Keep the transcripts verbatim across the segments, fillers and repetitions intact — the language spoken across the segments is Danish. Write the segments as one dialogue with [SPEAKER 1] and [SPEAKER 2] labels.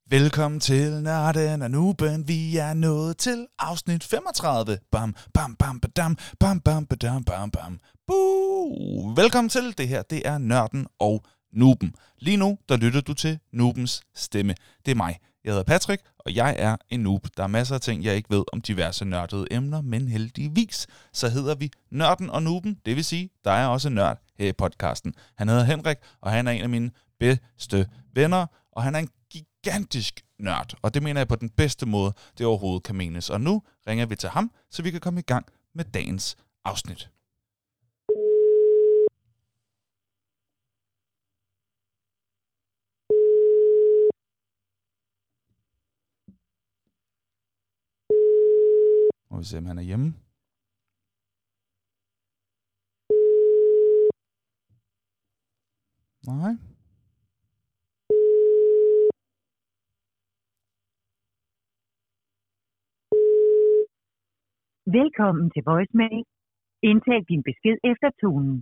[SPEAKER 1] Velkommen til Nørden og Nuben. Vi er nået til afsnit femogtredive. Bam, bam, bam, badam, bam, bam, badam, bam, bam. Boo! Velkommen til. Det her, det er Nørden og Nuben. Lige nu, der lytter du til Nubens stemme. Det er mig. Jeg hedder Patrick, og jeg er en noob. Der er masser af ting, jeg ikke ved om diverse nørdede emner, men heldigvis, så hedder vi Nørden og Nuben. Det vil sige, der er også en nørd her i podcasten. Han hedder Henrik, og han er en af mine bedste venner, og han er en gigantisk nørd, og det mener jeg på den bedste måde, det overhovedet kan menes. Og nu ringer vi til ham, så vi kan komme i gang med dagens afsnit. Må vi se, om han er hjemme. Nej.
[SPEAKER 2] Velkommen til voicemail. Indtal din besked efter tonen.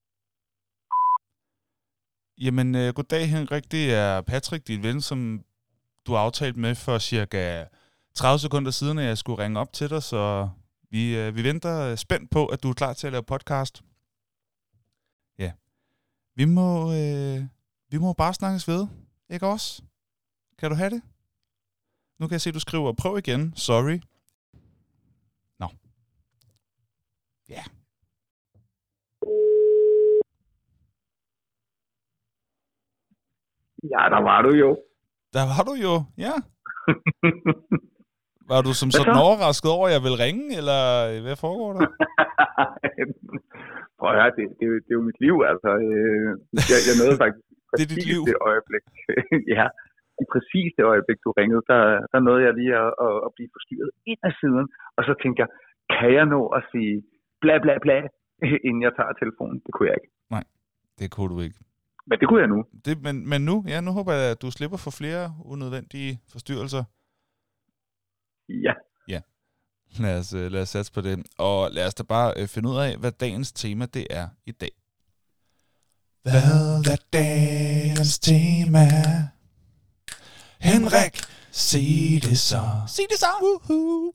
[SPEAKER 1] Jamen, øh, goddag Henrik, det er Patrick, din ven, som du har aftalt med for cirka tredive sekunder siden, at jeg skulle ringe op til dig, så vi, øh, vi venter spændt på, at du er klar til at lave podcast. Ja. Vi må, øh, vi må bare snakkes ved, ikke også? Kan du have det? Nu kan jeg se, at du skriver, prøv igen, sorry. Nå. Ja.
[SPEAKER 3] Ja, der var du jo.
[SPEAKER 1] Der var du jo, ja. Var du som sådan
[SPEAKER 3] så?
[SPEAKER 1] overrasket over, at jeg ville ringe, eller hvad foregår der?
[SPEAKER 3] Prøv at høre, det, det, er jo- det er jo mit liv, altså. Øh, Jeg, jeg nåede faktisk
[SPEAKER 1] Det er dit
[SPEAKER 3] præcis
[SPEAKER 1] liv.
[SPEAKER 3] det øjeblik. Ja, i præcis det øjeblik, du ringede, der, der nåede jeg lige at, at, at blive forstyrret ind ad siden. Og så tænkte jeg, kan jeg nå at sige bla bla bla, inden jeg tager telefonen? Det kunne jeg ikke.
[SPEAKER 1] Det kunne du ikke.
[SPEAKER 3] Men det kunne jeg nu.
[SPEAKER 1] Det, men, men nu, ja, nu håber jeg, at du slipper for flere unødvendige forstyrrelser.
[SPEAKER 3] Ja.
[SPEAKER 1] Lad os, øh, lad os satse på det. Og lad os da bare øh, finde ud af, hvad dagens tema det er i dag. Hvad er dagens tema? Henrik, sig det så. Sig det så. Woohoo.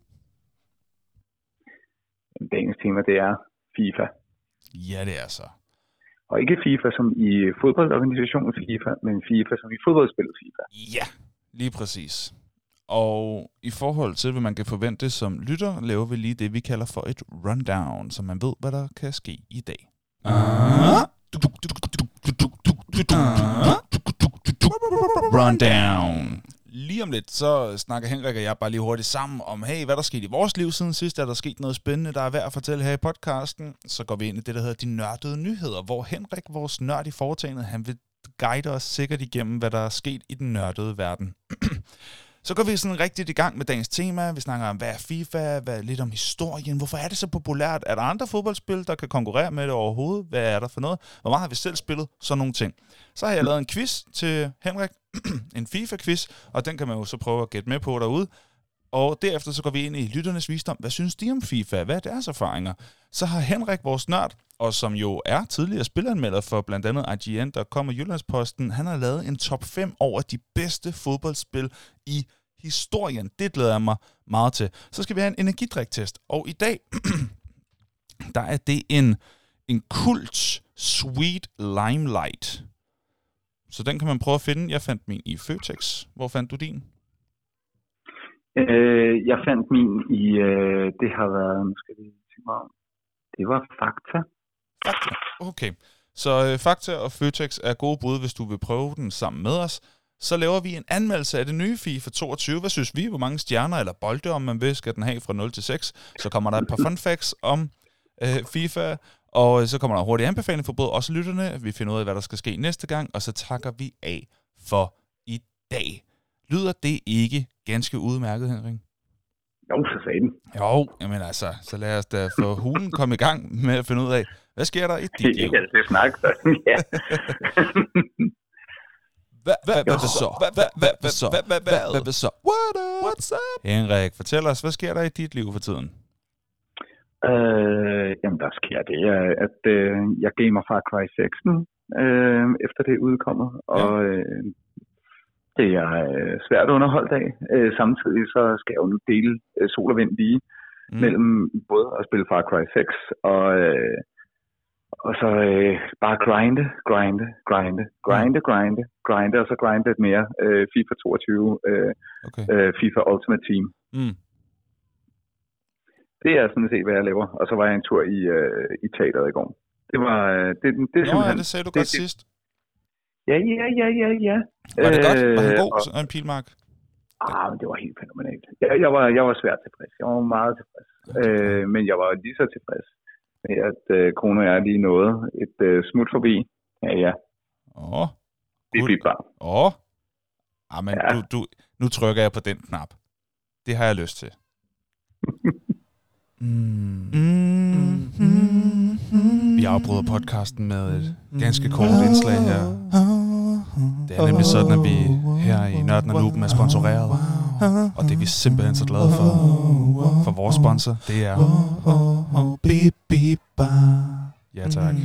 [SPEAKER 3] Dagens tema, det er FIFA.
[SPEAKER 1] Ja, det er så.
[SPEAKER 3] Og ikke FIFA som i fodboldorganisationen FIFA, men FIFA som i fodboldspillet FIFA.
[SPEAKER 1] Ja, lige præcis. Og i forhold til, hvad man kan forvente som lytter, laver vi lige det, vi kalder for et rundown, så man ved, hvad der kan ske i dag. Rundown. Lige om lidt, så snakker Henrik og jeg bare lige hurtigt sammen om, hey, hvad der skete i vores liv siden sidst? Er der sket noget spændende, der er værd at fortælle her i podcasten? Så går vi ind i det, der hedder de nørdede nyheder, hvor Henrik, vores nørd i foretagendet, han vil guide os sikkert igennem, hvad der er sket i den nørdede verden. Så går vi sådan rigtigt i gang med dagens tema. Vi snakker om, hvad er FIFA, hvad er lidt om historien, hvorfor er det så populært? Er der andre fodboldspil, der kan konkurrere med det overhovedet? Hvad er der for noget? Hvor meget har vi selv spillet? Sådan nogle ting. Så har jeg lavet en quiz til Henrik, en FIFA-quiz, og den kan man jo så prøve at gætte med på derude. Og derefter så går vi ind i lytternes visdom. Hvad synes de om FIFA? Hvad er deres erfaringer? Så har Henrik, vores nørd, og som jo er tidligere spilanmelder for blandt andet I G N, der kommer Jyllandsposten, han har lavet en top fem over de bedste fodboldspil i historien. Det glæder jeg mig meget til. Så skal vi have en energidriktest. Og i dag, der er det en, en Kult Sweet Limelight. Så den kan man prøve at finde. Jeg fandt min i Føtex. Hvor fandt du din?
[SPEAKER 3] Øh, jeg fandt min i, øh, det har været, nu skal vi tænke mig om, det var Fakta.
[SPEAKER 1] Fakta. Okay. Så øh, Fakta og Føtex er gode bud, hvis du vil prøve den sammen med os. Så laver vi en anmeldelse af det nye FIFA toogtyve. Hvad synes vi? Hvor mange stjerner eller bolde, om man vil, skal den have fra nul til seks? Så kommer der et par fun facts om øh, FIFA, og så kommer der en hurtig anbefaling for både os og lytterne. Vi finder ud af, hvad der skal ske næste gang, og så takker vi af for i dag. Lyder det ikke ganske udmærket, Henrik?
[SPEAKER 3] Jo, så sagde den.
[SPEAKER 1] Jo, jamen altså, så lad os da få hulen komme i gang med at finde ud af, hvad sker der i dit liv?
[SPEAKER 3] Ja, det er snak, sådan, ja.
[SPEAKER 1] Hvad, hvad, hvad, hvad så? Hvad, hvad, hvad, hvad så? Hvad, hvad, hvad, hvad, hvad så? What up? What's up? Henrik, fortæl os, hvad sker der i dit liv for tiden?
[SPEAKER 3] Øh, jamen, der sker det, at øh, jeg gamer Far Cry seks nu, øh, efter det er udkommet, og øh, Det er øh, svært underholdt af. Øh, samtidig så skal jeg jo nu dele øh, sol og vind lige mm. mellem både at spille Far Cry seks og, øh, og så øh, bare grinde, grinde, grinde, grinde, grinde, grinde, og så grinde lidt mere øh, FIFA toogtyve, øh, okay. øh, FIFA Ultimate Team. Mm. Det er sådan set, hvad jeg laver. Og så var jeg en tur i, øh, i teateret i går. Det var... Øh, det, det er
[SPEAKER 1] Nå, ja, det sagde du det, godt det, sidst.
[SPEAKER 3] Ja, ja, ja, ja, ja.
[SPEAKER 1] Var det godt? Var han god,
[SPEAKER 3] og,
[SPEAKER 1] en Pilmark?
[SPEAKER 3] Ah, men det var helt fænomenalt. Jeg, jeg, var, jeg var svært tilfreds. Jeg var meget tilfreds. Okay. Øh, men jeg var lige så tilfreds med, at øh, kone og jeg lige nåede et øh, smut forbi. Ja, ja.
[SPEAKER 1] Åh. Oh,
[SPEAKER 3] det er bare.
[SPEAKER 1] Åh. Oh. Ah, men ja. du, du, nu trykker jeg på den knap. Det har jeg lyst til. mm. Mm. Mm. Vi afbryder podcasten med et ganske kort indslag her. Det er nemlig sådan, at vi her i Nørden og Nuben er sponsoreret. Og det er vi simpelthen så glade for. For vores sponsor, det er... Ja, tak.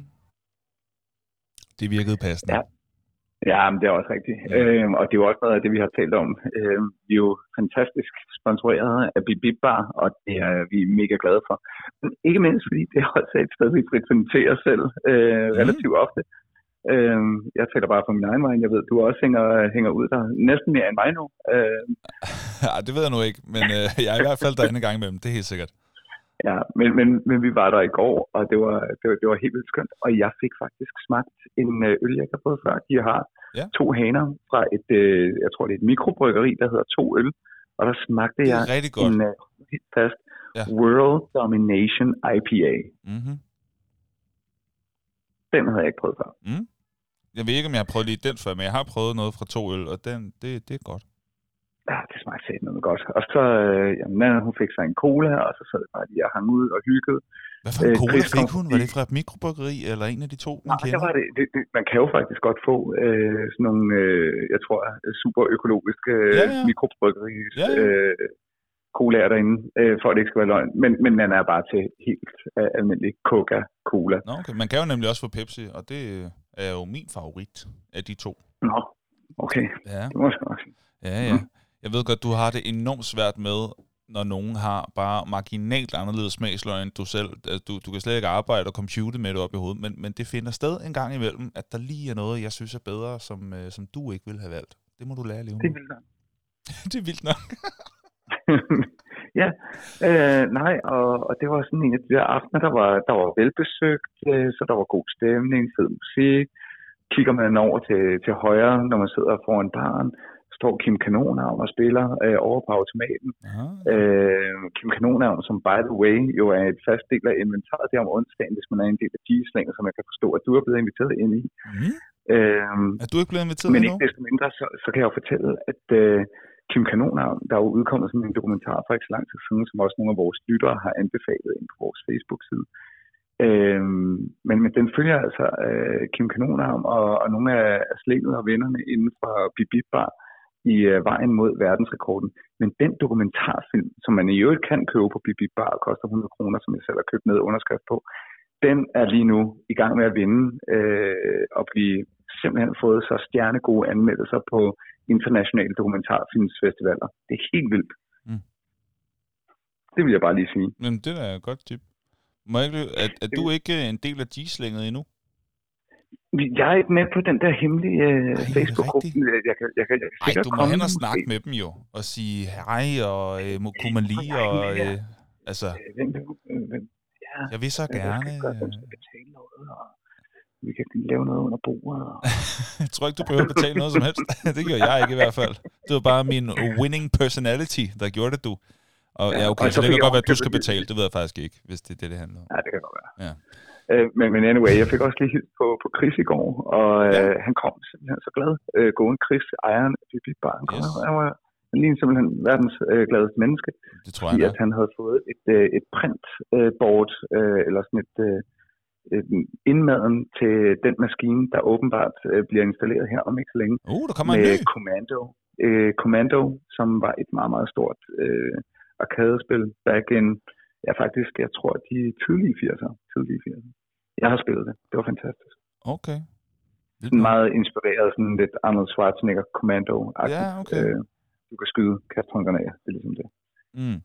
[SPEAKER 1] Det virkede passende.
[SPEAKER 3] Ja, ja men det er også rigtigt. Øhm, og det er jo også noget af det, vi har talt om. Øhm, vi er jo fantastisk sponsoreret af Bip Bip Bar, og det er vi er mega glade for. Men ikke mindst, fordi det er også et sted, vi frekventerer selv øh, relativt mm. ofte. Øhm, jeg taler bare for min egen vej. Jeg ved, du også hænger, hænger ud der næsten mere end mig nu. Øhm.
[SPEAKER 1] Ja, det ved jeg nu ikke, men øh, jeg er i hvert fald derinde en gang imellem. Det er helt sikkert.
[SPEAKER 3] Ja, men, men, men vi var der i går, og det var, det var, det var helt vildt skønt. Og jeg fik faktisk smagt en øl, jeg har fået før. De har ja. to haner fra et, øh, jeg tror det er et mikrobryggeri, der hedder To Øl. Og der smagte jeg en uh, helt fast ja. World Domination I P A. Mm-hmm. Den havde jeg ikke prøvet før.
[SPEAKER 1] Mm. Jeg ved ikke, om jeg har prøvet lige den før, men jeg har prøvet noget fra To Øl, og den, det, det er godt.
[SPEAKER 3] Ja, det smagte sæt noget godt. Og så, øh, jamen, hun fik sig en cola, og så sad jeg bare lige og hang ud og hyggede.
[SPEAKER 1] Hvad for en cola øh, fik hun? Var det fra et mikrobryggeri, eller en af de to, man
[SPEAKER 3] Nej,
[SPEAKER 1] kender?
[SPEAKER 3] Nej, det, det, det, man kan jo faktisk godt få øh, sådan nogle, øh, jeg tror, super økologiske ja, ja. mikrobryggerier. Ja, ja. Øh, colaer derinde, øh, for at det ikke skal være løgn. Men, men den er bare til helt øh, almindelig Coca-Cola.
[SPEAKER 1] Nå, okay. Man kan jo nemlig også få Pepsi, og det er jo min favorit af de to.
[SPEAKER 3] Nå, okay.
[SPEAKER 1] Ja.
[SPEAKER 3] Det må jeg også sige.
[SPEAKER 1] Ja, ja. Mm. Jeg ved godt, du har det enormt svært med, når nogen har bare marginalt anderledes smagsløg end du selv. Altså, du, du kan slet ikke arbejde og compute med det op i hovedet, men, men det finder sted en gang imellem, at der lige er noget, jeg synes er bedre, som, øh, som du ikke ville have valgt. Det må du lære at leve med.
[SPEAKER 3] Det er vildt nok.
[SPEAKER 1] Det er vildt nok.
[SPEAKER 3] ja, øh, nej, og, og det var sådan en af de der aftener, der var, der var velbesøgt, øh, så der var god stemning, fed musik. Kigger man over til, til højre, når man sidder foran baren, står Kim Kanonavn og spiller øh, over på automaten. Øh, Kim Kanonavn, som by the way jo er et fast del af inventaret der om onsdagen, hvis man er en del af G-slænger, som jeg kan forstå, at du er blevet inviteret ind i. Mm. Øh,
[SPEAKER 1] er du ikke blevet inviteret
[SPEAKER 3] Men
[SPEAKER 1] endnu?
[SPEAKER 3] ikke desto mindre, så, så kan jeg jo fortælle, at øh, Kim Kanonavn, der er jo udkommet sådan en dokumentar for ikke så lang tid siden, som også nogle af vores lyttere har anbefalet ind på vores Facebook-side. Øhm, men, men den følger altså øh, Kim Kanonavn og, og nogle af slægtet og vennerne inden for Bip Bip Bar i øh, vejen mod verdensrekorden. Men den dokumentarfilm, som man i øvrigt kan købe på Bip Bip Bar, koster hundrede kroner, som jeg selv har købt med underskrift på, den er lige nu i gang med at vinde øh, og blive simpelthen fået så stjernegode anmeldelser på internationale dokumentarfilmsfestivaler. Det er helt vildt. Mm. Det vil jeg bare lige sige.
[SPEAKER 1] Men det er et godt tip. Må jeg ikke, er, er du ikke en del af G-slænget endnu?
[SPEAKER 3] Jeg er ikke med på den der hemmelige øh, Facebook-gruppe. Jeg, jeg, jeg, jeg, jeg
[SPEAKER 1] Ej, du må hen og snakke med dem jo, og sige hej, og øh, må, kunne man lide, og øh, altså...
[SPEAKER 3] Ja,
[SPEAKER 1] jeg vil så gerne...
[SPEAKER 3] Jeg skal godt, betale noget, og vi kan lave noget under bordet. Og...
[SPEAKER 1] jeg tror ikke, du behøver at betale noget som helst. Det gør jeg ikke i hvert fald. Det var bare min winning personality, der gjorde det, du. Og ja, okay, så, så det kan godt være, at du skal betale. Det ved jeg faktisk ikke, hvis det er det, det handler om.
[SPEAKER 3] Ja, det kan godt være. Ja. Øh, men, men anyway, jeg fik også lige hilst på, på Chris i går, og ja. øh, han kom simpelthen så glad. Øh, gående Chris, ejeren af Bip Bip Bar. Han, yes. han var han lignede simpelthen verdens øh, gladeste menneske.
[SPEAKER 1] Det tror jeg,
[SPEAKER 3] fordi at han havde fået et, øh, et printboard, øh, eller sådan et øh, indmaden til den maskine, der åbenbart øh, bliver installeret her om ikke så længe.
[SPEAKER 1] Uh, der kommer
[SPEAKER 3] med
[SPEAKER 1] en ny.
[SPEAKER 3] Commando, øh, Commando, som var et meget, meget stort øh, arkadespil back in, ja faktisk, jeg tror, de tidlige firser. Tidlige firser. Jeg har spillet det. Det var fantastisk.
[SPEAKER 1] Okay.
[SPEAKER 3] Sådan meget inspireret, sådan lidt Arnold Schwarzenegger Commando-agtigt.
[SPEAKER 1] Ja, okay.
[SPEAKER 3] Øh, du kan skyde kastronggranater, det er ligesom det.
[SPEAKER 1] Mm.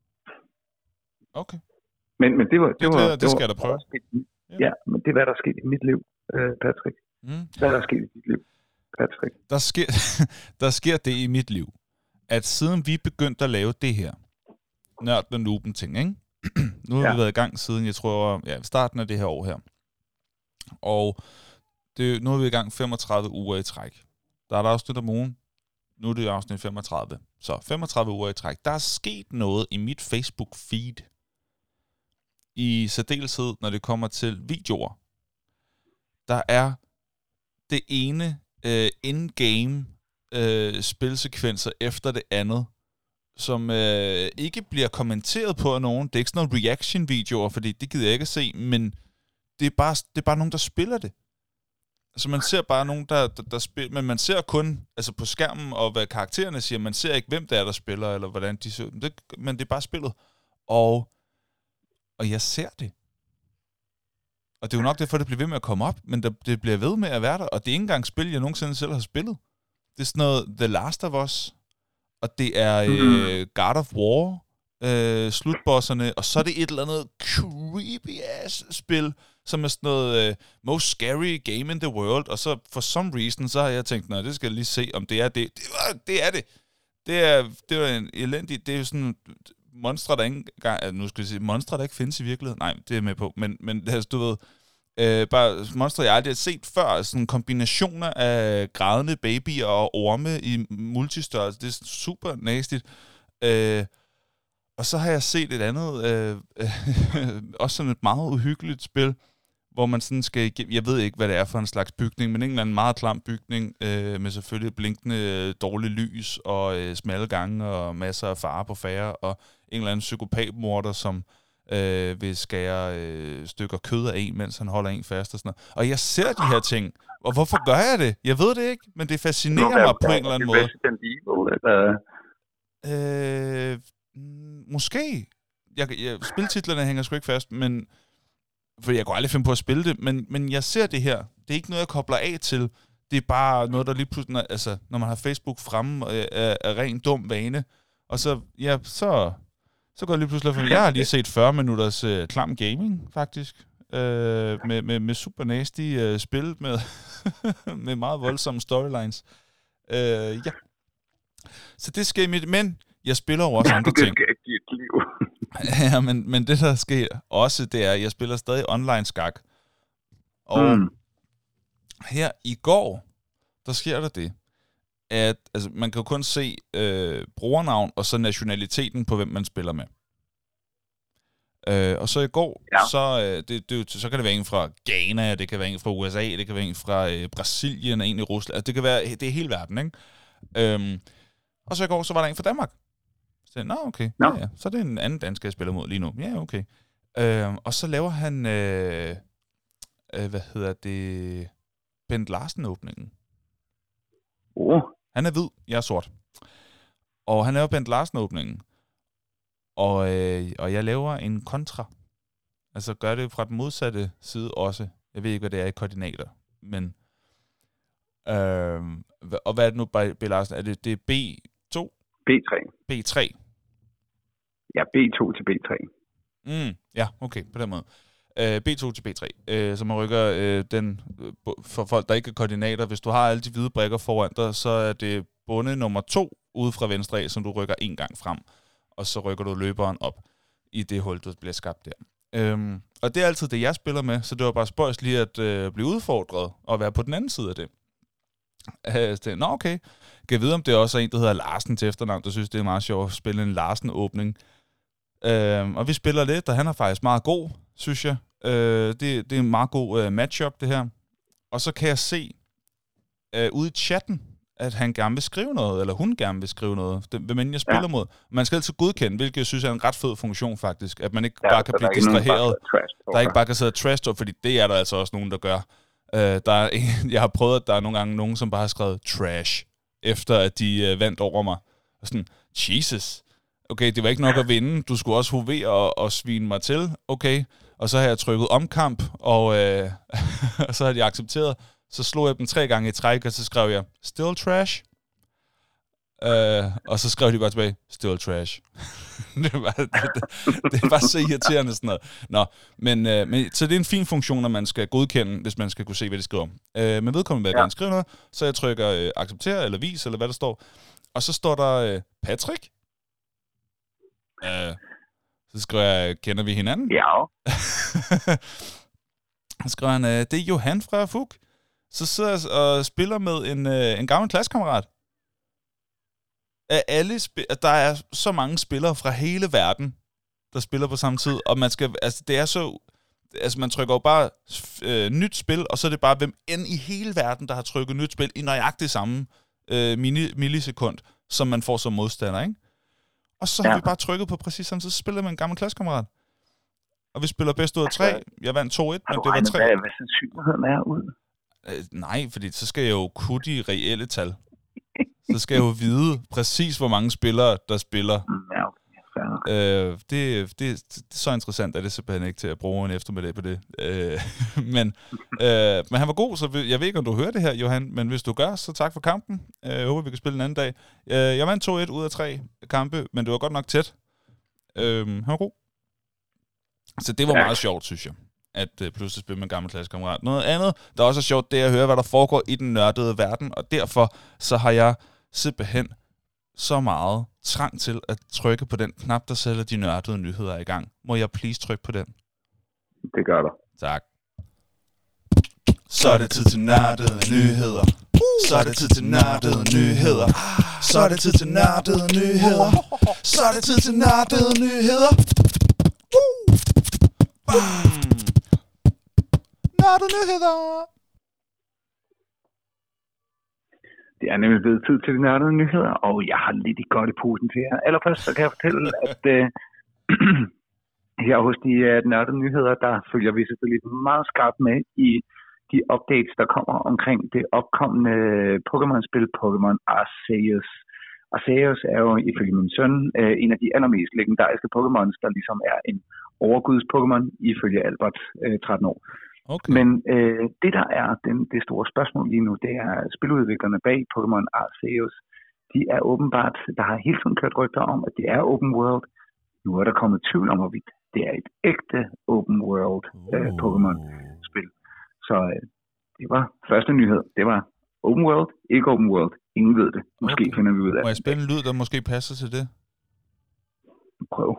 [SPEAKER 1] Okay.
[SPEAKER 3] Men, men det var...
[SPEAKER 1] Det, det,
[SPEAKER 3] var,
[SPEAKER 1] det, det skal jeg da prøve.
[SPEAKER 3] Ja. ja, men det er, hvad der er sket i mit liv, øh, Patrick.
[SPEAKER 1] Mm.
[SPEAKER 3] Hvad der er sket i dit liv, Patrick?
[SPEAKER 1] Der sker, der sker det i mit liv, at siden vi begyndte at lave det her, Nørden og Nuben ting, ikke? Nu har ja. vi været i gang siden, jeg tror, ja, starten af det her år her. Og det, nu er vi i gang femogtredive uger i træk. Der er der afsnit om ugen. Nu er det afsnit femogtredive. Så femogtredive uger i træk. Der er sket noget i mit Facebook-feed. I særdeleshed, når det kommer til videoer. Der er det ene øh, in-game øh, spilsekvenser efter det andet, som øh, ikke bliver kommenteret på af nogen. Det er ikke sådan nogle reaction-videoer, fordi det gider jeg ikke at se, men det er bare, det er bare nogen, der spiller det. Altså man ser bare nogen, der, der, der spiller, men man ser kun altså på skærmen, og hvad karaktererne siger. Man ser ikke, hvem det er, der spiller, eller hvordan de ser. Det, men det er bare spillet. Og, og jeg ser det. Og det er jo nok derfor, det bliver ved med at komme op, men det, det bliver ved med at være der, og det er ikke engang spil, jeg nogensinde selv har spillet. Det er sådan noget The Last of Us, og det er øh, God of War, øh, slutbosserne, og så er det et eller andet creepy-ass-spil, som er sådan noget uh, most scary game in the world, og så for some reason, så har jeg tænkt, nej, det skal jeg lige se, om det er det. Det, var, det er det. Det er, det er en elendig, det er jo sådan monstre, der ikke engang, nu skal jeg sige, monstre, der ikke findes i virkeligheden. Nej, det er med på, men, men altså, du ved, øh, bare monstre, jeg aldrig har set før, sådan kombinationer af grædende babyer og orme i multistørrelse, det er super nastigt. Øh, og så har jeg set et andet, øh, øh, også sådan et meget uhyggeligt spil, hvor man sådan skal igennem, jeg ved ikke, hvad det er for en slags bygning, men en eller anden meget klam bygning, øh, med selvfølgelig blinkende øh, dårlig lys, og øh, smalle gange, og masser af fare på færre, og en eller anden psykopatmorder, som øh, vil skære øh, stykker kød af en, mens han holder en fast og sådan noget. Og jeg ser de her ting, og hvorfor gør jeg det? Jeg ved det ikke, men det fascinerer mig på en eller anden måde. Øh, måske. Jeg, jeg, spiltitlerne hænger sgu ikke fast, men fordi jeg kunne aldrig finde på at spille det, men, men jeg ser det her. Det er ikke noget, jeg kobler af til. Det er bare noget, der lige pludselig, altså, når man har Facebook fremme, er, er, er ren dum vane. Og så, ja, så, så går jeg lige pludselig for, jeg har lige set fyrre minutters uh, klam gaming, faktisk. Uh, med, med, med super nasty uh, spil, med, med meget voldsomme storylines. Uh, ja. Så det skal i mit, men jeg spiller jo også andre ting. Ja, men, men det, der sker også, det er, at jeg spiller stadig online skak. Og mm. her i går, der sker der det, at altså, man kan jo kun se øh, brugernavn og så nationaliteten på, hvem man spiller med. Øh, og så i går, ja. så, øh, det, det, så kan det være en fra Ghana, det kan være en fra U S A, det kan være en fra øh, Brasilien, en i Rusland. Altså, det kan være, det er hele verden, ikke? Øhm, og så i går, så var der en fra Danmark. Så, nå, okay. No. Ja, ja. Så er det en anden dansker, jeg spiller mod lige nu. Ja, okay. Øh, og så laver han, øh, øh, hvad hedder det, Bent Larsen-åbningen.
[SPEAKER 3] Oh.
[SPEAKER 1] Han er hvid, jeg er sort. Og han laver Bent Larsen-åbningen. Og, øh, og jeg laver en kontra. Altså gør det fra den modsatte side også. Jeg ved ikke, hvad det er i koordinater. Men, øh, og hvad er det nu, B. Larsen? Er det, det er B to?
[SPEAKER 3] B tre.
[SPEAKER 1] B tre.
[SPEAKER 3] Ja, B to til B tre.
[SPEAKER 1] Mm, ja, okay, på den måde. Uh, B to til B tre, uh, så man rykker uh, den, uh, for folk, der ikke er koordinater, hvis du har alle de hvide brikker foran dig, så er det bunde nummer to ude fra venstre af, som du rykker en gang frem, og så rykker du løberen op i det hul, der bliver skabt der. Um, og det er altid det, jeg spiller med, så det var bare spøjs lige at uh, blive udfordret og være på den anden side af det. Uh, så, nå, okay. Kan jeg vide, om det også er en, der hedder Larsen til efternavn, der synes, det er meget sjovt at spille en Larsen-åbning. Uh, og vi spiller lidt, og han er faktisk meget god, synes jeg. Uh, det, det er en meget god uh, matchup, det her. Og så kan jeg se uh, ude i chatten, at han gerne vil skrive noget, eller hun gerne vil skrive noget, hvem end jeg spiller ja. mod. Man skal altid godkende, hvilket jeg synes er en ret fed funktion faktisk, at man ikke ja, bare kan blive distraheret. Der er ikke bare kan sidde og trash talk, fordi det er der altså også nogen, der gør. Uh, der er en, jeg har prøvet, at der er nogle gange nogen, som bare har skrevet trash, efter at de uh, vandt over mig. Og sådan, Jesus, okay, det var ikke nok at vinde, du skulle også hovere og, og svine mig til, okay. Og så har jeg trykket omkamp, og øh, så har de accepteret. Så slog jeg dem tre gange i træk, og så skrev jeg, still trash. Uh, og så skrev de bare tilbage, still trash. det, var, det, det, det var så irriterende sådan noget. Nå, men, uh, men, så det er en fin funktion, når man skal godkende, hvis man skal kunne se, hvad de skriver. Uh, men vedkommende vil jeg gerne skrive noget, så jeg trykker uh, acceptere, eller vis, eller hvad der står. Og så står der, uh, Patrick? Uh, så skriver jeg, kender vi hinanden?
[SPEAKER 3] Ja.
[SPEAKER 1] Så skriver han, uh, det er Johan fra Fug. Så sidder jeg og spiller med en, uh, en gammel klassekammerat. Af alle sp- der er så mange spillere fra hele verden, der spiller på samme tid, og man skal, altså det er så, altså man trykker jo bare øh, nyt spil, og så er det bare hvem end i hele verden, der har trykket nyt spil i nøjagtigt samme øh, mini- millisekund, som man får som modstander, ikke? Og så ja. har vi bare trykket på præcis samme tid, så spiller man en gammel klassekammerat. Og vi spiller bedst ud af tre. Jeg vandt to et, men det var tre.
[SPEAKER 3] Hvad, hvad sandsynligheden er ud?
[SPEAKER 1] Øh, nej, fordi så skal jeg jo kunne de reelle tal. Så skal jeg jo vide præcis, hvor mange spillere, der spiller.
[SPEAKER 3] Ja, okay.
[SPEAKER 1] øh, det, det, det er så interessant, at det simpelthen ikke til at bruge en eftermiddag på det. Øh, men, øh, men han var god, så jeg ved ikke, om du hører det her, Johan, men hvis du gør, så tak for kampen. Øh, jeg håber, vi kan spille en anden dag. Øh, jeg vandt to et ud af tre kampe, men det var godt nok tæt. Øh, han var god. Så det var meget sjovt, synes jeg, at øh, pludselig spille med en gammel klassekammerat. Noget andet, der også er sjovt, det er at høre, hvad der foregår i den nørdede verden, og derfor så har jeg simpelthen så meget trang til at trykke på den knap, der sætter de nørdede nyheder i gang. Må jeg please trykke på den?
[SPEAKER 3] Det gør du.
[SPEAKER 1] Tak. Så er det tid til nørdede nyheder. Så er det tid til nørdede nyheder. Så er det tid til nørdede nyheder. Så er det tid til nørdede nyheder. Nørdede nyheder.
[SPEAKER 3] Det er nemlig blevet tid til de nørdede nyheder, og jeg har lidt i godt i posen til jer. Allerførst så kan jeg fortælle, at øh, her hos de uh, nørdede nyheder, der følger vi selvfølgelig meget skarpt med i de updates, der kommer omkring det opkommende Pokémon-spil Pokémon Arceus. Arceus er jo ifølge min søn øh, en af de allermest legendariske Pokémons, der ligesom er en overguds Pokémon ifølge Albert, øh, tretten år.
[SPEAKER 1] Okay.
[SPEAKER 3] Men øh, det, der er den, det store spørgsmål lige nu, det er spiludviklerne bag Pokémon Arceus. De er åbenbart, der har hele tiden kørt rygter om, at det er open world. Nu er der kommet tvivl om, hvorvidt det er et ægte open world øh, Pokémon-spil. Så øh, det var første nyhed. Det var open world, ikke open world. Ingen ved det. Måske okay. finder vi ud af det.
[SPEAKER 1] Må jeg spille en lyd, der måske passer til det?
[SPEAKER 3] Prøv.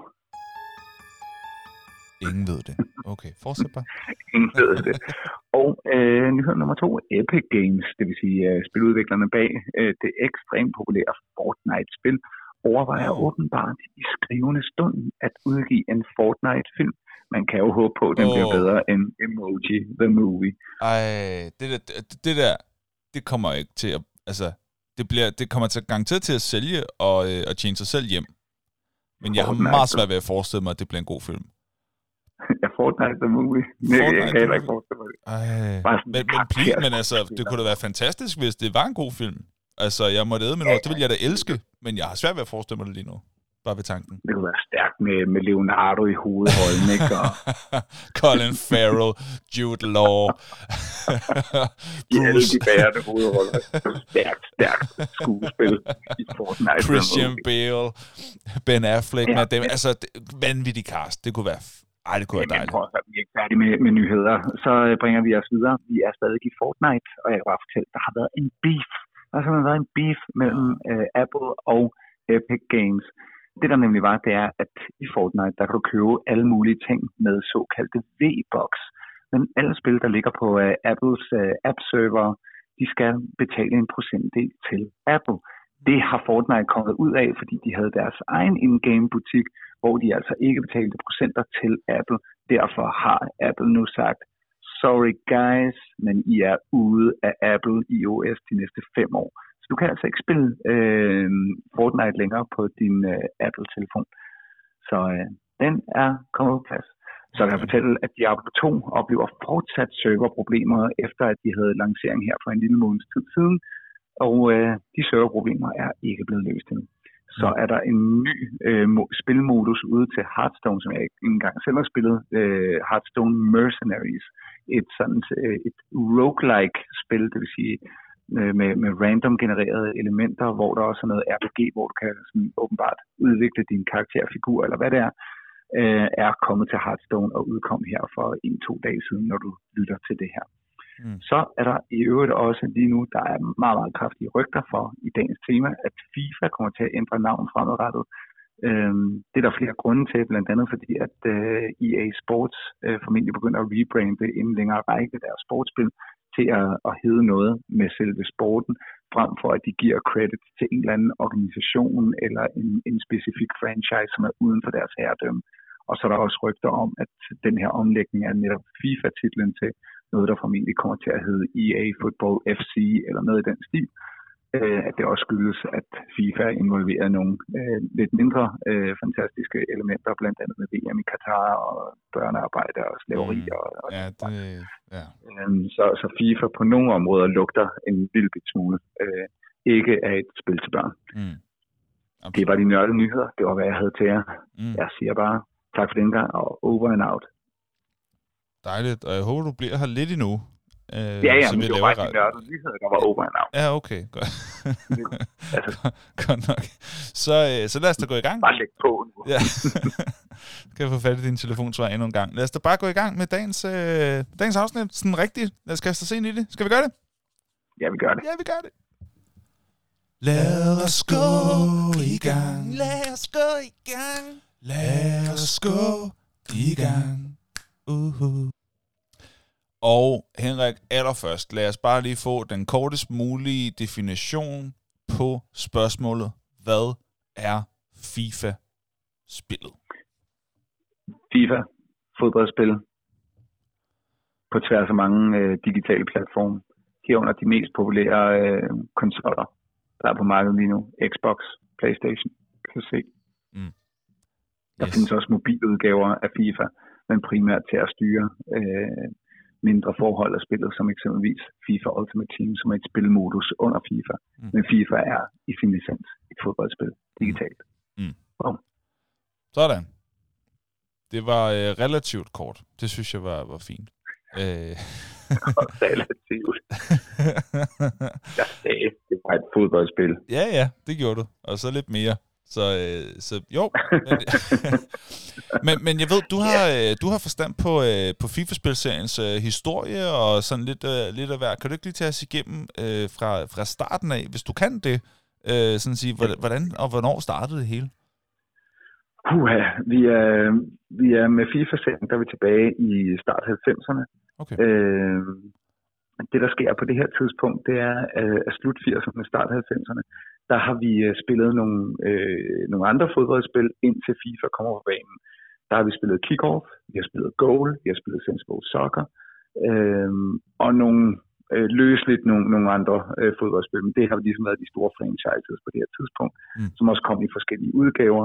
[SPEAKER 1] Ingen ved det. Okay, fortsæt bare.
[SPEAKER 3] Ingen ved det. Og øh, nyhed nummer to, Epic Games, det vil sige uh, spiludviklerne bag uh, det ekstremt populære Fortnite-spil, overvejer oh. åbenbart i skrivende stund at udgive en Fortnite-film. Man kan jo håbe på, at den oh. bliver bedre end Emoji The Movie.
[SPEAKER 1] Ej, det der, det der, det kommer ikke til at, altså, det, bliver, det kommer til garanteret til at sælge og, øh, og tjene sig selv hjem. Men jeg har meget svært ved at forestille mig, at det bliver en god film.
[SPEAKER 3] Ja, Fortnite The Movie. Nej, jeg kan heller ikke forestille mig det.
[SPEAKER 1] Ej, men, men, please, men altså, det kunne da være fantastisk, hvis det var en god film. Altså, jeg måtte æde med noget, det ville jeg da elske, men jeg har svært ved at forestille mig det lige nu. Bare ved tanken.
[SPEAKER 3] Det kunne være stærkt med, med Leonardo i hovedrollen, ikke? Og
[SPEAKER 1] Colin Farrell, Jude Law.
[SPEAKER 3] I alle de bærende hovedroller. Stærkt, stærkt skuespil i Fortnite.
[SPEAKER 1] Christian Bale, Ben Affleck, ja. Med dem. Altså, det, vanvittig cast. Det kunne være... Ej, det kunne være dejligt.
[SPEAKER 3] Prøv at vi er ikke færdige med, med nyheder. Så bringer vi os videre. Vi er stadig i Fortnite, og jeg kan bare fortælle, der har været en beef. Der har simpelthen været en beef mellem uh, Apple og Epic Games. Det der nemlig var, det er, at i Fortnite, der kan du købe alle mulige ting med såkaldte V-Box. Men alle spil, der ligger på uh, Apples uh, app-server, de skal betale en procentdel til Apple. Det har Fortnite kommet ud af, fordi de havde deres egen in-game-butik, hvor de altså ikke betalte procenter til Apple. Derfor har Apple nu sagt, sorry guys, men I er ude af Apple iOS de næste fem år. Så du kan altså ikke spille øh, Fortnite længere på din øh, Apple-telefon. Så øh, den er kommet på plads. Så kan jeg fortælle, at Diablo to oplever fortsat serverproblemer, efter at de havde lancering her for en lille måneds tid siden. Og øh, de serverproblemer er ikke blevet løst endnu. Så er der en ny øh, spilmodus ude til Hearthstone, som jeg ikke engang selv har spillet, øh, Hearthstone Mercenaries. et sådan et roguelike spil, det vil sige med, med random genererede elementer, hvor der også er noget R P G, hvor du kan sådan åbenbart udvikle din karakterfigur, eller hvad det er, øh, er kommet til Hearthstone og udkom her for en-to dage siden, når du lytter til det her. Mm. Så er der i øvrigt også lige nu, der er meget, meget kraftige rygter for i dagens tema, at FIFA kommer til at ændre navn fremadrettet. Øhm, det er der flere grunde til, blandt andet fordi, at øh, E A Sports øh, formentlig begynder at rebrande en længere række af deres sportsspil til at, at hedde noget med selve sporten, frem for at de giver credit til en eller anden organisation eller en, en specifik franchise, som er uden for deres herredømme. Og så er der også rygter om, at den her omlægning af netop FIFA-titlen til noget, der formentlig kommer til at hedde E A Football F C eller noget i den stil, øh, at det også skyldes, at FIFA er involveret i nogle øh, lidt mindre øh, fantastiske elementer, blandt andet med V M i Katar og børnearbejde og slaveri. Mm. Og, og
[SPEAKER 1] ja, det, ja.
[SPEAKER 3] Øhm, så, så FIFA på nogle områder lugter en lille smule øh, ikke af et spil til børn. Mm. Det var de nørdede nyheder. Det var, hvad jeg havde til jer. Mm. Jeg siger bare tak for den gang, og over and out.
[SPEAKER 1] Dejligt, og jeg håber, du bliver her lidt endnu.
[SPEAKER 3] Øh, ja, ja, men det var bare de nørdede nyheder, der var over and out.
[SPEAKER 1] Ja, okay, godt. altså. Godt nok. Så, øh, så lad os da gå i gang.
[SPEAKER 3] Bare læg på nu.
[SPEAKER 1] Ja. Kan jeg få fat i din telefonsvar endnu en gang. Lad os da bare gå i gang med dagens, øh, dagens afsnit. Sådan rigtigt. Lad os kaste os ind i det. Skal vi gøre det?
[SPEAKER 3] Ja, vi gør det.
[SPEAKER 1] Ja, vi gør det. Lad os gå i gang. Lad os gå i gang. Lad os gå i gang. Uh-huh. Og Henrik, allerførst, lad os bare lige få den kortest mulige definition på spørgsmålet. Hvad er FIFA-spillet?
[SPEAKER 3] FIFA, fodboldspil, på tværs af mange øh, digitale platforme. Herunder de mest populære øh, konsoller, der er på markedet lige nu. Xbox, PlayStation, P C. Mm. Der yes. findes også mobiludgaver af FIFA, men primært til at styre øh, mindre forhold af spillet, som eksempelvis FIFA Ultimate Team, som er et spilmodus under FIFA. Mm. Men FIFA er i sin essens et fodboldspil, digitalt.
[SPEAKER 1] Mm. Mm. Sådan. Det var øh, relativt kort. Det synes jeg var, var fint. Øh.
[SPEAKER 3] Relativt. Jeg sagde, det var et fodboldspil.
[SPEAKER 1] Ja, ja, det gjorde du. Og så lidt mere. Så, øh, så jo. men, men jeg ved, du har, øh, du har forstand på, øh, på FIFA-spilseriens øh, historie og sådan lidt, øh, lidt af hver. Kan du ikke lige tage os igennem øh, fra, fra starten af, hvis du kan det, øh, sådan sige, hvordan og hvornår startede det hele?
[SPEAKER 3] Puha, vi er, vi er med FIFA-serien, der er vi tilbage i start halvfemserne.
[SPEAKER 1] Okay.
[SPEAKER 3] Øh, det, der sker på det her tidspunkt, det er at slut firserne, start halvfemserne, der har vi spillet nogle, øh, nogle andre fodboldspil, indtil FIFA kommer på banen. Der har vi spillet Kickoff, vi har spillet Goal, vi har spillet Sensible Soccer, øh, og nogle øh, løsligt nogle, nogle andre øh, fodboldspil. Men det har ligesom været de store franchises på det her tidspunkt, mm. som også kom i forskellige udgaver.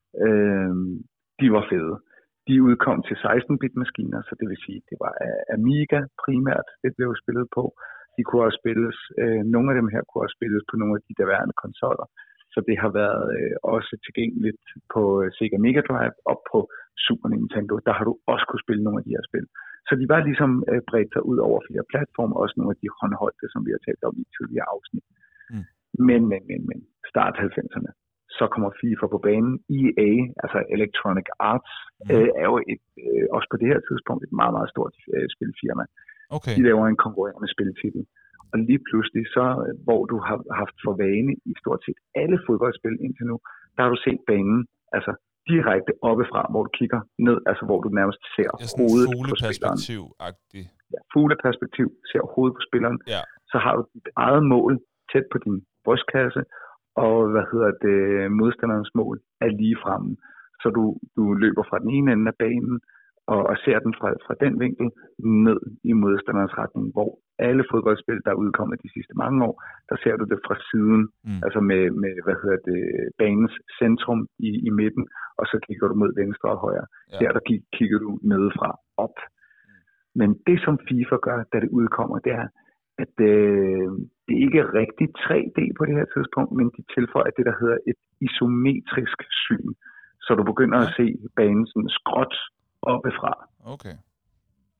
[SPEAKER 3] Øh, de var fede. De udkom til seksten-bit maskiner, så det vil sige, det var Amiga primært, det blev spillet på. De kunne også spilles, øh, nogle af dem her kunne også spilles på nogle af de derværende konsoller. Så det har været øh, også tilgængeligt på Sega Mega Drive og på Super Nintendo. Der har du også kunne spille nogle af de her spil. Så de var ligesom øh, bredt sig ud over flere platformer, også nogle af de håndholdte, som vi har talt om i tidligere afsnit. Mm. Men, men, men, men, start halvfemserne. Så kommer FIFA på banen. E A, altså Electronic Arts, mm. øh, er jo et, øh, også på det her tidspunkt et meget, meget stort øh, spilfirma.
[SPEAKER 1] Okay.
[SPEAKER 3] De laver en konkurrerende spiltitel. Og lige pludselig, så, hvor du har haft for vane i stort set alle fodboldspil indtil nu, der har du set banen altså direkte oppefra, hvor du kigger ned, altså hvor du nærmest ser ja, hovedet på spilleren.
[SPEAKER 1] Fugleperspektiv-agtigt.
[SPEAKER 3] Ja, fugleperspektiv, ser hovedet på spilleren.
[SPEAKER 1] Ja.
[SPEAKER 3] Så har du dit eget mål tæt på din brystkasse, og hvad hedder det, modstanderens mål er lige fremme. Så du, du løber fra den ene ende af banen, og, og ser den fra, fra den vinkel ned i modstanderens retning, hvor alle fodboldspil, der er udkommet de sidste mange år, der ser du det fra siden, mm. altså med, med, hvad hedder det, banens centrum i, i midten, og så kigger du mod venstre og højre. Ja. Der, der kigger du nedefra op. Mm. Men det, som FIFA gør, da det udkommer, det er, at øh, det ikke er rigtig tre D på det her tidspunkt, men de tilføjer det, der hedder et isometrisk syn. Så du begynder ja. at se banen sådan skråt oppefra.
[SPEAKER 1] Okay.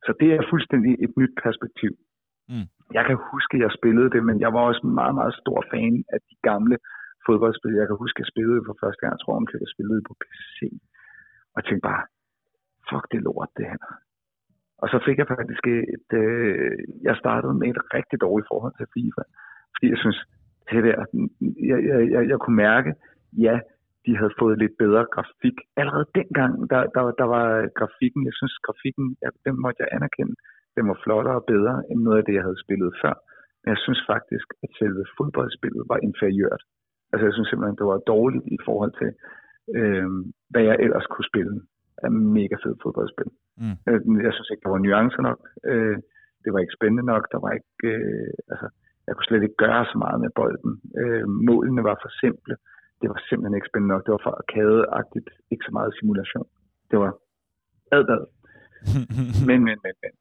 [SPEAKER 3] Så det er fuldstændig et nyt perspektiv.
[SPEAKER 1] Mm.
[SPEAKER 3] Jeg kan huske, at jeg spillede det, men jeg var også meget, meget stor fan af de gamle fodboldspil. Jeg kan huske, at jeg spillede det for første gang. Jeg tror, at jeg spillede det på P C. Og jeg tænkte bare, fuck, det er lort, det her. Og så fik jeg faktisk et... Øh, jeg startede med et rigtig dårligt forhold til FIFA. Fordi jeg synes, det der... Jeg, jeg, jeg, jeg kunne mærke, ja, de havde fået lidt bedre grafik. Allerede dengang, der, der, der var grafikken... Jeg synes, grafikken, ja, den måtte jeg anerkende. Den var flottere og bedre end noget af det, jeg havde spillet før. Men jeg synes faktisk, at selve fodboldspillet var inferiørt. Altså, jeg synes simpelthen, det var dårligt i forhold til, øh, hvad jeg ellers kunne spille. Er mega fed fodboldspil. Mm. Jeg synes ikke, der var nuancer nok. Øh, det var ikke spændende nok. Der var ikke, øh, altså, jeg kunne slet ikke gøre så meget med bolden. Øh, målene var for simple. Det var simpelthen ikke spændende nok. Det var for arcade-agtigt. Ikke så meget simulation. Det var advad. men, men, men, men.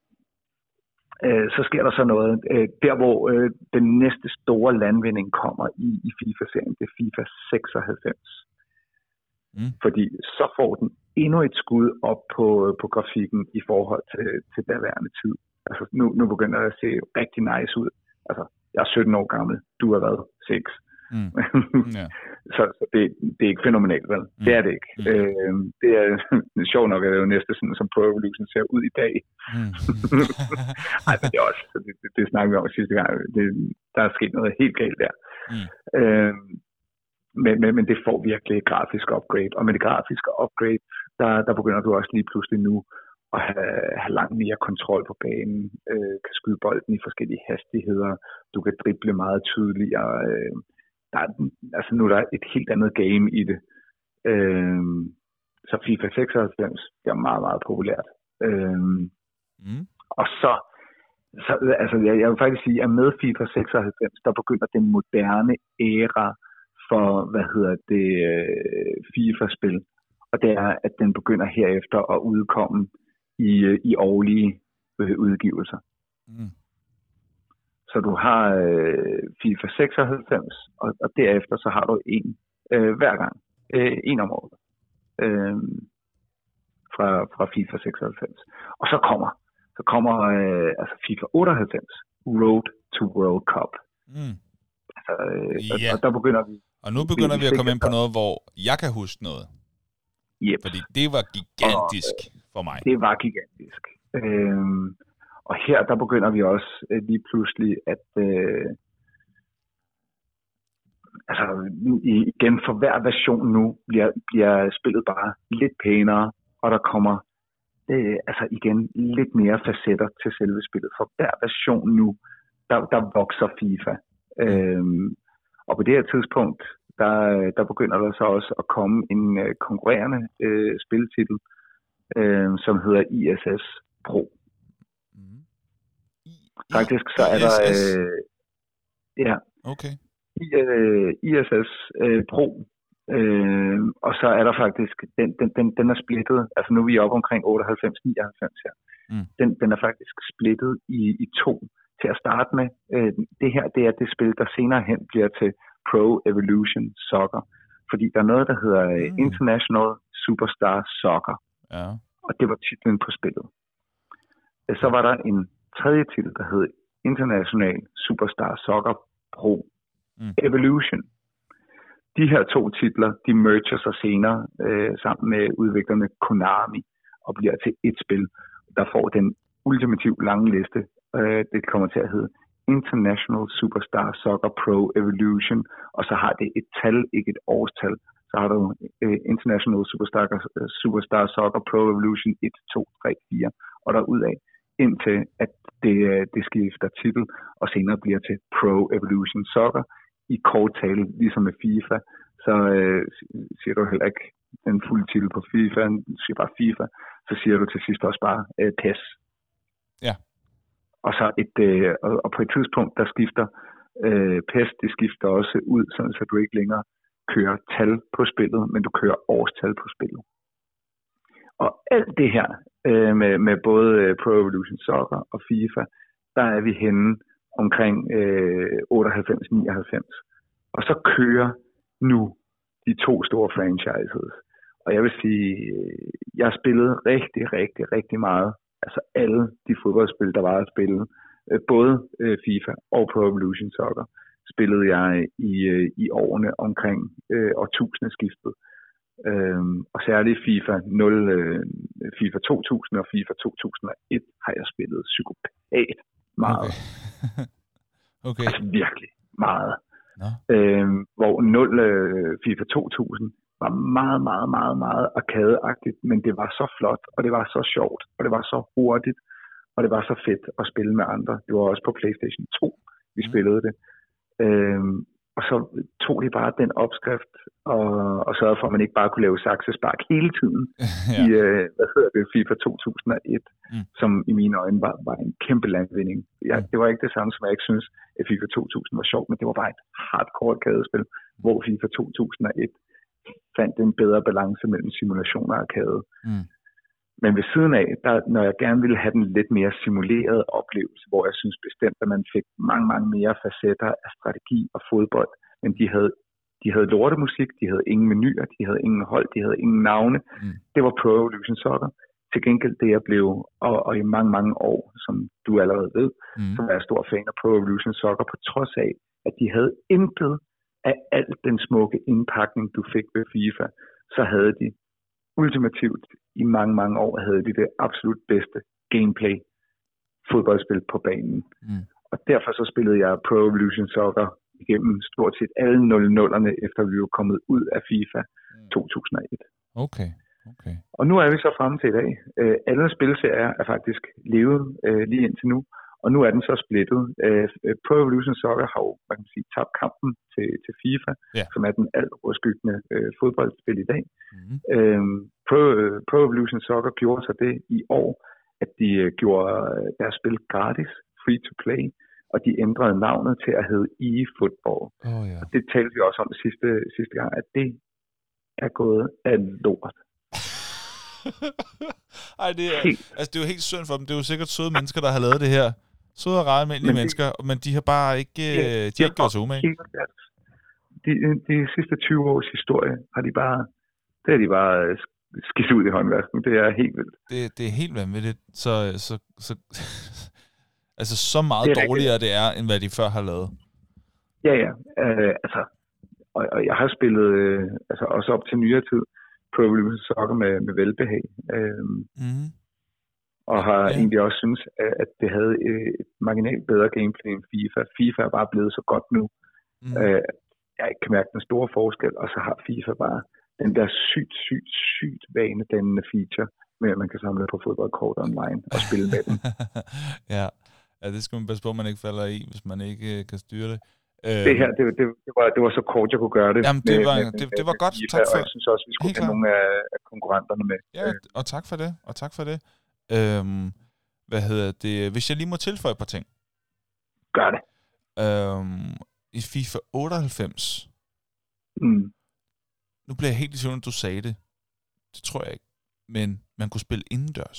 [SPEAKER 3] Øh, så sker der så noget. Øh, der, hvor øh, den næste store landvinding kommer i, i FIFA-serien, det er FIFA seksoghalvfems. Mm. Fordi så får den endnu et skud op på, på grafikken i forhold til, til derværende tid. Altså, nu, nu begynder det at se rigtig nice ud. Altså, jeg er sytten år gammel. Du har været seks. Mm. yeah. Så, så det, det er ikke fænomenalt, vel? Mm. Det er det ikke. Mm. Øh, det er sjovt nok, at det er jo næste sådan, som Pro Evolution ser ud i dag. Mm. Ej, men det er også, det, det, det snakker vi om sidste gang. Det, der er sket noget helt galt der. Mm. Øh, men, men, men det får virkelig et grafisk upgrade. Og med det grafiske upgrade, der, der begynder du også lige pludselig nu at have, have langt mere kontrol på banen. Øh, kan skyde bolden i forskellige hastigheder. Du kan drible meget tydeligere. Øh, Der er, altså nu er der et helt andet game i det. Øhm, så FIFA seksoghalvfems er meget, meget populært. Øhm, mm. Og så, så altså jeg, jeg vil faktisk sige, at med FIFA seksoghalvfems, der begynder den moderne æra for, hvad hedder det, FIFA-spil. Og det er, at den begynder herefter at udkomme i, i årlige udgivelser. Mm. Så du har øh, FIFA seksoghalvfems, og, og derefter så har du en øh, hver gang. Øh, en om året. Øh, fra, fra FIFA seksoghalvfems. Og så kommer, så kommer øh, altså FIFA otteoghalvfems. Road to World Cup. Mm. Altså, øh,
[SPEAKER 1] ja.
[SPEAKER 3] og, og der begynder vi...
[SPEAKER 1] Og nu begynder vi at komme ind på noget, hvor jeg kan huske noget.
[SPEAKER 3] Yep.
[SPEAKER 1] Fordi det var gigantisk og, for mig.
[SPEAKER 3] Det var gigantisk. Øh, Og her, der begynder vi også øh, lige pludselig, at øh, altså, igen for hver version nu, bliver, bliver spillet bare lidt pænere, og der kommer øh, altså igen lidt mere facetter til selve spillet. For hver version nu, der, der vokser FIFA. Øh, og på det her tidspunkt, der, der begynder der så også at komme en øh, konkurrerende øh, spiltitel, øh, som hedder I S S Pro. Faktisk så er der øh, ja
[SPEAKER 1] okay.
[SPEAKER 3] I, øh, I S S øh, Pro, øh, og så er der faktisk den, den, den, den er splittet. Altså nu er vi oppe omkring otteoghalvfems nioghalvfems her. Mm. Den, den er faktisk splittet i, i to til at starte med. Øh, det her det er det spil, der senere hen bliver til Pro Evolution Soccer, fordi der er noget, der hedder mm. International Superstar Soccer, ja. Og det var titlen på spillet. Så var der en tredje titel, der hed International Superstar Soccer Pro mm. Evolution. De her to titler, de merger sig senere øh, sammen med udviklerne Konami og bliver til et spil, der får den ultimativt lange liste. Øh, det kommer til at hedde International Superstar Soccer Pro Evolution, og så har det et tal, ikke et årstal. Så har du øh, International Superstar, Superstar Soccer Pro Evolution et, to, tre, fire, og derudaf indtil at det, det skifter titel, og senere bliver til Pro Evolution Soccer. I kort tale, ligesom med FIFA, så øh, siger du heller ikke den fulde titel på FIFA, du siger bare FIFA, så siger du til sidst også bare øh, P E S.
[SPEAKER 1] Ja.
[SPEAKER 3] Og så et, øh, og, og på et tidspunkt, der skifter øh, P E S, det skifter også ud, sådan, så du ikke længere kører tal på spillet, men du kører årstal på spillet. Og alt det her, øh, med, med både Pro Evolution Soccer og FIFA, der er vi henne omkring øh, otteoghalvfems nioghalvfems. Og så kører nu de to store franchises. Og jeg vil sige, jeg har spillet rigtig, rigtig, rigtig meget altså alle de fodboldspil, der var at spille. Øh, både øh, FIFA og Pro Evolution Soccer spillede jeg i, øh, i årene omkring øh, årtusindeskiftet. Øhm, og særligt FIFA nul, øh, FIFA to tusind og FIFA to tusind og et har jeg spillet psykopat meget.
[SPEAKER 1] Okay. Okay.
[SPEAKER 3] Altså virkelig meget.
[SPEAKER 1] No.
[SPEAKER 3] Øhm, hvor nul, øh, FIFA to tusind var meget, meget, meget, meget arkadeagtigt, men det var så flot, og det var så sjovt, og det var så hurtigt, og det var så fedt at spille med andre. Det var også på PlayStation to, vi mm. spillede det. Øhm, og så tog de bare den opskrift og, og sørgede for, at man ikke bare kunne lave saksespark hele tiden ja. i øh, hvad hedder det, FIFA to tusind og et, mm. som i mine øjne var, var en kæmpe landvinding. Jeg, mm. Det var ikke det samme, som jeg ikke synes, at FIFA to tusind var sjovt, men det var bare et hardcore arkadespil, mm. hvor FIFA to tusind og et fandt en bedre balance mellem simulation og arkade. Mm. Men ved siden af, der, når jeg gerne ville have den lidt mere simulerede oplevelse, hvor jeg synes bestemt, at man fik mange, mange mere facetter af strategi og fodbold, men de havde, de havde lortemusik, de havde ingen menuer, de havde ingen hold, de havde ingen navne. Mm. Det var Pro Evolution Soccer. Til gengæld det, jeg blev, og, og i mange, mange år, som du allerede ved, mm. så var jeg stor fan af Pro Evolution Soccer, på trods af, at de havde intet af al den smukke indpakning, du fik ved FIFA, så havde de ultimativt i mange, mange år havde de det absolut bedste gameplay fodboldspil på banen. Mm. Og derfor så spillede jeg Pro Evolution Soccer igennem stort set alle nul nullerne, efter vi var kommet ud af FIFA mm. to tusind og et.
[SPEAKER 1] Okay. Okay.
[SPEAKER 3] Og nu er vi så fremme til i dag. Uh, alle spilserier er faktisk levet uh, lige indtil nu, og nu er den så splittet. Uh, Pro Evolution Soccer har jo, man kan sige, tabt kampen til, til FIFA, yeah. som er den alt overskyggende uh, fodboldspil i dag. Mm-hmm. Uh, Pro, uh, Pro Evolution Soccer gjorde så det i år, at de uh, gjorde uh, deres spil gratis, free to play, og de ændrede navnet til at hedde eFootball.
[SPEAKER 1] Oh, yeah.
[SPEAKER 3] Og det talte vi også om sidste, sidste gang, at det er gået af lort.
[SPEAKER 1] Ej, det er, altså, det er jo helt synd for dem. Det er jo sikkert søde mennesker, der har lavet det her. Søde og rare almindelige mennesker, men de har bare ikke, ja, de har ikke gjort sig umage.
[SPEAKER 3] De, de sidste tyve års historie har de bare, det har de bare skidt ud i håndvasken. Det er helt vildt.
[SPEAKER 1] Det, det er helt vanvittigt. Så, så, så altså så meget det dårligere rigtigt. Det er, end hvad de før har lavet.
[SPEAKER 3] Ja, ja. Øh, altså, og, og jeg har spillet øh, altså også op til nyere tid Pro Evolution Soccer med, med velbehag. Øhm, mm. Og har yeah. egentlig også synes, at det havde et marginalt bedre gameplay end FIFA. FIFA er bare blevet så godt nu. Mm. Øh, jeg ikke kan mærke den store forskel, og så har FIFA bare den der sygt, sygt, sygt vanedannende feature med, at man kan samle på fodboldkort online og spille med dem.
[SPEAKER 1] ja. ja, det skal man passe på, at man ikke falder i, hvis man ikke øh, kan styre det.
[SPEAKER 3] Det her, det, det, det, var, det var så kort, jeg kunne gøre det.
[SPEAKER 1] Jamen, det var, med, det, det var med godt.
[SPEAKER 3] FIFA,
[SPEAKER 1] tak for,
[SPEAKER 3] og jeg synes også, vi skulle have nogle af, af konkurrenterne med.
[SPEAKER 1] Ja, og tak for det, og tak for det. Øhm, hvad hedder det? Hvis jeg lige må tilføje et par ting.
[SPEAKER 3] Gør det.
[SPEAKER 1] Øhm, I FIFA otteoghalvfems.
[SPEAKER 3] Mm.
[SPEAKER 1] Nu bliver jeg helt i tvivl, om du sagde det. Det tror jeg ikke. Men man kunne spille indendørs.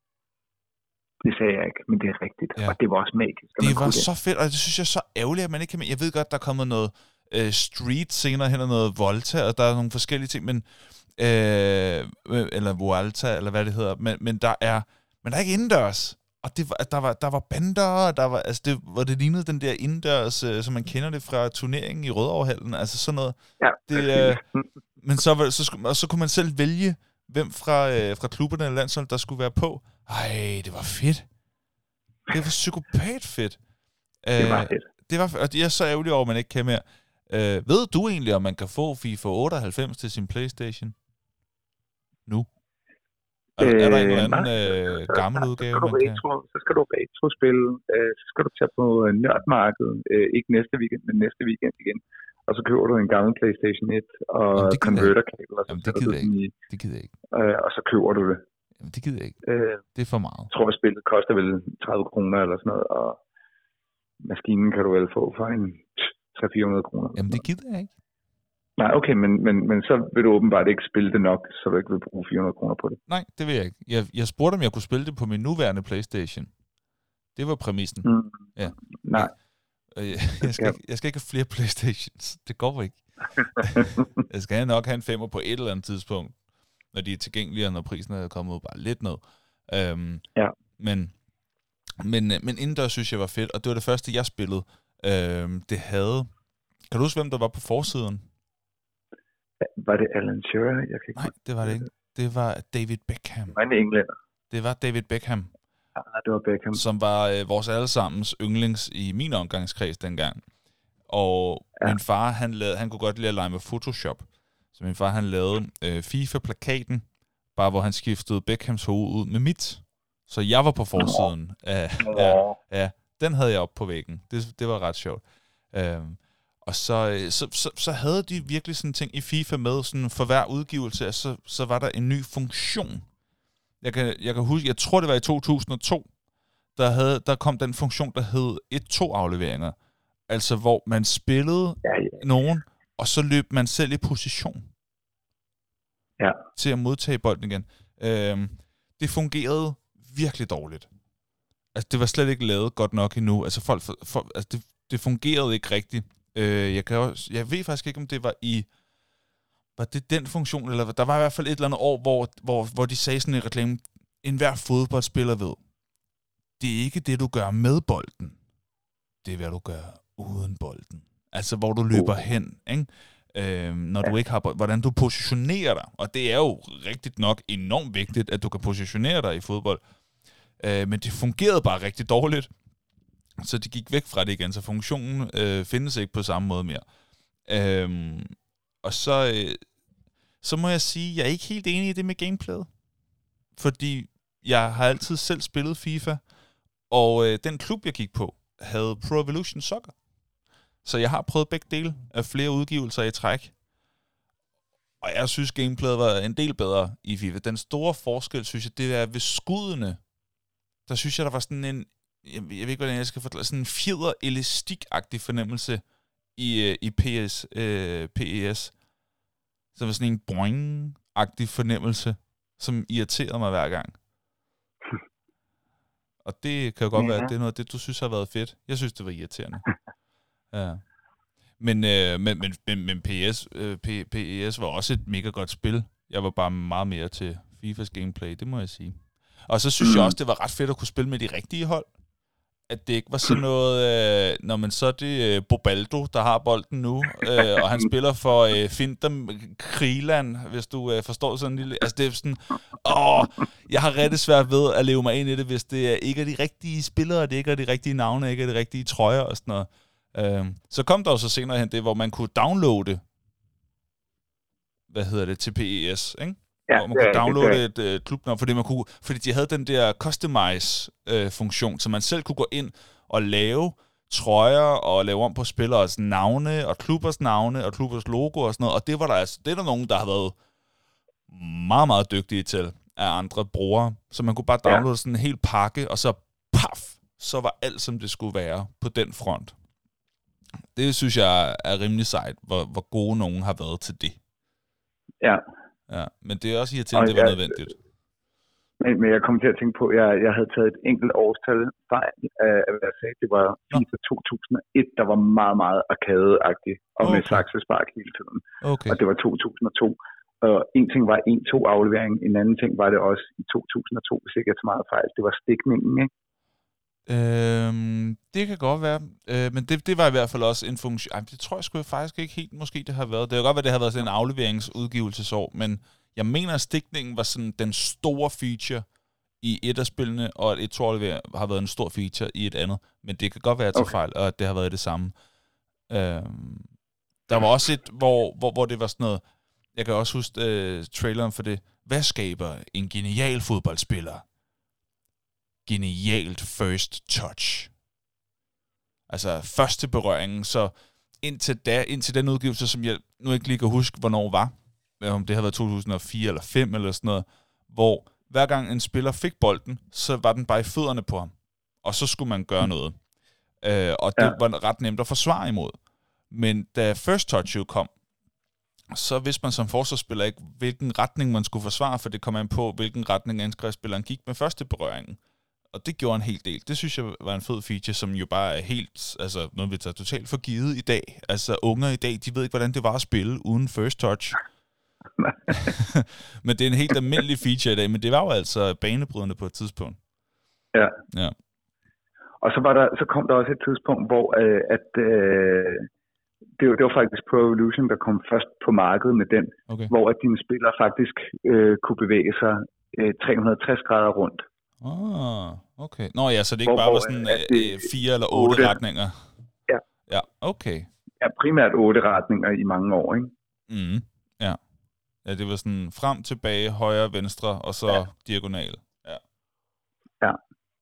[SPEAKER 3] Det sagde jeg ikke, men det er rigtigt. Ja. Og det var også magisk.
[SPEAKER 1] Det var så fedt, og det synes jeg er så ærgerligt, at man ikke kan... Jeg ved godt, der er kommet noget øh, street senere hen, og noget Volta, og der er nogle forskellige ting, men... Øh, eller Vuelta, eller hvad det hedder, men, men der er men der er ikke indendørs. Og det var, der var der var bander, der var altså det hvor det lignede den der indendørs, øh, som man kender det fra turneringen i Rødovrehallen, altså sådan noget.
[SPEAKER 3] Ja.
[SPEAKER 1] Det, øh, men så så skulle og så kunne man selv vælge hvem fra øh, fra klubberne eller landsholdet der skulle være på. Ej, det var fedt. Det var psykopat fedt.
[SPEAKER 3] Det var fedt.
[SPEAKER 1] Øh, det var og jeg er så ærgerlig over at man ikke kan mere. Øh, ved du egentlig om man kan få FIFA otteoghalvfems til sin PlayStation? Nu? Er, øh, er der en eller anden øh, gammel udgave,
[SPEAKER 3] man retro, kan? Så skal du retro-spille, øh, så skal du tage på nørdmarkedet, øh, ikke næste weekend, men næste weekend igen. Og så køber du en gammel PlayStation et og converter-kabel, og så
[SPEAKER 1] Jamen, det gider jeg ikke. Det gider jeg ikke.
[SPEAKER 3] Øh, og så køber du det.
[SPEAKER 1] Jamen, det gider jeg ikke.
[SPEAKER 3] Øh,
[SPEAKER 1] det er for meget.
[SPEAKER 3] Jeg tror, at spillet koster vel tredive kroner eller sådan noget, og maskinen kan du vel få for en tre til fire hundrede kroner.
[SPEAKER 1] Jamen, det gider jeg ikke.
[SPEAKER 3] Nej, okay, men, men, men så vil du åbenbart ikke spille det nok, så du ikke vil bruge fire hundrede kroner på det.
[SPEAKER 1] Nej, det vil jeg ikke. Jeg, jeg spurgte, om jeg kunne spille det på min nuværende PlayStation. Det var præmissen.
[SPEAKER 3] Mm.
[SPEAKER 1] Ja.
[SPEAKER 3] Nej.
[SPEAKER 1] Jeg, jeg, jeg, skal, jeg skal ikke have flere PlayStations. Det går ikke. Jeg skal nok have en femmer på et eller andet tidspunkt, når de er tilgængelige, og når prisen er kommet bare lidt ned. Um,
[SPEAKER 3] ja.
[SPEAKER 1] Men, men, men indendørs synes jeg var fedt, og det var det første, jeg spillede. Øh, det havde... Kan du huske, hvem der var på forsiden?
[SPEAKER 3] Var det Alan Shearer? Jeg kan ikke
[SPEAKER 1] Nej, det var det ikke. Det var David Beckham.
[SPEAKER 3] Var det englænder?
[SPEAKER 1] Det var David Beckham.
[SPEAKER 3] Ja, det var Beckham.
[SPEAKER 1] Som var øh, vores allesammens yndlings i min omgangskreds dengang. Og ja. min far, han, lavede, han kunne godt lide at lege med Photoshop. Så min far, han lavede øh, FIFA-plakaten, bare hvor han skiftede Beckhams hoved ud med mit. Så jeg var på forsiden. Af, ja, ja, den havde jeg op på væggen. Det, det var ret sjovt. Øhm, og så, så, så, så havde de virkelig sådan en ting i FIFA med, sådan for hver udgivelse, så, så var der en ny funktion. Jeg kan, jeg kan huske, jeg tror det var i to tusind og to, der, havde, der kom den funktion, der hed et to afleveringer. Altså hvor man spillede ja, ja. nogen, og så løb man selv i position.
[SPEAKER 3] Ja.
[SPEAKER 1] Til at modtage bolden igen. Øhm, det fungerede virkelig dårligt. Altså det var slet ikke lavet godt nok endnu. Altså folk, for, altså det, det fungerede ikke rigtigt. Øh, jeg, kan også, jeg ved faktisk ikke, om det var i... Var det den funktion, eller der var i hvert fald et eller andet år, hvor, hvor, hvor de sagde sådan i reklamen, enhver fodboldspiller ved, det er ikke det, du gør med bolden. Det er, hvad du gør uden bolden. Altså, hvor du løber uh. hen, ikke? Øh, når ja. du ikke har bold. Hvordan du positionerer dig. Og det er jo rigtigt nok enormt vigtigt, at du kan positionere dig i fodbold. Øh, men det fungerede bare rigtig dårligt. Så de gik væk fra det igen, så funktionen øh, findes ikke på samme måde mere. Øh, og så, øh, så må jeg sige, at jeg er ikke helt enig i det med gameplayet. Fordi jeg har altid selv spillet FIFA, og øh, den klub, jeg gik på, havde Pro Evolution Soccer. Så jeg har prøvet begge dele af flere udgivelser i træk. Og jeg synes, gameplayet var en del bedre i FIFA. Den store forskel, synes jeg, det er ved skuddene. Der synes jeg, der var sådan en, jeg ved ikke, hvordan jeg skal forklare, sådan en fjeder-elastik-agtig fornemmelse i, i P S, øh, P E S. Så var sådan en boing-agtig fornemmelse, som irriterede mig hver gang. Og det kan jo godt ja. være, at det er noget af det, du synes har været fedt. Jeg synes, det var irriterende. Ja. Men, øh, men, men, men, men P S, øh, P, P E S var også et mega godt spil. Jeg var bare meget mere til FIFAs gameplay, det må jeg sige. Og så synes mm. jeg også, det var ret fedt at kunne spille med de rigtige hold. At det ikke var sådan noget, øh, når man så er det øh, Bobaldo, der har bolden nu, øh, og han spiller for øh, Finter Kriland, hvis du øh, forstår sådan en lille... Altså det er sådan, åh, jeg har rigtig svært ved at leve mig ind i det, hvis det er, ikke er de rigtige spillere, det ikke er de rigtige navne, ikke er de rigtige trøjer og sådan noget. Øh, så kom der jo så senere hen det, hvor man kunne downloade, hvad hedder det, til P E S, ikke? Ja, hvor man kunne downloade et øh, klubnavn, fordi, man kunne, fordi de havde den der customize-funktion, øh, så man selv kunne gå ind og lave trøjer og lave om på spilleres navne og klubbers navne og klubbers logo og sådan noget. Og det var der altså, det er der nogen, der har været meget, meget dygtige til af andre brugere. Så man kunne bare downloade ja. sådan en hel pakke, og så paf, så var alt, som det skulle være på den front. Det synes jeg er rimelig sejt, hvor, hvor gode nogen har været til det.
[SPEAKER 3] Ja.
[SPEAKER 1] Ja, men det er også irriterende, det var
[SPEAKER 3] jeg,
[SPEAKER 1] nødvendigt.
[SPEAKER 3] Men, men jeg kom til at tænke på, at jeg, jeg havde taget et enkelt årstal fejl af, hvad jeg sagde. Det var FIFA to tusind og et, der var meget, meget arcade-agtigt, og okay. med saksespark hele tiden. Okay. Og det var to tusind og to. Og en ting var en to aflevering, en anden ting var det også i to tusind og to, hvis ikke jeg tager meget fejl. Det var stikningen, ikke?
[SPEAKER 1] Øhm, det kan godt være, øh, men det, det var i hvert fald også en funktion. Ej, det tror jeg sgu faktisk ikke helt, måske det har været. Det kan godt være, det har været sådan en afleveringsudgivelsesår, men jeg mener, at stikningen var sådan den store feature i et af spillene, og at et to aflevering har været en stor feature i et andet. Men det kan godt være til okay. fejl, og at det har været det samme. Øhm, der var også et, hvor, hvor, hvor det var sådan noget, jeg kan også huske øh, traileren for det. Hvad skaber en genial fodboldspiller? Genialt first touch. Altså første berøringen, så indtil, da, indtil den udgivelse, som jeg nu ikke lige kan huske, hvornår var, om det har været to tusind og fire eller fem eller sådan noget, hvor hver gang en spiller fik bolden, så var den bare i fødderne på ham. Og så skulle man gøre noget. Øh, og det ja. var ret nemt at forsvare imod. Men da first touch jo kom, så vidste man som forsvarsspiller ikke, hvilken retning man skulle forsvare, for det kom an på, hvilken retning angrebsspilleren gik med første berøringen. Og det gjorde en hel del. Det synes jeg var en fed feature, som jo bare er helt, altså noget vi tager totalt for givet i dag. Altså unger i dag, de ved ikke, hvordan det var at spille uden first touch. Men det er en helt almindelig feature i dag, men det var jo altså banebrydende på et tidspunkt.
[SPEAKER 3] Ja.
[SPEAKER 1] Ja.
[SPEAKER 3] Og så, var der, så kom der også et tidspunkt, hvor øh, at, øh, det, var, det var faktisk Pro Evolution, der kom først på markedet med den,
[SPEAKER 1] Okay.
[SPEAKER 3] hvor at dine spillere faktisk øh, kunne bevæge sig øh, tre hundrede og tres grader rundt.
[SPEAKER 1] Ah, okay. Nå ja, så det ikke
[SPEAKER 3] Hvor-
[SPEAKER 1] bare
[SPEAKER 3] hvor,
[SPEAKER 1] var sådan
[SPEAKER 3] at det-
[SPEAKER 1] øh, fire eller otte
[SPEAKER 3] otte.
[SPEAKER 1] retninger?
[SPEAKER 3] Ja.
[SPEAKER 1] Ja, okay.
[SPEAKER 3] Ja, primært otte retninger i mange år, ikke?
[SPEAKER 1] Mm, ja. Ja, det var sådan frem, tilbage, højre, venstre, og så
[SPEAKER 3] Ja.
[SPEAKER 1] diagonal. Ja.
[SPEAKER 3] Ja.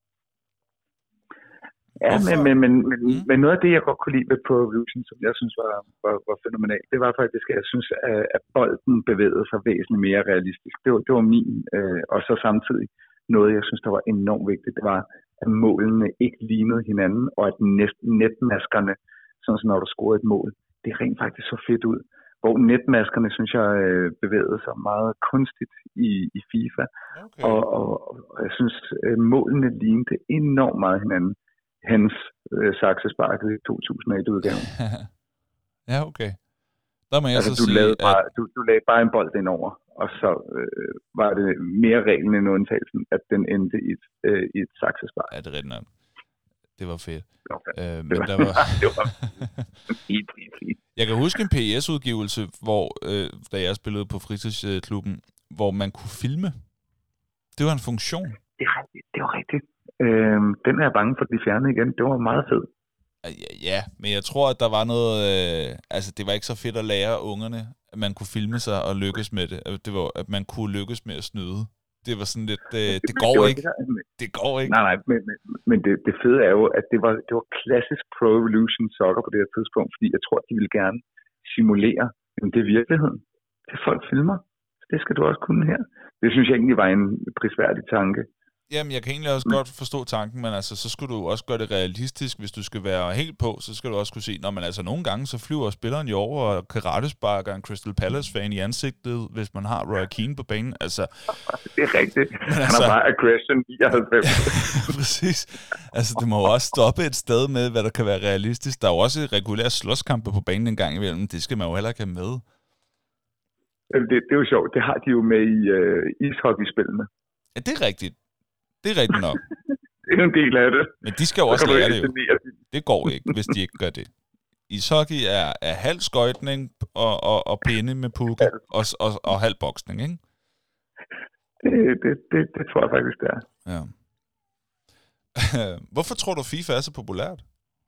[SPEAKER 3] Ja,
[SPEAKER 1] Hvorfor?
[SPEAKER 3] men, men, men, men,
[SPEAKER 1] Mm.
[SPEAKER 3] mm. men noget af det, jeg godt kunne lide ved Pro Evolution, som jeg synes var, var, var fænomenalt, det var faktisk, at jeg synes, at, at bolden bevægede sig væsentligt mere realistisk. Det var, det var min, øh, og så samtidig noget, jeg synes, der var enormt vigtigt, det var, at målene ikke lignede hinanden, og at net, netmaskerne, sådan som når du scorede et mål, det rent faktisk så fedt ud. Hvor netmaskerne, synes jeg, øh, bevægede sig meget kunstigt i, i FIFA,
[SPEAKER 1] Okay.
[SPEAKER 3] og, og, og jeg synes, øh, målene lignede enormt meget hinanden. Hans øh, saksesparket i to tusind og et-udgaven.
[SPEAKER 1] Ja, okay. Der må jeg
[SPEAKER 3] Altså,
[SPEAKER 1] så
[SPEAKER 3] du,
[SPEAKER 1] sige,
[SPEAKER 3] lavede
[SPEAKER 1] at...
[SPEAKER 3] bare, du, du lagde bare en bold indover, og så øh, var det mere reglen end undtagelsen, at den endte i et, øh, i et saksespark.
[SPEAKER 1] Ja, det er rigtigt nok. Det var fedt.
[SPEAKER 3] Okay.
[SPEAKER 1] Øh, men
[SPEAKER 3] Det var,
[SPEAKER 1] der var...
[SPEAKER 3] det var helt, helt, helt.
[SPEAKER 1] Jeg kan huske en P S-udgivelse, hvor, øh, da jeg spillede på fritidsklubben, hvor man kunne filme. Det var en funktion.
[SPEAKER 3] Det er rigtigt. Det var rigtigt. Øh, den er jeg bange for, at de fjernede igen. Det var meget fedt.
[SPEAKER 1] Ja, ja, men jeg tror, at der var noget... Øh, altså, det var ikke så fedt at lære ungerne, at man kunne filme sig og lykkes med det. Det var, at man kunne lykkes med at snyde. Det var sådan lidt... Øh, det går
[SPEAKER 3] det var
[SPEAKER 1] ikke.
[SPEAKER 3] Det, der,
[SPEAKER 1] Det går ikke.
[SPEAKER 3] Nej, nej, men, men, men det, det fede er jo, at det var, det var klassisk Pro Evolution Soccer på det her tidspunkt, fordi jeg tror, at de ville gerne simulere, men det er virkeligheden. Det folk filmer. Det skal du også kunne her. Det synes jeg egentlig var en prisværdig tanke.
[SPEAKER 1] Jamen, jeg kan egentlig også godt forstå tanken, men altså, så skulle du også gøre det realistisk. Hvis du skal være helt på, så skal du også kunne se, når man altså nogle gange, så flyver spilleren jo over og karatesparker en Crystal Palace-fan i ansigtet, hvis man har Roy Keane på banen. Altså,
[SPEAKER 3] det er rigtigt.
[SPEAKER 1] Men
[SPEAKER 3] Han
[SPEAKER 1] altså,
[SPEAKER 3] har bare aggression nioghalvfems.
[SPEAKER 1] præcis. Altså, det må jo også stoppe et sted med, hvad der kan være realistisk. Der er jo også regulære slåskampe på banen en gang imellem. Det skal man jo heller ikke have med.
[SPEAKER 3] Det, det er jo sjovt. Det har de jo med i uh, ishockeyspillene.
[SPEAKER 1] Ja, det er rigtigt. Det er rigtigt nok.
[SPEAKER 3] Det er en del af det.
[SPEAKER 1] Men de skal jo også lære det jo. Det går ikke, hvis de ikke gør det. Ishockey er, er halv skøjtning og, og, og pinde med pukke og, og, og halv boksning, ikke?
[SPEAKER 3] Det, det, det, det tror jeg faktisk, det er.
[SPEAKER 1] Ja. Hvorfor tror du, FIFA er så populært?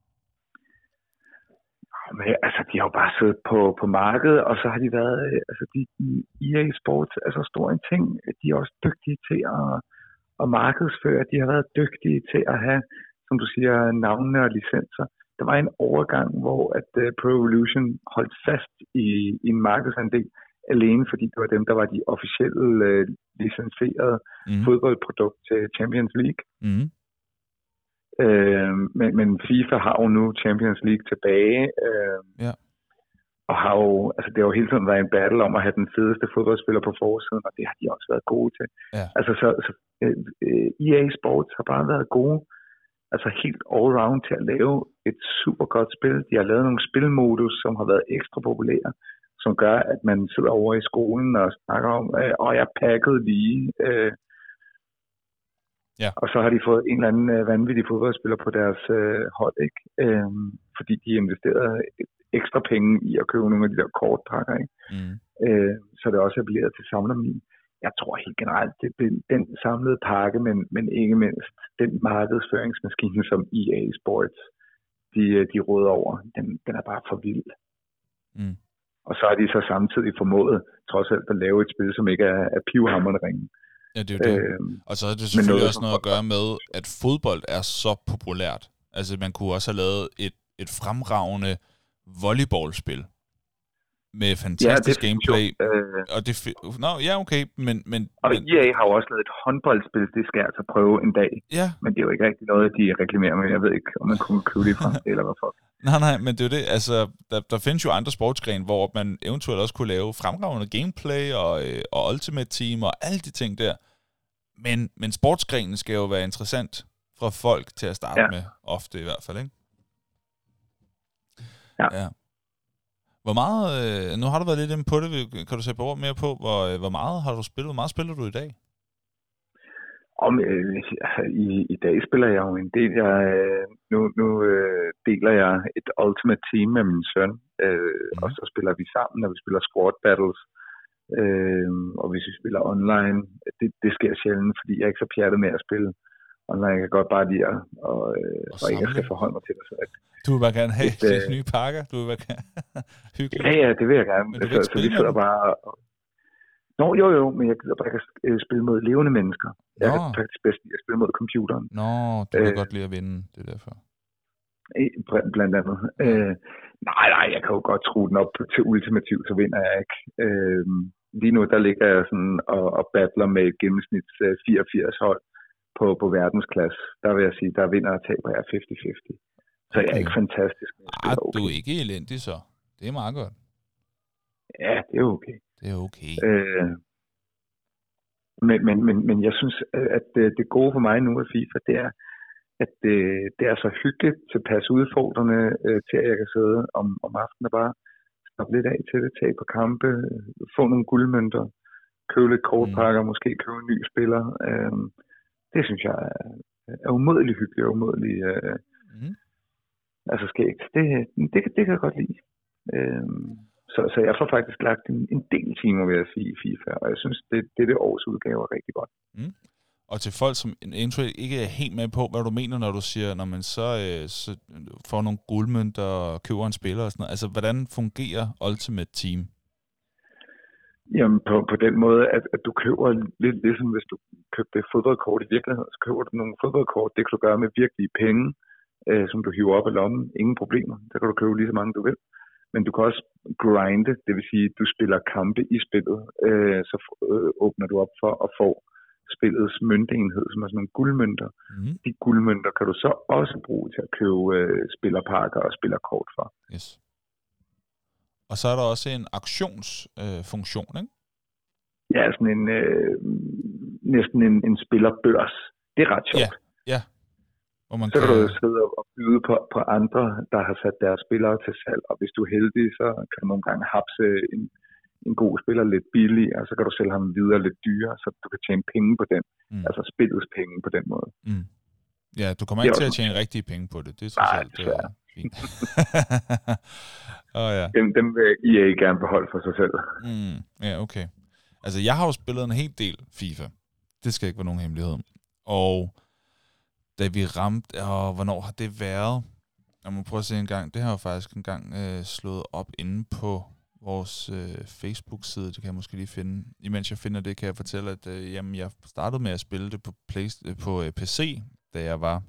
[SPEAKER 3] Men, altså, de har jo bare siddet på, på markedet, og så har de været, altså, de, E A Sports er så stor en ting. De er også dygtige til at, at markedsføre. De har været dygtige til at have, som du siger, navne og licenser. Der var en overgang, hvor at uh, Pro Evolution holdt fast i, i en markedsandel, alene fordi det var dem, der var de officielle uh, licenserede mm. fodboldprodukt til Champions League.
[SPEAKER 1] Mm.
[SPEAKER 3] Øh, men, men FIFA har jo nu Champions League tilbage, øh,
[SPEAKER 1] ja.
[SPEAKER 3] og har jo, altså det har jo hele tiden været en battle om at have den fedeste fodboldspiller på forsiden, og det har de også været gode til.
[SPEAKER 1] Ja.
[SPEAKER 3] Altså så, så øh, E A Sports har bare været gode, altså helt all round til at lave et super godt spil. De har lavet nogle spilmodus, som har været ekstra populære, som gør, at man sidder over i skolen og snakker om, øh, åh, jeg pakkede lige... Øh,
[SPEAKER 1] Ja.
[SPEAKER 3] Og så har de fået en eller anden øh, vanvittig fodboldspiller på deres øh, hold, ikke? Øhm, fordi de investerede ekstra penge i at købe nogle af de der kortpakker, ikke?
[SPEAKER 1] Mm.
[SPEAKER 3] Øh, så det er også appelleret til samlermin. Jeg tror helt generelt, det er den samlede pakke, men, men ikke mindst den markedsføringsmaskine, som E A Sports de, de råder over, den, den er bare for vild.
[SPEAKER 1] Mm.
[SPEAKER 3] Og så har de så samtidig formået, trods alt, at lave et spil, som ikke er, er pivhamrende ringe.
[SPEAKER 1] Ja, det er jo det. Øhm, og så er det selvfølgelig noget, også noget at gøre med, at fodbold er så populært. Altså, man kunne også have lavet et, et fremragende volleyballspil med fantastisk ja, gameplay. Øh... Og det Nå, ja, okay, men... men
[SPEAKER 3] og
[SPEAKER 1] men...
[SPEAKER 3] E A har jo også lavet et håndboldspil, det skal jeg altså prøve en dag.
[SPEAKER 1] Ja.
[SPEAKER 3] Men det er jo ikke rigtig noget, de reklamerer med. Jeg ved ikke, om man kunne købe det fra, eller hvad for.
[SPEAKER 1] Nej, nej, men det er jo det. Altså, der, der findes jo andre sportsgrene, hvor man eventuelt også kunne lave fremragende gameplay og, øh, og Ultimate Team og alle de ting der. Men, men sportsgrenen skal jo være interessant fra folk til at starte ja. med, ofte i hvert fald, ikke?
[SPEAKER 3] Ja.
[SPEAKER 1] ja. Hvor meget, øh, nu har du været lidt inde på det, kan du sætte ord mere på, hvor, øh, hvor meget har du spillet, hvor meget spiller du i dag?
[SPEAKER 3] Om, øh, i, I dag spiller jeg jo en del. Jeg, øh, nu nu øh, deler jeg et Ultimate Team med min søn, øh, mm. og så spiller vi sammen, når vi spiller Squad Battles. Øh, og hvis vi spiller online, det, det sker sjældent, fordi jeg er ikke så pjattet med at spille online. Jeg kan godt bare lide at og, øh, og ikke jeg skal forholde mig til det. Så at,
[SPEAKER 1] du vil bare gerne have et, øh, nye pakker? Du vil bare gerne hyggeligt?
[SPEAKER 3] Ja, ja, det vil jeg gerne. Så, så vi sidder bare... Og, Nå, jo, jo, men jeg gider bare ikke spille mod levende mennesker. Nå. Jeg kan faktisk bedst lide at spille mod computeren.
[SPEAKER 1] Nå, du kan øh, godt lide at vinde, det er derfor.
[SPEAKER 3] Blandt andet. Øh, nej, nej, jeg kan jo godt tro den op til ultimativ, så vinder jeg ikke. Øh, lige nu, der ligger jeg sådan og, og battler med et gennemsnits uh, fireogfirs hold på, på verdensklasse. Der vil jeg sige, der vinder og taber jeg halvtreds halvtreds. Så okay. Jeg er ikke fantastisk.
[SPEAKER 1] Ah, okay. Du er ikke elendig så. Det er meget godt.
[SPEAKER 3] Ja, det er okay.
[SPEAKER 1] Det er okay.
[SPEAKER 3] Øh, men, men, men, men jeg synes, at det, det gode for mig nu af FIFA, det er, at det, det er så hyggeligt tilpas udfordrende øh, til, at jeg kan sidde om, om aftenen og bare stoppe lidt af til det, tage på kampe, få nogle guldmønter, købe lidt kortpakker, mm. måske købe en ny spiller. Øh, det synes jeg er, er umådeligt hyggeligt og umådeligt øh, mm. altså skægt. Det, det, det kan jeg godt lide. Øh, Så, så jeg får faktisk lagt en, en del timer, vil jeg sige, i FIFA, og jeg synes, det, det er det års udgave er rigtig godt.
[SPEAKER 1] Mm. Og til folk, som eventuelt ikke er helt med på, hvad du mener, når du siger, når man så, øh, så får nogle guldmønter og køber en spiller og sådan noget. Altså, hvordan fungerer Ultimate Team?
[SPEAKER 3] Jamen, på, på den måde, at, at du køber lidt ligesom, hvis du købte fodboldkort i virkeligheden, så køber du nogle fodboldkort, det kan du gøre med virkelige penge, øh, som du hiver op af lommen. Ingen problemer. Der kan du købe lige så mange, du vil. Men du kan også grinde, det vil sige, at du spiller kampe i spillet, øh, så øh, åbner du op for at få spillets møntenhed, som er sådan nogle guldmønter. Mm. De guldmønter kan du så også bruge til at købe øh, spillerpakker og spillerkort for.
[SPEAKER 1] Yes. Og så er der også en auktionsfunktion, øh, ikke?
[SPEAKER 3] Ja, sådan en øh, næsten en, en spillerbørs. Det er ret sjovt.
[SPEAKER 1] Ja, ja.
[SPEAKER 3] Hvor man så kan du sidde og byde på, på andre, der har sat deres spillere til salg, og hvis du er heldig, så kan du nogle gange hapse en, en god spiller lidt billig, og så kan du sælge ham videre lidt dyrere, så du kan tjene penge på den, mm. altså spillets penge på den måde.
[SPEAKER 1] Mm. Ja, du kommer ikke til at tjene rigtige penge på det, det er trods alt fint. oh, ja. dem, dem vil I A gerne beholde for sig selv. Mm. Ja, okay. Altså, jeg har jo spillet en hel del FIFA. Det skal ikke være nogen hemmelighed. Og da vi ramte, og hvornår har det været? Jeg må prøve at se en gang. Det har jeg faktisk en gang øh, slået op inde på vores øh, Facebook-side. Det kan jeg måske lige finde. Imens jeg finder det, kan jeg fortælle, at øh, jamen, jeg startede med at spille det på, Play, på øh, P C, da jeg var...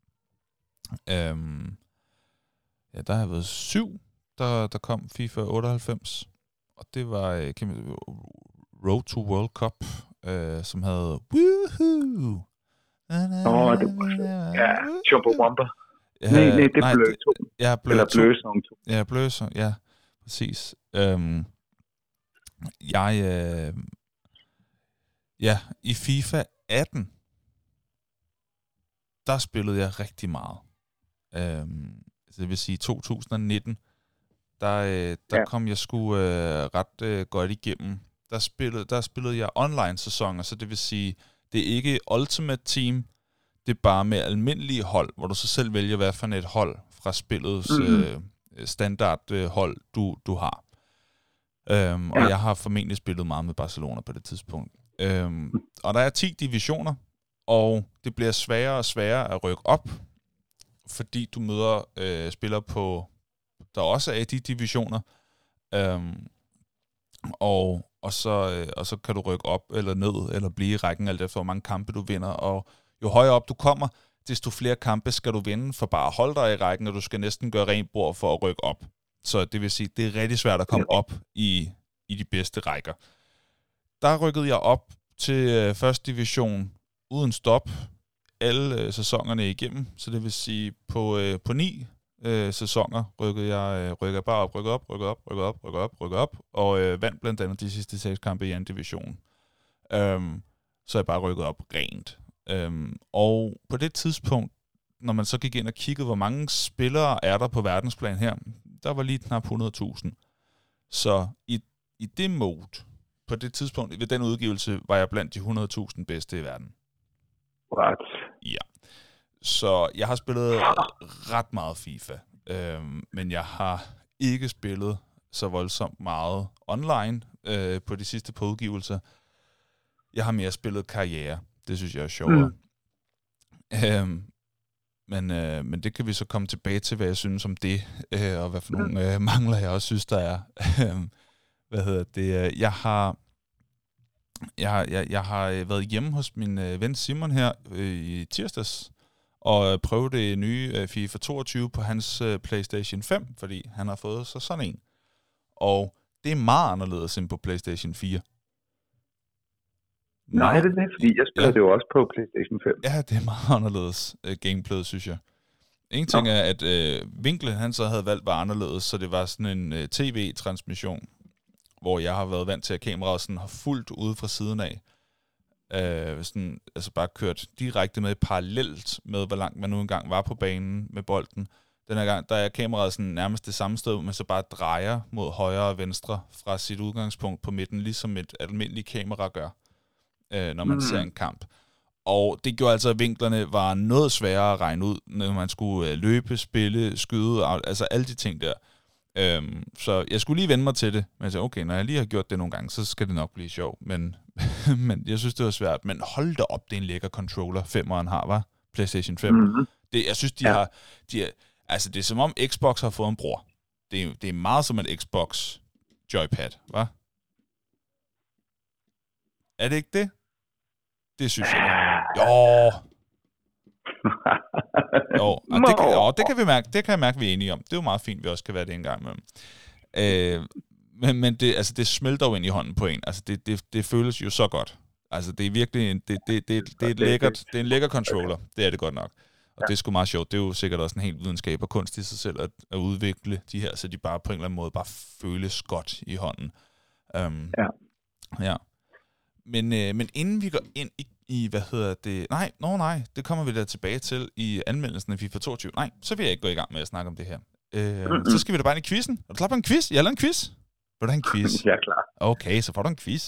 [SPEAKER 1] Øhm, ja, der har været syv, der, der kom FIFA otteoghalvfems. Og det var øh, Road to World Cup, øh, som havde... Woohoo!
[SPEAKER 3] Åh, oh, det var ja, Chumbawamba. Ja, nej, nej, det er Bløs to.
[SPEAKER 1] Ja, Bløs
[SPEAKER 3] Eller Bløsung to.
[SPEAKER 1] Ja, Bløs, ja, præcis. Øhm, jeg, øh, ja, i FIFA atten, der spillede jeg rigtig meget. Øhm, det vil sige to tusind nitten, der, øh, der ja. kom jeg sgu øh, ret øh, godt igennem. Der spillede, der spillede jeg online-sæsoner, så det vil sige, det er ikke Ultimate Team, det er bare med almindelige hold, hvor du så selv vælger, hvad for et hold fra spillets mm-hmm. øh, standardhold, du, du har. Øhm, ja. Og jeg har formentlig spillet meget med Barcelona på det tidspunkt. Øhm, og der er ti divisioner, og det bliver sværere og sværere at rykke op, fordi du møder øh, spillere på, der også er i de divisioner, øhm, og Og så, øh, og så kan du rykke op eller ned, eller blive i rækken, alt efter hvor mange kampe du vinder. Og jo højere op du kommer, desto flere kampe skal du vinde for bare at holde dig i rækken, og du skal næsten gøre rent bord for at rykke op. Så det vil sige, det er rigtig svært at komme op i, i de bedste rækker. Der rykkede jeg op til øh, første division uden stop, alle øh, sæsonerne igennem. Så det vil sige, på, øh, på ni Øh, sæsoner rykkede jeg, øh, rykkede jeg bare op, rykkede op, rykkede op, rykkede op, rykkede op, rykkede op, og øh, vandt blandt andet de sidste seks kampe i anden division. Øhm, så jeg bare rykket op rent. Øhm, og på det tidspunkt, når man så gik ind og kiggede, hvor mange spillere er der på verdensplan her, der var lige knap hundrede tusind. Så i, i det mode, på det tidspunkt, ved den udgivelse, var jeg blandt de hundrede tusind bedste i verden.
[SPEAKER 3] What?
[SPEAKER 1] Ja. Så jeg har spillet ret meget FIFA, øhm, men jeg har ikke spillet så voldsomt meget online øh, på de sidste par udgivelser. Jeg har mere spillet karriere. Det synes jeg er sjovere. Mm. Øhm, men, øh, men det kan vi så komme tilbage til, hvad jeg synes om det, øh, og hvad for nogle øh, mangler jeg også synes, der er. hvad hedder det? Jeg har, jeg har, jeg, jeg har været hjemme hos min øh, ven Simon her øh, i tirsdags, og prøve det nye uh, FIFA toogtyve på hans uh, PlayStation fem, fordi han har fået så sådan en. Og det er meget anderledes end på PlayStation fire.
[SPEAKER 3] Nej, det er det, fordi jeg spiller ja. det jo også på PlayStation fem.
[SPEAKER 1] Ja, det er meget anderledes uh, gameplay, synes jeg. En ting er, at uh, vinklen han så havde valgt var anderledes, så det var sådan en uh, tv-transmission, hvor jeg har været vant til, at kameraet sådan har fulgt ude fra siden af. Øh, sådan, altså bare kørt direkte med parallelt med, hvor langt man nu engang var på banen med bolden. Den her gang, der er kameraet sådan nærmest det samme sted, men så bare drejer mod højre og venstre fra sit udgangspunkt på midten, ligesom et almindeligt kamera gør, øh, når man mm. ser en kamp. Og det gjorde altså, at vinklerne var noget sværere at regne ud, når man skulle øh, løbe, spille, skyde, altså alle de ting der. Øhm, så jeg skulle lige vende mig til det, men jeg sagde, okay, når jeg lige har gjort det nogle gange, så skal det nok blive sjovt, men, men jeg synes, det var svært. Men hold da op, det er en lækker controller, femeren har, var PlayStation fem. Mm-hmm. Det, jeg synes, de ja. har, de er, altså det er som om Xbox har fået en bror. Det er, det er meget som et Xbox joypad, hva'? Er det ikke det? Det synes jeg. Jo. Jo, det, kan, jo, det kan vi mærke, det kan jeg mærke, vi er enige om. Det er jo meget fint, vi også kan være det en gang imellem. Øh, men men det, altså, det smelter jo ind i hånden på en. Altså, det, det, det føles jo så godt. Altså, det er virkelig en, det, det, det, det er et lækkert, det er en lækker controller. Det er det godt nok. Og ja. Det er sgu meget sjovt. Det er jo sikkert også en helt videnskab og kunst i sig selv at, at udvikle de her, så de bare på en eller anden måde bare føles godt i hånden. Um,
[SPEAKER 3] ja.
[SPEAKER 1] Ja. Men, øh, men inden vi går ind i i, hvad hedder det? Nej, no, nej, det kommer vi da tilbage til i anmeldelsen af FIFA toogtyve. Nej, så vil jeg ikke gå i gang med at snakke om det her. Øh, mm-hmm. Så skal vi da bare ind i quizzen. Er du klar på en quiz? Jeg har lavet en quiz. Vil du have en quiz?
[SPEAKER 3] Jeg er klar.
[SPEAKER 1] Okay, så får du en quiz.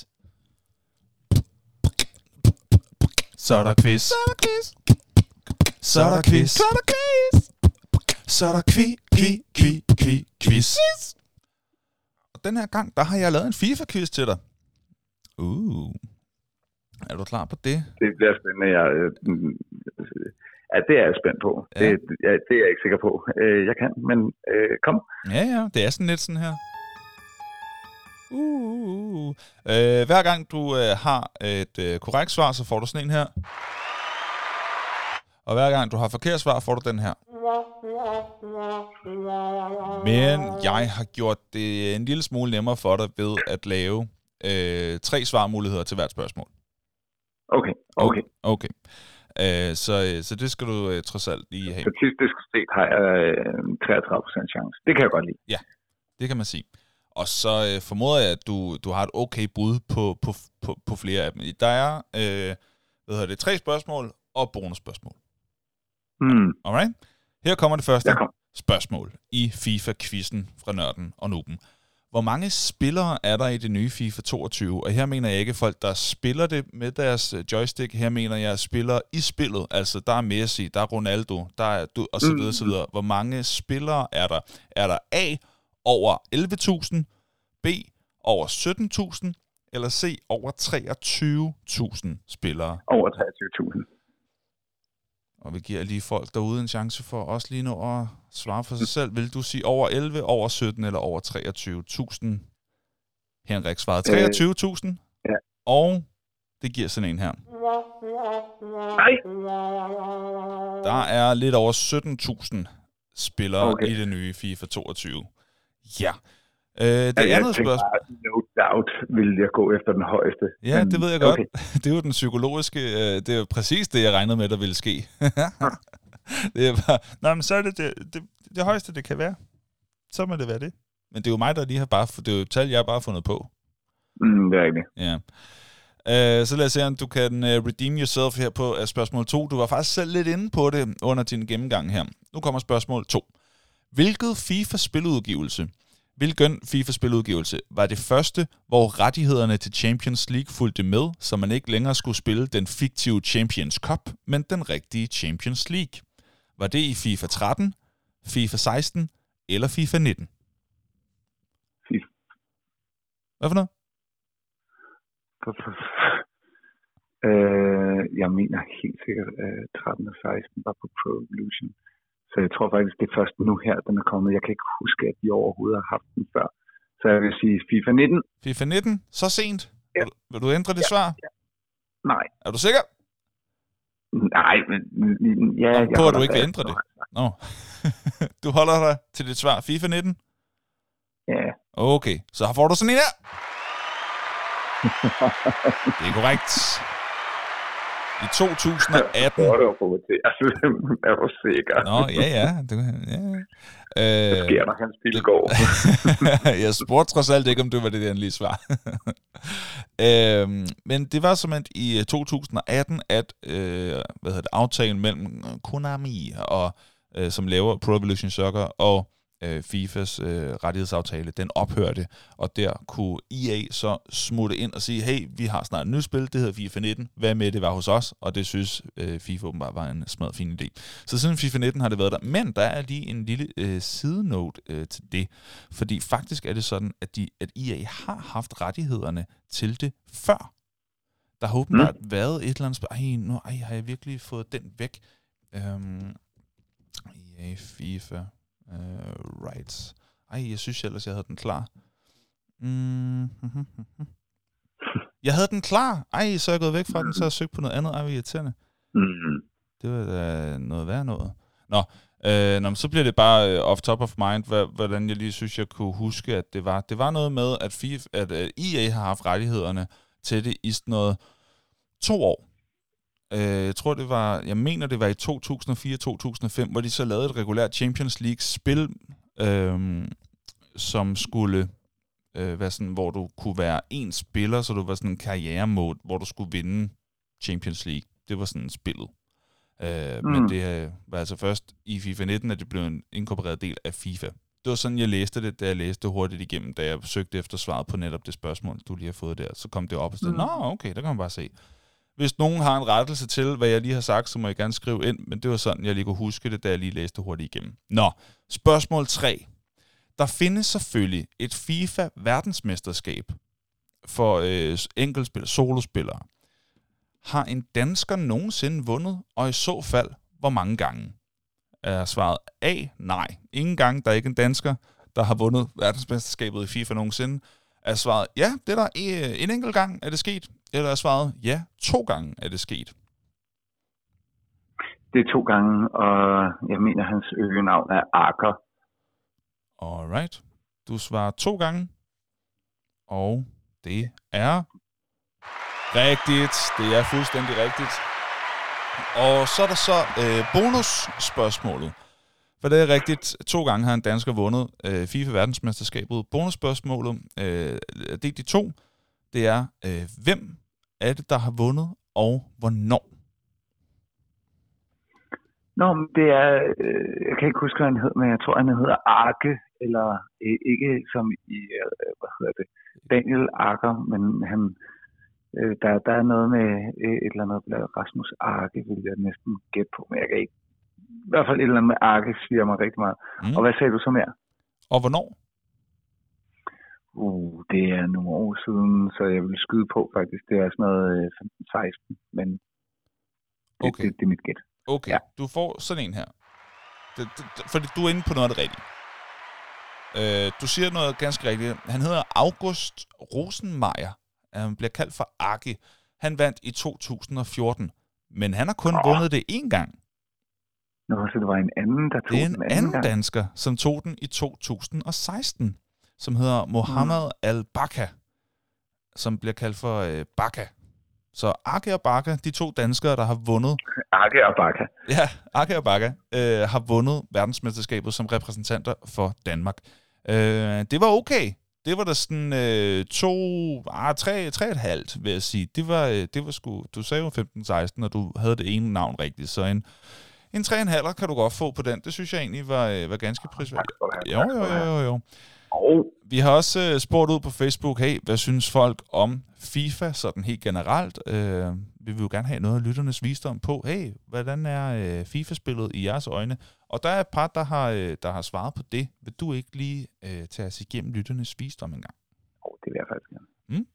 [SPEAKER 1] Så er der quiz. Så er der quiz. Så er der quiz. Så er der quiz. Så er der quiz, quiz, quiz, quiz, quiz. Og den her gang, der har jeg lavet en FIFA-quiz til dig. Uh. Er du klar på det?
[SPEAKER 3] Det bliver spændende. Jeg, øh, ja, det er jeg spændt på. Ja. Det, ja, det er jeg ikke sikker på. Øh, jeg kan, men øh, kom.
[SPEAKER 1] Ja, ja. Det er sådan lidt sådan her. Uh, uh, uh. Øh, hver gang du øh, har et øh, korrekt svar, så får du sådan en her. Og hver gang du har forkert svar, får du den her. Men jeg har gjort det en lille smule nemmere for dig ved at lave øh, tre svarmuligheder til hvert spørgsmål.
[SPEAKER 3] Okay, okay.
[SPEAKER 1] Okay. Uh, så, så det skal du uh, trods alt lige have.
[SPEAKER 3] Statistisk set har jeg uh, treogtredive procent chance. Det kan jeg godt lide.
[SPEAKER 1] Ja, det kan man sige. Og så uh, formoder jeg, at du, du har et okay bud på, på, på, på flere af dem. Der er uh, hvad hedder det, tre spørgsmål og bonusspørgsmål.
[SPEAKER 3] Mm.
[SPEAKER 1] Alright? Her kommer det første
[SPEAKER 3] kom.
[SPEAKER 1] spørgsmål i FIFA-quizzen fra Nørden og Nuben. Hvor mange spillere er der i det nye FIFA toogtyve? Og her mener jeg ikke folk, der spiller det med deres joystick. Her mener jeg spillere i spillet. Altså, der er Messi, der er Ronaldo, der er du, og så videre, så videre. Hvor mange spillere er der? Er der A, over elleve tusind, B, over sytten tusind, eller C, over treogtyve tusind spillere?
[SPEAKER 3] Over treogtyve tusind.
[SPEAKER 1] Og vi giver lige folk derude en chance for også lige nu at svare for sig selv. Vil du sige over elleve, over sytten eller over treogtyve tusind? Henrik svarede treogtyve tusind.
[SPEAKER 3] Øh, ja.
[SPEAKER 1] Og det giver sådan en her.
[SPEAKER 3] Nej.
[SPEAKER 1] Der er lidt over sytten tusind spillere
[SPEAKER 3] okay.
[SPEAKER 1] i det nye FIFA toogtyve. Ja. Øh, det ja, andet spørgsmål...
[SPEAKER 3] No doubt vil jeg gå efter den højeste.
[SPEAKER 1] Ja, det ved jeg godt. Okay. Det er jo den psykologiske... Øh, det er jo præcis det, jeg regnede med, der ville ske. Det er bare... Nå, men så er det det, det det højeste, det kan være. Så må det være det. Men det er jo mig, der lige har bare... Det er jo et tal, jeg har bare fundet på.
[SPEAKER 3] Mm, det er rigtigt.
[SPEAKER 1] Ja. Øh, så lad os se, om du kan uh, redeem yourself her på uh, spørgsmål to. Du var faktisk selv lidt inde på det under din gennemgang her. Nu kommer spørgsmål to. Hvilket FIFA-spiludgivelse Hvilken FIFA-spiludgivelse var det første, hvor rettighederne til Champions League fulgte med, så man ikke længere skulle spille den fiktive Champions Cup, men den rigtige Champions League? Var det i FIFA tretten, FIFA seksten eller FIFA nitten?
[SPEAKER 3] FIFA.
[SPEAKER 1] Hvad for noget?
[SPEAKER 3] øh, jeg mener helt sikkert, at tretten og seksten var på Pro Evolution. Så jeg tror faktisk, det er først nu her, den er kommet. Jeg kan ikke huske, at de overhovedet har haft den før. Så jeg vil sige FIFA nitten.
[SPEAKER 1] FIFA nitten? Så sent?
[SPEAKER 3] Ja.
[SPEAKER 1] Vil, vil du ændre det
[SPEAKER 3] ja,
[SPEAKER 1] svar?
[SPEAKER 3] Ja. Nej.
[SPEAKER 1] Er du sikker?
[SPEAKER 3] Nej, men... Ja,
[SPEAKER 1] Nå,
[SPEAKER 3] jeg
[SPEAKER 1] på, at du ikke vil ændre det? Nå. Du holder dig til dit svar. FIFA nitten?
[SPEAKER 3] Ja.
[SPEAKER 1] Okay, så får du sådan en her. Det er korrekt. I to tusind og atten...
[SPEAKER 3] Jeg tror, på det. Jeg synes, jeg var sikker.
[SPEAKER 1] Nå, ja, ja. Det, ja.
[SPEAKER 3] Øh, det sker, når hans bil går.
[SPEAKER 1] Jeg spurgte trods alt ikke, om det var det endelige svar. øh, men det var simpelthen i to tusind og atten, at øh, hvad hedder det, aftalen mellem Konami, og, øh, som laver Pro Evolution Soccer, og øh, FIFAs øh, rettighedsaftale, den ophørte, og der kunne E A så smutte ind og sige, hey, vi har snart et nyt spil, det hedder FIFA nitten, hvad med det var hos os, og det synes øh, FIFA åbenbart var en smad fin idé. Så siden FIFA nitten har det været der, men der er lige en lille øh, sidenote øh, til det, fordi faktisk er det sådan, at, de, at E A har haft rettighederne til det før. Der har åbenbart mm. været et eller andet spørg, ej, nu ej, har jeg virkelig fået den væk. Øhm, E A, FIFA... Uh, rights. Ej, jeg synes ellers, jeg havde den klar. Mm. Jeg havde den klar. Ej, så er jeg gået væk fra den, så har jeg søgt på noget andet. Ej, hvor irriterende.
[SPEAKER 3] Mm.
[SPEAKER 1] Det var da noget værd noget. Nå, øh, nå, så bliver det bare uh, off top of mind, hvordan jeg lige synes, jeg kunne huske, at det var. Det var noget med, at, FIFA, at uh, E A har haft rettighederne til det i sådan noget to år. Jeg tror, det var, jeg mener, det var i to tusind og fire til to tusind og fem, hvor de så lavede et regulært Champions League-spil, øhm, som skulle øh, være sådan, hvor du kunne være en spiller, så du var sådan en karrieremode, hvor du skulle vinde Champions League. Det var sådan spillet. Øh, mm. Men det øh, var altså først i FIFA nitten, at det blev en inkorporeret del af FIFA. Det var sådan, jeg læste det, da jeg læste hurtigt igennem, da jeg søgte efter svaret på netop det spørgsmål, du lige har fået der. Så kom det op og sagde, mm. nå, okay, der kan man bare se. Hvis nogen har en rettelse til, hvad jeg lige har sagt, så må jeg gerne skrive ind, men det var sådan, jeg lige kunne huske det, da jeg lige læste hurtigt igennem. Nå, spørgsmål tre. Der findes selvfølgelig et FIFA-verdensmesterskab for øh, enkeltspillere, solospillere. Har en dansker nogensinde vundet, og i så fald, hvor mange gange? Er svaret A, nej. Ingen gange, der er ikke en dansker, der har vundet verdensmesterskabet i FIFA nogensinde. Er svaret, ja, det er der en enkelt gang, er det sket. Eller er svaret, ja, to gange er det sket.
[SPEAKER 3] Det er to gange, og jeg mener, hans øgenavn er Aker.
[SPEAKER 1] Alright. Du svarer to gange, og det er rigtigt. Det er fuldstændig rigtigt. Og så er der så øh, bonusspørgsmålet. For det er rigtigt, to gange har en dansker vundet øh, FIFA-verdensmesterskabet. Bonusspørgsmålet, øh, det de to, det er, øh, hvem er det, der har vundet, og hvornår?
[SPEAKER 3] Nå, det er, øh, jeg kan ikke huske, hvad han hed, men jeg tror, han hedder Arke, eller øh, ikke som i, øh, hvad hedder det, Daniel Arker, men han, øh, der, der er noget med øh, et eller andet, Rasmus Arke, vil jeg næsten gætte på, men jeg kan ikke. I hvert fald et eller andet med Arke siger mig rigtig meget. Mm. Og hvad sagde du så mere?
[SPEAKER 1] Og hvornår?
[SPEAKER 3] Uh, det er nogle år siden, så jeg vil skyde på faktisk. Det er sådan noget femten seksten, men det,
[SPEAKER 1] okay.
[SPEAKER 3] det, det er mit gæt.
[SPEAKER 1] Okay, ja. Du får sådan en her. Det, det, fordi du er inde på noget af det rigtige. Øh, du siger noget ganske rigtigt. Han hedder August Rosenmeier. Han bliver kaldt for Arke. Han vandt i to tusind og fjorten, men han har kun oh. vundet det én gang.
[SPEAKER 3] Nå, så det var en anden, der tog den anden
[SPEAKER 1] Det er en anden
[SPEAKER 3] gang.
[SPEAKER 1] dansker, som tog den i to tusind og seksten, som hedder Mohammed mm. Al-Baka, som bliver kaldt for øh, Baka. Så Arke og Baka, de to danskere, der har vundet...
[SPEAKER 3] Arke og Baka.
[SPEAKER 1] Ja, Arke og Baka øh, har vundet verdensmesterskabet som repræsentanter for Danmark. Øh, det var okay. Det var der sådan øh, to, ah, tre, tre og et halvt, vil jeg sige. Det var, øh, det var sgu... Du sagde jo femten seksten, og du havde det ene navn rigtigt, så en... En tre og en halv kan du godt få på den. Det synes jeg egentlig var, var ganske prisværdigt. Jo, jo, jo, jo, jo.
[SPEAKER 3] Og
[SPEAKER 1] vi har også øh, spurgt ud på Facebook, hey, hvad synes folk om FIFA sådan helt generelt? Øh, vi vil jo gerne have noget af lytternes visdom på, hey, hvordan er øh, FIFA-spillet i jeres øjne? Og der er et par, der har, øh, der har svaret på det. Vil du ikke lige øh, tage os igennem lytternes visdom en gang?
[SPEAKER 3] Oh, det vil jeg faktisk gerne.
[SPEAKER 1] Mm?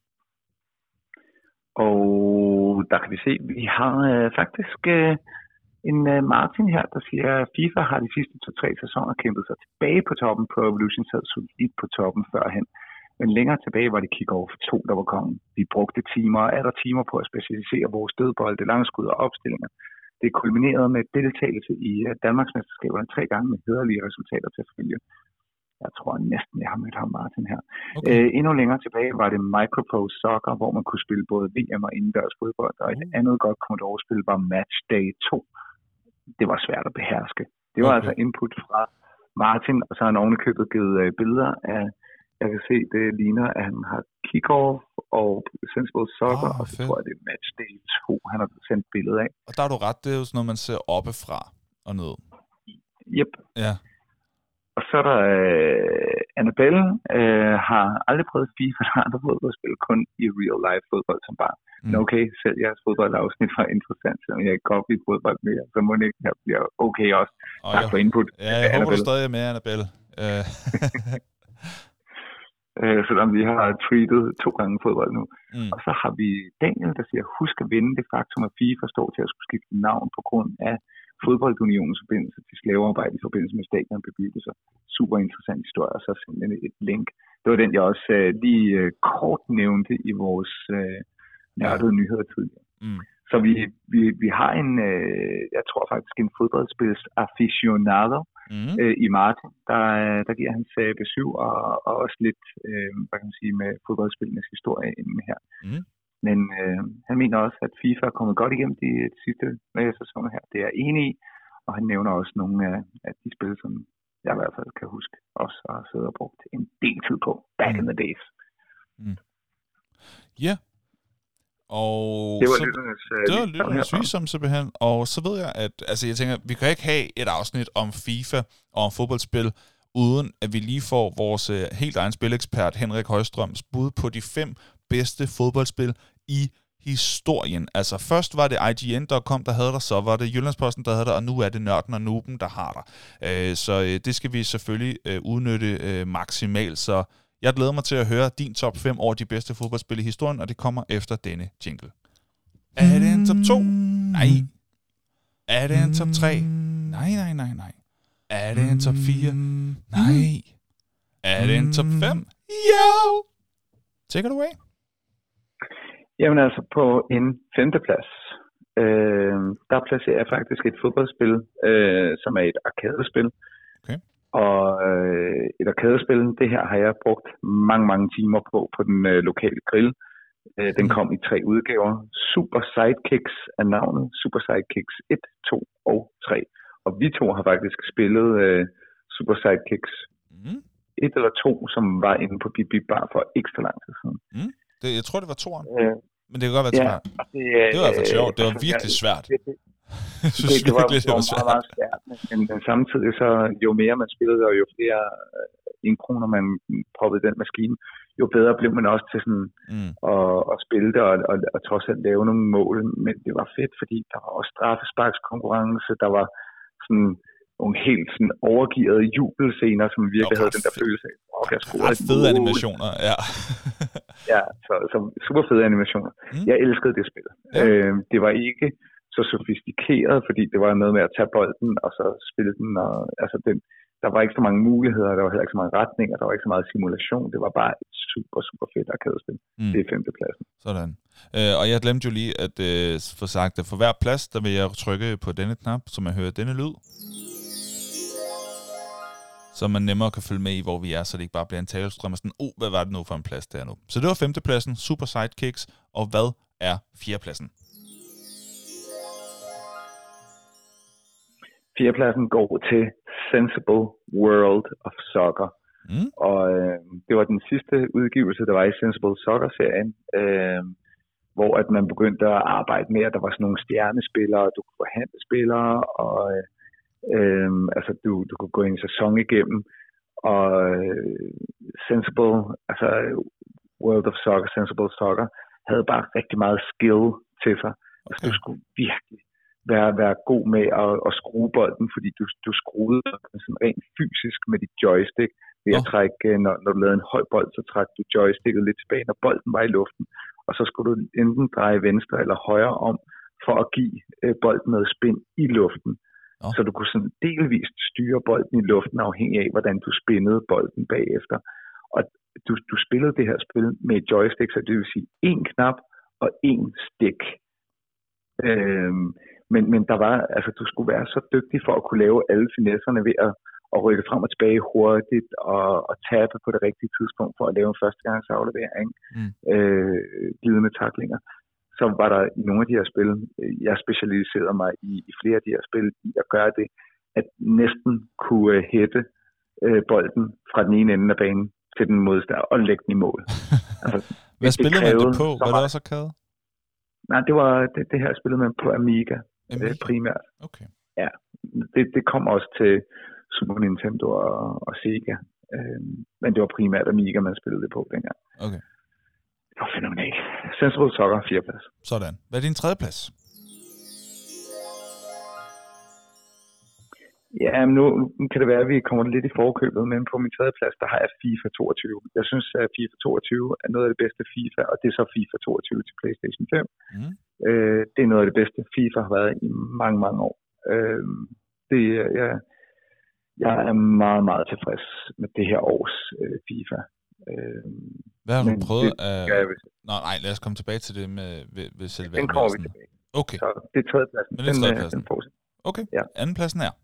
[SPEAKER 3] Og der kan vi se, vi har øh, faktisk øh, en øh, Martin her, der siger, at FIFA har de sidste to-tre sæsoner kæmpet sig tilbage på toppen. Pro Evolution sad solidt på toppen førhen. Men længere tilbage var det Kickoff to, der var kongen. Vi brugte timer og atter timer på at specialisere vores dødbolde, langskud og opstillinger. Det kulminerede med deltagelse i uh, Danmarksmesterskaberne tre gange med hæderlige resultater til at følge. Jeg tror næsten, jeg har mødt ham, Martin, her. Okay. Æ, endnu længere tilbage var det Micropro Soccer, hvor man kunne spille både V M og indendørs fodbold. Og et andet godt Commodore-spil var Match Day to. Det var svært at beherske. Det var okay. altså input fra Martin, og så har han ovenikøbet givet uh, billeder af. Jeg kan se, det ligner, at han har Kickoff og Sensible Soccer, oh, og så tror jeg, det er Match Day to, han har sendt billeder af.
[SPEAKER 1] Og der er du ret, det er jo sådan noget, man ser oppefra og ned.
[SPEAKER 3] Yep.
[SPEAKER 1] Ja.
[SPEAKER 3] Og så er der uh, Annabelle, uh, har aldrig prøvet FIFA eller andre fodboldspil, kun i real life fodbold som barn. Mm. Men okay, selv jeres fodboldafsnit var interessant, selvom jeg ikke kan opgive fodbold mere, så må det ikke her bliver okay også.
[SPEAKER 1] Og
[SPEAKER 3] tak for input.
[SPEAKER 1] Ja, jeg håber, du stadig er med, Annabelle. Uh.
[SPEAKER 3] Uh, selvom vi har tweetet to gange fodbold nu.
[SPEAKER 1] Mm.
[SPEAKER 3] Og så har vi Daniel, der siger, husk at vinde det faktum, at FIFA står til at skulle skifte navn på grund af fodboldunionens forbindelse til slavearbejde i forbindelse med stadionbebyggelser. Super interessant historie, og så simpelthen et link. Det var den, jeg også uh, lige uh, kort nævnte i vores uh, nørdede nyheder tidligere. Mm. Så vi, vi, vi har en, uh, jeg tror faktisk en fodboldspils aficionado, Mm. Øh, i Martin, der, der giver hans uh, besøg og, og også lidt, øh, hvad kan man sige, med fodboldspillenes historie inden her. Mm. Men øh, han mener også, at FIFA er kommet godt igennem de, de sidste sæsoner her. Det er jeg enig i, og han nævner også nogle af, af de spil, som jeg i hvert fald kan huske også har siddet og brugt en del tid på back mm. in the days.
[SPEAKER 1] Mm. Ja. Og
[SPEAKER 3] det var
[SPEAKER 1] så,
[SPEAKER 3] lytternes, uh,
[SPEAKER 1] det var lytternes visdom simpelthen. Og så ved jeg, at altså jeg tænker, vi kan ikke have et afsnit om FIFA og om fodboldspil, uden at vi lige får vores uh, helt egen spilekspert Henrik Højstrøms bud på de fem bedste fodboldspil i historien. Altså først var det I G N punktum com, der havde der, så var det Jyllandsposten, der havde der, og nu er det Nørden og Nuben, der har der. Uh, så uh, det skal vi selvfølgelig uh, udnytte uh, maksimalt, så jeg glæder mig til at høre din top fem over de bedste fodboldspil i historien, og det kommer efter denne jingle. Er det en top to? Nej. Er det en top tre? Nej, nej, nej, nej. Er det en top fire? Nej. Er det en top fem? Jo! Take it away.
[SPEAKER 3] Jamen altså, på en femteplads, øh, der placerer jeg faktisk et fodboldspil, øh, som er et arkadespil.
[SPEAKER 1] Okay.
[SPEAKER 3] Og øh, et arkadespil, det her har jeg brugt mange, mange timer på, på den øh, lokale grill. Øh, den kom i tre udgaver. Super Sidekicks er navnet. Super Sidekicks et, to og tre. Og vi to har faktisk spillet øh, Super Sidekicks
[SPEAKER 1] mm.
[SPEAKER 3] et eller to, som var inde på Bip Bip Bar for ikke så lang tid siden.
[SPEAKER 1] Mm. Det, jeg tror, det var toeren.
[SPEAKER 3] Øh,
[SPEAKER 1] Men det kan godt være
[SPEAKER 3] ja,
[SPEAKER 1] svært. Det, det var i hvert fald sjovt. Det var
[SPEAKER 3] altså,
[SPEAKER 1] virkelig svært.
[SPEAKER 3] Det, det,
[SPEAKER 1] jeg synes
[SPEAKER 3] det, det var,
[SPEAKER 1] virkelig, det var
[SPEAKER 3] meget, meget svært. Men, men samtidig, så jo mere man spillede, og jo flere øh, indkroner man proppede den maskine, jo bedre blev man også til sådan
[SPEAKER 1] mm.
[SPEAKER 3] at, at spille det, og, og, og trods alt lave nogle mål. Men det var fedt, fordi der var også straffesparkskonkurrence, der var sådan nogle helt sådan overgearede jubelscener, som virkelig havde den der følelse af, åh, jeg scorede
[SPEAKER 1] ret fede animationer, ja.
[SPEAKER 3] ja, så, så super fede animationer. Mm. Jeg elskede det spil. Ja. Øh, det var ikke så sofistikeret, fordi det var noget med at tage bolden, og så spille den, og altså den, der var ikke så mange muligheder, der var heller ikke så mange retninger, der var ikke så meget simulation, det var bare et super, super fedt arkadespil. Mm. Det er femtepladsen.
[SPEAKER 1] Sådan. Øh, og jeg glemte jo lige at øh, få sagt, at for hver plads, der vil jeg trykke på denne knap, så man hører denne lyd, så man nemmere kan følge med i, hvor vi er, så det ikke bare bliver en talestrøm og sådan, oh, hvad var det nu for en plads der nu? Så det var femtepladsen, Super Sidekicks, og hvad er fjerdepladsen?
[SPEAKER 3] Fjerdepladsen går til Sensible World of Soccer.
[SPEAKER 1] Mm.
[SPEAKER 3] Og øh, det var den sidste udgivelse, der var i Sensible Soccer-serien, øh, hvor at man begyndte at arbejde med, at der var sådan nogle stjernespillere, du kunne forhandle spillere, og øh, altså du, du kunne gå en sæson igennem, og øh, Sensible, altså World of Soccer, Sensible Soccer, havde bare rigtig meget skill til sig. Okay. Altså du skulle virkelig være, være god med at, at skrue bolden, fordi du, du skruede sådan rent fysisk med dit joystick. Ved at trække, når, når du lavede en høj bold, så trak du joysticket lidt tilbage, når bolden var i luften. Og så skulle du enten dreje venstre eller højre om, for at give øh, bolden noget spin i luften. Oh. Så du kunne sådan delvist styre bolden i luften, afhængig af, hvordan du spinnede bolden bagefter. Og du, du spillede det her spil med joystick, så det vil sige en knap og en stik. Øhm, men, men der var, altså du skulle være så dygtig for at kunne lave alle finesserne ved at, at rykke frem og tilbage hurtigt og, og tabe på det rigtige tidspunkt for at lave en førstegangsaflevering, mm. øh, glidende tacklinger. Så var der i nogle af de her spil, jeg specialiserede mig i, i flere af de her spil, i at gøre det, at næsten kunne hætte øh, bolden fra den ene ende af banen til den modstander og lægge den i mål. Altså,
[SPEAKER 1] Hvad spillede man det på? Var det også arcade?
[SPEAKER 3] Nej, det var det, det her spillede man på Amiga, Amiga? Øh, primært.
[SPEAKER 1] Okay.
[SPEAKER 3] Ja, det, det kom også til Super Nintendo og, og Sega, øh, men det var primært Amiga, man spillede det på dengang.
[SPEAKER 1] Okay.
[SPEAKER 3] Det var fænomenalt. Sensible Soccer, fire plads.
[SPEAKER 1] Sådan. Hvad er din tredje plads?
[SPEAKER 3] Ja, men nu kan det være, at vi kommer lidt i forkøbet, men på min tredje plads, der har jeg FIFA toogtyve. Jeg synes, at FIFA toogtyve er noget af det bedste FIFA, og det er så FIFA toogtyve til PlayStation fem. Mm. Øh, det er noget af det bedste FIFA har været i mange, mange år. Øh, det, jeg, jeg er meget, meget tilfreds med det her års øh, FIFA. Øh,
[SPEAKER 1] Hvad har du prøvet
[SPEAKER 3] af...
[SPEAKER 1] Jeg... Nå, nej, lad os komme tilbage til det med ved, ved selve
[SPEAKER 3] den kommer vi tilbage.
[SPEAKER 1] Okay.
[SPEAKER 3] Så det er tredjepladsen.
[SPEAKER 1] Men det er tredjepladsen.
[SPEAKER 3] Den, den
[SPEAKER 1] okay,
[SPEAKER 3] ja.
[SPEAKER 1] Andenpladsen er?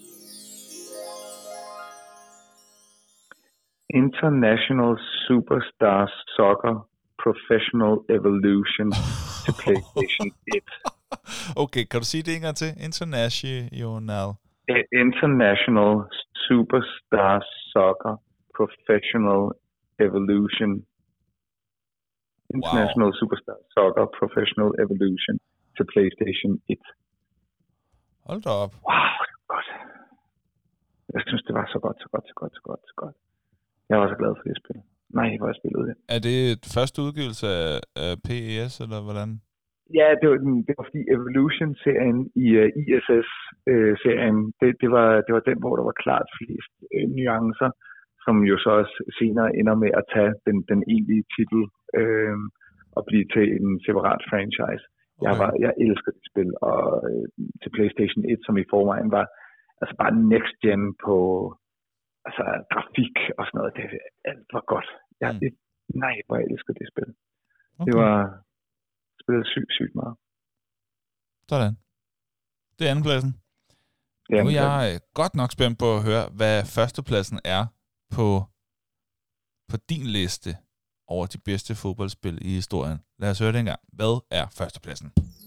[SPEAKER 3] International Superstar Soccer Professional Evolution til PlayStation et.
[SPEAKER 1] Okay, kan du sige det en gang til? International.
[SPEAKER 3] International Superstar Soccer Professional Evolution. International wow. Superstar Soccer Professional Evolution til PlayStation et.
[SPEAKER 1] Hold da op.
[SPEAKER 3] Wow, det var godt. Jeg synes, det var så godt, så godt, så godt, så godt, så godt. Jeg var så glad for det spil. Nej, hvor jeg spillede det.
[SPEAKER 1] Er det første udgivelse af, af P E S, eller hvordan?
[SPEAKER 3] Ja, det var, det var fordi Evolution-serien i uh, I S S-serien, uh, det, det, var, det var den, hvor der var klart flest uh, nuancer, som jo så også senere ender med at tage den, den egentlige titel uh, og blive til en separat franchise. Okay. Jeg, var, jeg elsker det spil, og uh, til PlayStation et, som i forvejen var altså bare next gen på altså grafik og sådan noget, det alt var godt. Jeg, mm. det, nej, hvor jeg elsker det spil. Okay. Det var spillet sygt, sygt meget.
[SPEAKER 1] Sådan. Det er andenpladsen.
[SPEAKER 3] Det er
[SPEAKER 1] nu er jeg godt nok spændt på at høre, hvad førstepladsen er på, på din liste over de bedste fodboldspil i historien. Lad os høre det engang. Hvad er førstepladsen?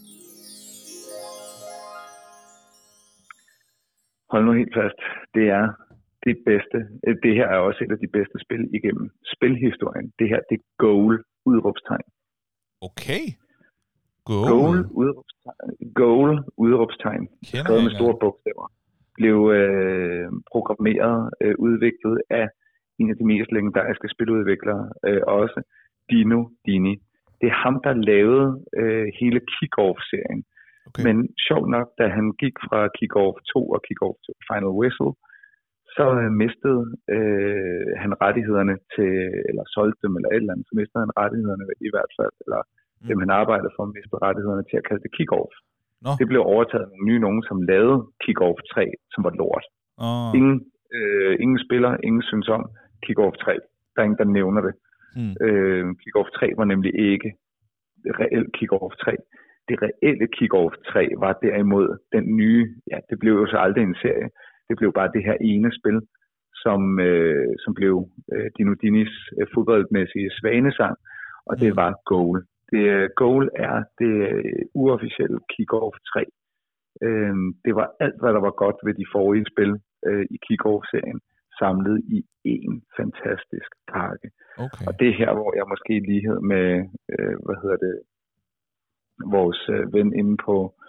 [SPEAKER 3] Hold nu helt fast. Det er det bedste. Det her er også et af de bedste spil igennem spilhistorien. Det her, det er Goal, udråbstegn.
[SPEAKER 1] Okay. Goal.
[SPEAKER 3] Goal, udråbstegn. Goal, udråbstegn. Skrevet med store bogstaver. Blev øh, programmeret, øh, udviklet af en af de mest legendariske spiludviklere, øh, også Dino Dini. Det er ham, der lavede øh, hele Kick-Off-serien. Okay. Men sjovt nok, da han gik fra Kick-Off to og Kick-Off til Final Whistle, så øh, mistede øh, han rettighederne til, eller solgte dem, eller et eller andet, så mistede han rettighederne i hvert fald, eller mm. dem han arbejdede for, mistede rettighederne til at kalde det Kick-Off. No. Det blev overtaget af nogle nye nogen, som lavede Kick-Off tre, som var lort. Oh. Ingen, øh, ingen spiller, ingen synes om Kick-Off tre. Der er ingen, der nævner det. Mm. Øh, Kick-Off tre var nemlig ikke reelt Kick-Off tre. Det reelle Kick-Off tre var derimod den nye, ja, det blev jo så aldrig en serie. Det blev bare det her ene spil, som, øh, som blev øh, Dino Dinis øh, fodboldmæssige svanesang, og det var Goal. Det, Goal er det øh, uofficielle Kick-Off tre. Øh, det var alt, hvad der var godt ved de forrige spil øh, i Kick-Off-serien, samlet i én fantastisk pakke. Okay. Og det er her, hvor jeg måske i lighed med, øh, hvad hedder det, vores øh, ven inde på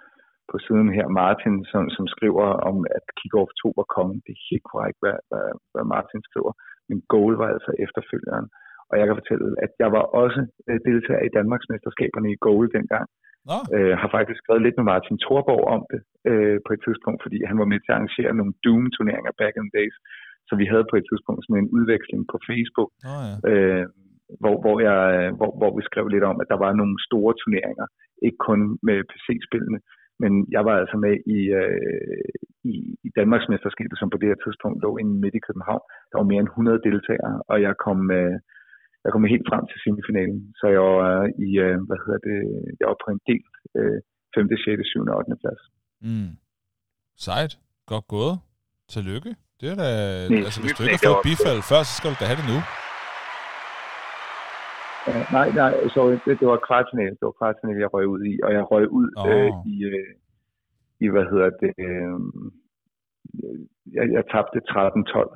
[SPEAKER 3] på siden her, Martin, som, som skriver om, at Kickoff to var kongen. Det er helt korrekt, hvad, hvad, hvad Martin skriver. Men goal var altså efterfølgeren. Og jeg kan fortælle, at jeg var også øh, deltager i Danmarksmesterskaberne i goal dengang.
[SPEAKER 1] Oh.
[SPEAKER 3] Øh, har faktisk skrevet lidt med Martin Thorborg om det øh, på et tidspunkt, fordi han var med til at arrangere nogle Doom-turneringer back in the days. Så vi havde på et tidspunkt sådan en udveksling på Facebook,
[SPEAKER 1] oh, ja.
[SPEAKER 3] øh, hvor, hvor, jeg, hvor, hvor vi skrev lidt om, at der var nogle store turneringer. Ikke kun med P C-spillene, men jeg var altså med i, øh, i, i Danmarksmesterskabet, som på det her tidspunkt lå inde midt i København. Der var mere end hundrede deltagere, og jeg kom, øh, jeg kom helt frem til semifinalen. Så jeg var øh, i, øh, hvad hedder det, jeg var på en delt øh, femte, sjette, syvende og ottende plads.
[SPEAKER 1] Mm. Sejt. Godt gået. Tillykke. Det er da,
[SPEAKER 3] Nej,
[SPEAKER 1] altså hvis du ikke har fået bifald før, så skal du da have det nu.
[SPEAKER 3] Uh, nej, nej, sorry, det, det var kvartfinale, det var kvartfinale, jeg røg ud i, og jeg røg ud oh. øh, i, øh, i, hvad hedder det, øh, jeg, jeg tabte tretten tolv.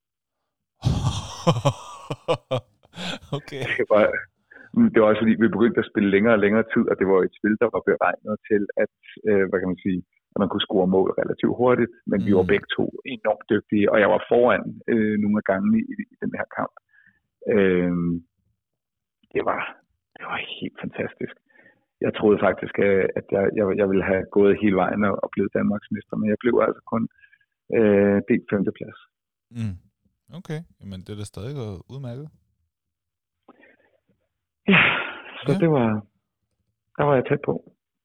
[SPEAKER 1] Okay.
[SPEAKER 3] Det var, det var også fordi, vi begyndte at spille længere og længere tid, og det var et spil, der var beregnet til, at, øh, hvad kan man sige, at man kunne score mål relativt hurtigt, men mm. vi var begge to enormt dygtige, og jeg var foran øh, nogle af gangene i, i den her kamp. Øh, Det var, det var helt fantastisk. Jeg troede faktisk, at jeg, jeg, jeg ville have gået hele vejen og, og blevet Danmarksmester, men jeg blev altså kun øh, delt femteplads.
[SPEAKER 1] Mm. Okay, men det er da stadig udmærket.
[SPEAKER 3] Ja, så ja. det var, der var jeg tæt på.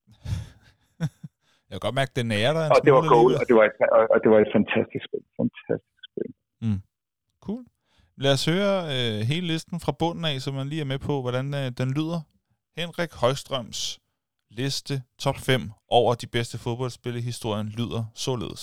[SPEAKER 1] Jeg kan godt mærke, det nærer dig.
[SPEAKER 3] Og det var goal, og det var, et, og, og det var et fantastisk spil. Fantastisk spil.
[SPEAKER 1] Mm. Cool. Lad os høre øh, hele listen fra bunden af, så man lige er med på, hvordan øh, den lyder. Henrik Højstrøms liste top fem over de bedste fodboldspil i historien lyder således.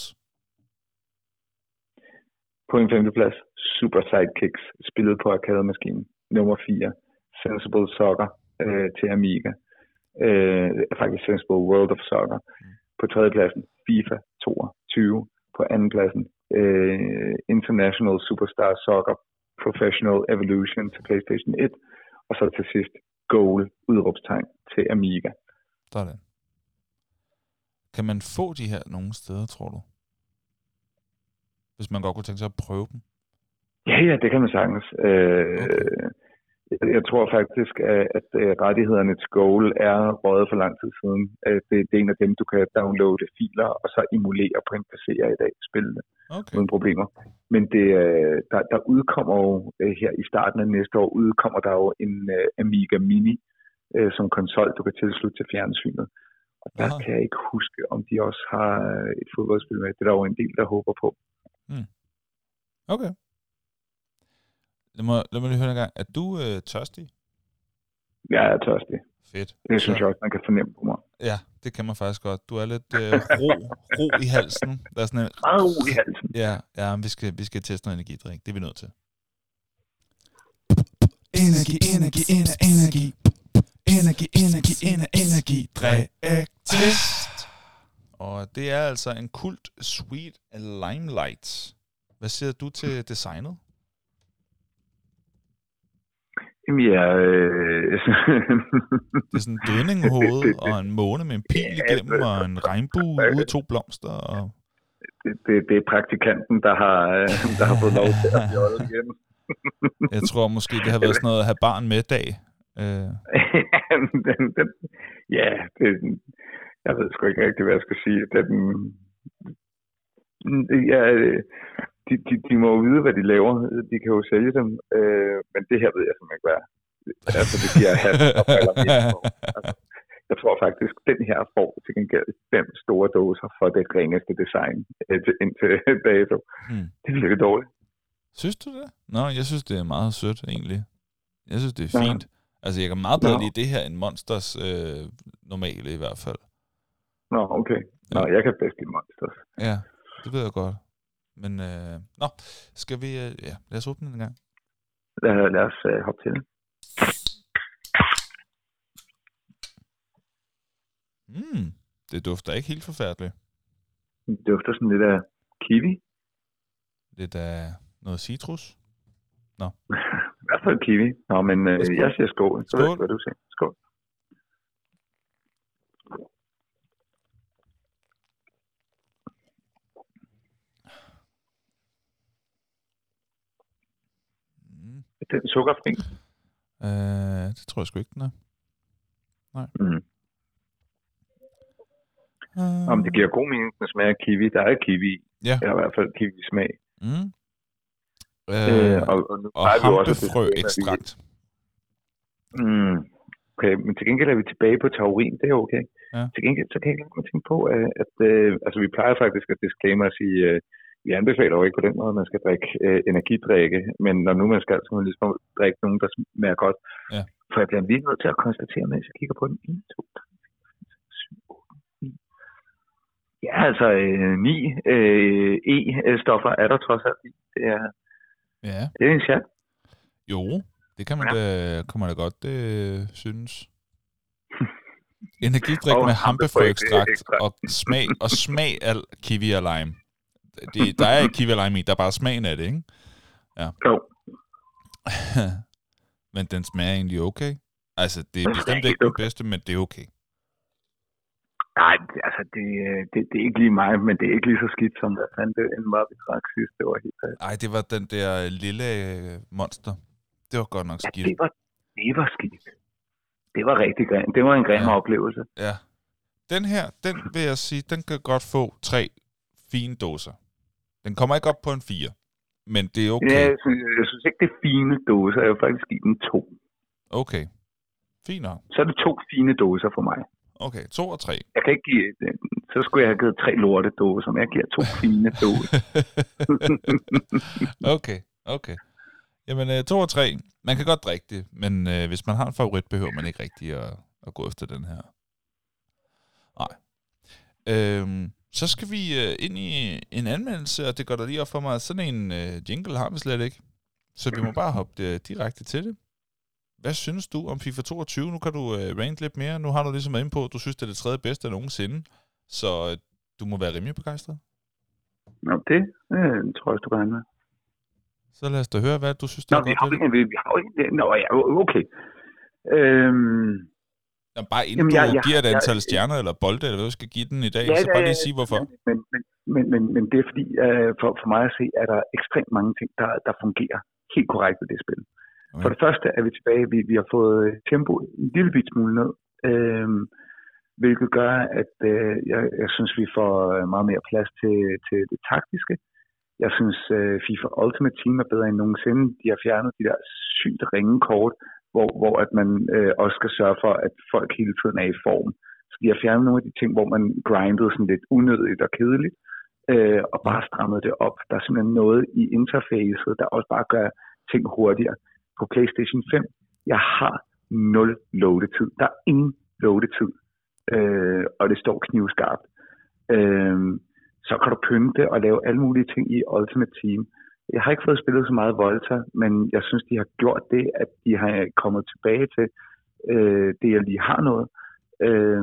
[SPEAKER 3] På en femteplads, Super Sidekicks, spillet på Arcade-maskinen. Nummer fire, Sensible Soccer øh, til Amiga. Øh, faktisk Sensible World of Soccer. Mm. På tredjepladsen, FIFA toogtyve. På andenpladsen, øh, International Superstar Soccer Professional Evolution til PlayStation et, og så til sidst Goal, udråbstegn til Amiga.
[SPEAKER 1] Sådan. Kan man få de her nogle steder, tror du? Hvis man godt kunne tænke sig at prøve dem?
[SPEAKER 3] Ja, ja, det kan man sagtens. Øh, okay. jeg, jeg tror faktisk, at, at rettighederne til Goal er røget for lang tid siden. Det, det er en af dem, du kan downloade filer, og så emulere på en P C i dag, spille det. Okay. Uden problemer. Men det, der, der udkommer jo her i starten af næste år, udkommer der jo en uh, Amiga Mini uh, som konsol, du kan tilslutte til fjernsynet. Og der Aha. kan jeg ikke huske, om de også har et fodboldspil med. Det er der jo en del, der håber på.
[SPEAKER 1] Mm. Okay. Lad mig, lad mig lige høre en gang. Er du uh, tørstig?
[SPEAKER 3] Ja, jeg er tørstig.
[SPEAKER 1] Fedt.
[SPEAKER 3] Det synes jeg også, man kan fornemme på mig.
[SPEAKER 1] Ja, det kan man faktisk godt. Du er lidt øh, ro, ro i halsen. Der er sådan en...
[SPEAKER 3] Meget ro i halsen.
[SPEAKER 1] Ja, ja vi, skal, vi skal teste noget energidrik. Det er vi nødt til. Energi, energi, energi, energi. Energi, energi, energi, energi. Drik test. Og det er altså en Kult Sweet Limelight. Hvad siger du til designet?
[SPEAKER 3] Jamen, ja, øh...
[SPEAKER 1] det er sådan en dønninghoved og en måne med en pil igennem og en regnbue ude to blomster. Og...
[SPEAKER 3] Det, det, det er praktikanten, der har, der har fået lov til at fjolle igen.
[SPEAKER 1] Jeg tror måske, det har været sådan noget at have barn med dag. Øh.
[SPEAKER 3] den, den, ja, det, jeg ved sgu ikke rigtig, hvad jeg skal sige. Den, ja, de, de, de må jo vide, hvad de laver. De kan jo sælge dem. Øh, men det her ved jeg simpelthen ikke, hvad er. Altså, det giver hatten og falder mere på. Altså, jeg tror faktisk, den her får til gengæld fem store dåser for det ringeste design øh, til, indtil dato. Hmm. Det er virkelig dårligt.
[SPEAKER 1] Synes du det? Nå, jeg synes, det er meget sødt, egentlig. Jeg synes, det er fint. Ja. Altså, jeg kan meget bedre lide det her end Monsters øh, normale i hvert fald.
[SPEAKER 3] Nå, okay. Nå, ja. Jeg kan bedst lide Monsters.
[SPEAKER 1] Ja, det ved jeg godt. Men, øh, nå, skal vi, øh, ja, lad os åbne den en gang.
[SPEAKER 3] Lad, lad os øh, hoppe til det.
[SPEAKER 1] Mm, det dufter ikke helt forfærdeligt.
[SPEAKER 3] Det dufter sådan lidt af kiwi.
[SPEAKER 1] Lidt af noget citrus. Nå.
[SPEAKER 3] I hvert fald kiwi. Nå, men øh, jeg siger skål. Så
[SPEAKER 1] skål.
[SPEAKER 3] ved hvad du siger. Skål. Den er sukkerfri.
[SPEAKER 1] Øh, det tror jeg sgu ikke, den er. Nej.
[SPEAKER 3] Mm.
[SPEAKER 1] Uh...
[SPEAKER 3] Om det giver god mening, den smager af kiwi. Der er kiwi.
[SPEAKER 1] Ja.
[SPEAKER 3] Eller i hvert fald kiwi-smag.
[SPEAKER 1] Mm.
[SPEAKER 3] Øh,
[SPEAKER 1] Øh,
[SPEAKER 3] og, og, nu
[SPEAKER 1] og hampefrø ekstrakt.
[SPEAKER 3] Mm. Okay, men til gengæld er vi tilbage på taurin. Det er okay.
[SPEAKER 1] Ja.
[SPEAKER 3] Til gengæld så kan jeg ikke tænke på, at, at øh, altså, vi plejer faktisk at disclaimer at sige, øh, vi anbefaler jo ikke på den måde, at man skal drikke øh, energidrikke, men når nu man skal, så må man ligesom drikke nogen, der smager godt.
[SPEAKER 1] Ja. For
[SPEAKER 3] jeg bliver lige nødt til at konstatere, mens jeg kigger på den. en, to, tre, fire, syv, otte, ni. Ja, altså øh, ni øh, E-stoffer er der trods alt i. Det er,
[SPEAKER 1] ja.
[SPEAKER 3] det er en chat.
[SPEAKER 1] Jo, det kan man, ja. da, kan man da godt øh, synes. Energidrik med hampefrøekstrakt og smag, og smag af kiwi og lime. Det, der er ikke kiwi og lime i, der er bare smagen af det, ikke? Ja.
[SPEAKER 3] Jo.
[SPEAKER 1] Men den smager egentlig okay. Altså, det er bestemt ikke den bedste, men det er okay.
[SPEAKER 3] Nej, altså, det, det, det er ikke lige mig, men det er ikke lige så skidt, som hvad fanden det end var, vi drak sidst. Det var helt færdigt.
[SPEAKER 1] Ej, det var den der lille monster. Det var godt nok skidt.
[SPEAKER 3] Ja, det var, det var skidt. Det var rigtig grimt. Det var en grim ja. oplevelse.
[SPEAKER 1] Ja. Den her, den vil jeg sige, den kan godt få tre fine dåser. Den kommer ikke op på en fire, men det er okay.
[SPEAKER 3] Ja, jeg, synes, jeg synes ikke, det er fine dåser. Jeg vil faktisk give den to.
[SPEAKER 1] Okay. Fint nok.
[SPEAKER 3] Så er det to fine dåser for mig.
[SPEAKER 1] Okay, to og tre.
[SPEAKER 3] Jeg kan ikke give... Så skulle jeg have givet tre lorte dåser, men jeg giver to fine dåser.
[SPEAKER 1] okay, okay. Jamen, øh, to og tre. Man kan godt drikke det, men øh, hvis man har en favorit, behøver man ikke rigtig at, at gå efter den her. Nej. Øhm, så skal vi øh, ind i en anmeldelse, og det går der lige op for mig. Sådan en øh, jingle har vi slet ikke. Så vi må bare hoppe øh, direkte til det. Hvad synes du om FIFA toogtyve? Nu kan du øh, rante lidt mere. Nu har du ligesom været inde på, at du synes, det er det tredje bedste nogensinde. Så øh, du må være rimelig begejstret.
[SPEAKER 3] Nå, det øh, tror jeg, du kan med.
[SPEAKER 1] Så lad os da høre, hvad du synes, det
[SPEAKER 3] Nå,
[SPEAKER 1] er
[SPEAKER 3] vi
[SPEAKER 1] godt
[SPEAKER 3] har ikke, vi, vi har ikke det. Nå, ja, okay. Øhm,
[SPEAKER 1] Jamen, bare inden
[SPEAKER 3] jamen,
[SPEAKER 1] du
[SPEAKER 3] jeg, jeg,
[SPEAKER 1] giver et antal
[SPEAKER 3] jeg,
[SPEAKER 1] stjerner eller bolde, eller hvad du skal give den i dag,
[SPEAKER 3] ja,
[SPEAKER 1] så bare lige sige, hvorfor.
[SPEAKER 3] Men, men, men, men, men det er fordi, øh, for, for mig at se, er der ekstremt mange ting, der, der fungerer helt korrekt ved det spil. Okay. For det første er vi tilbage, vi, vi har fået tempoet en lille bit smule ned, øh, hvilket gør, at øh, jeg, jeg synes, vi får meget mere plads til, til det taktiske. Jeg synes, uh, FIFA Ultimate Team er bedre end nogensinde. De har fjernet de der sygt ringe kort, hvor, hvor at man uh, også skal sørge for, at folk hele tiden er i form. Så de har fjernet nogle af de ting, hvor man grindede sådan lidt unødigt og kedeligt, uh, og bare strammet det op. Der er simpelthen noget i interfacet, der også bare gør ting hurtigere. På PlayStation fem, jeg har nul loadetid. Der er ingen loadetid, uh, og det står knivskarpt. Uh, så kan du pynte og lave alle mulige ting i Ultimate Team. Jeg har ikke fået spillet så meget Volta, men jeg synes, de har gjort det, at de har kommet tilbage til øh, det, jeg lige har noget. Øh,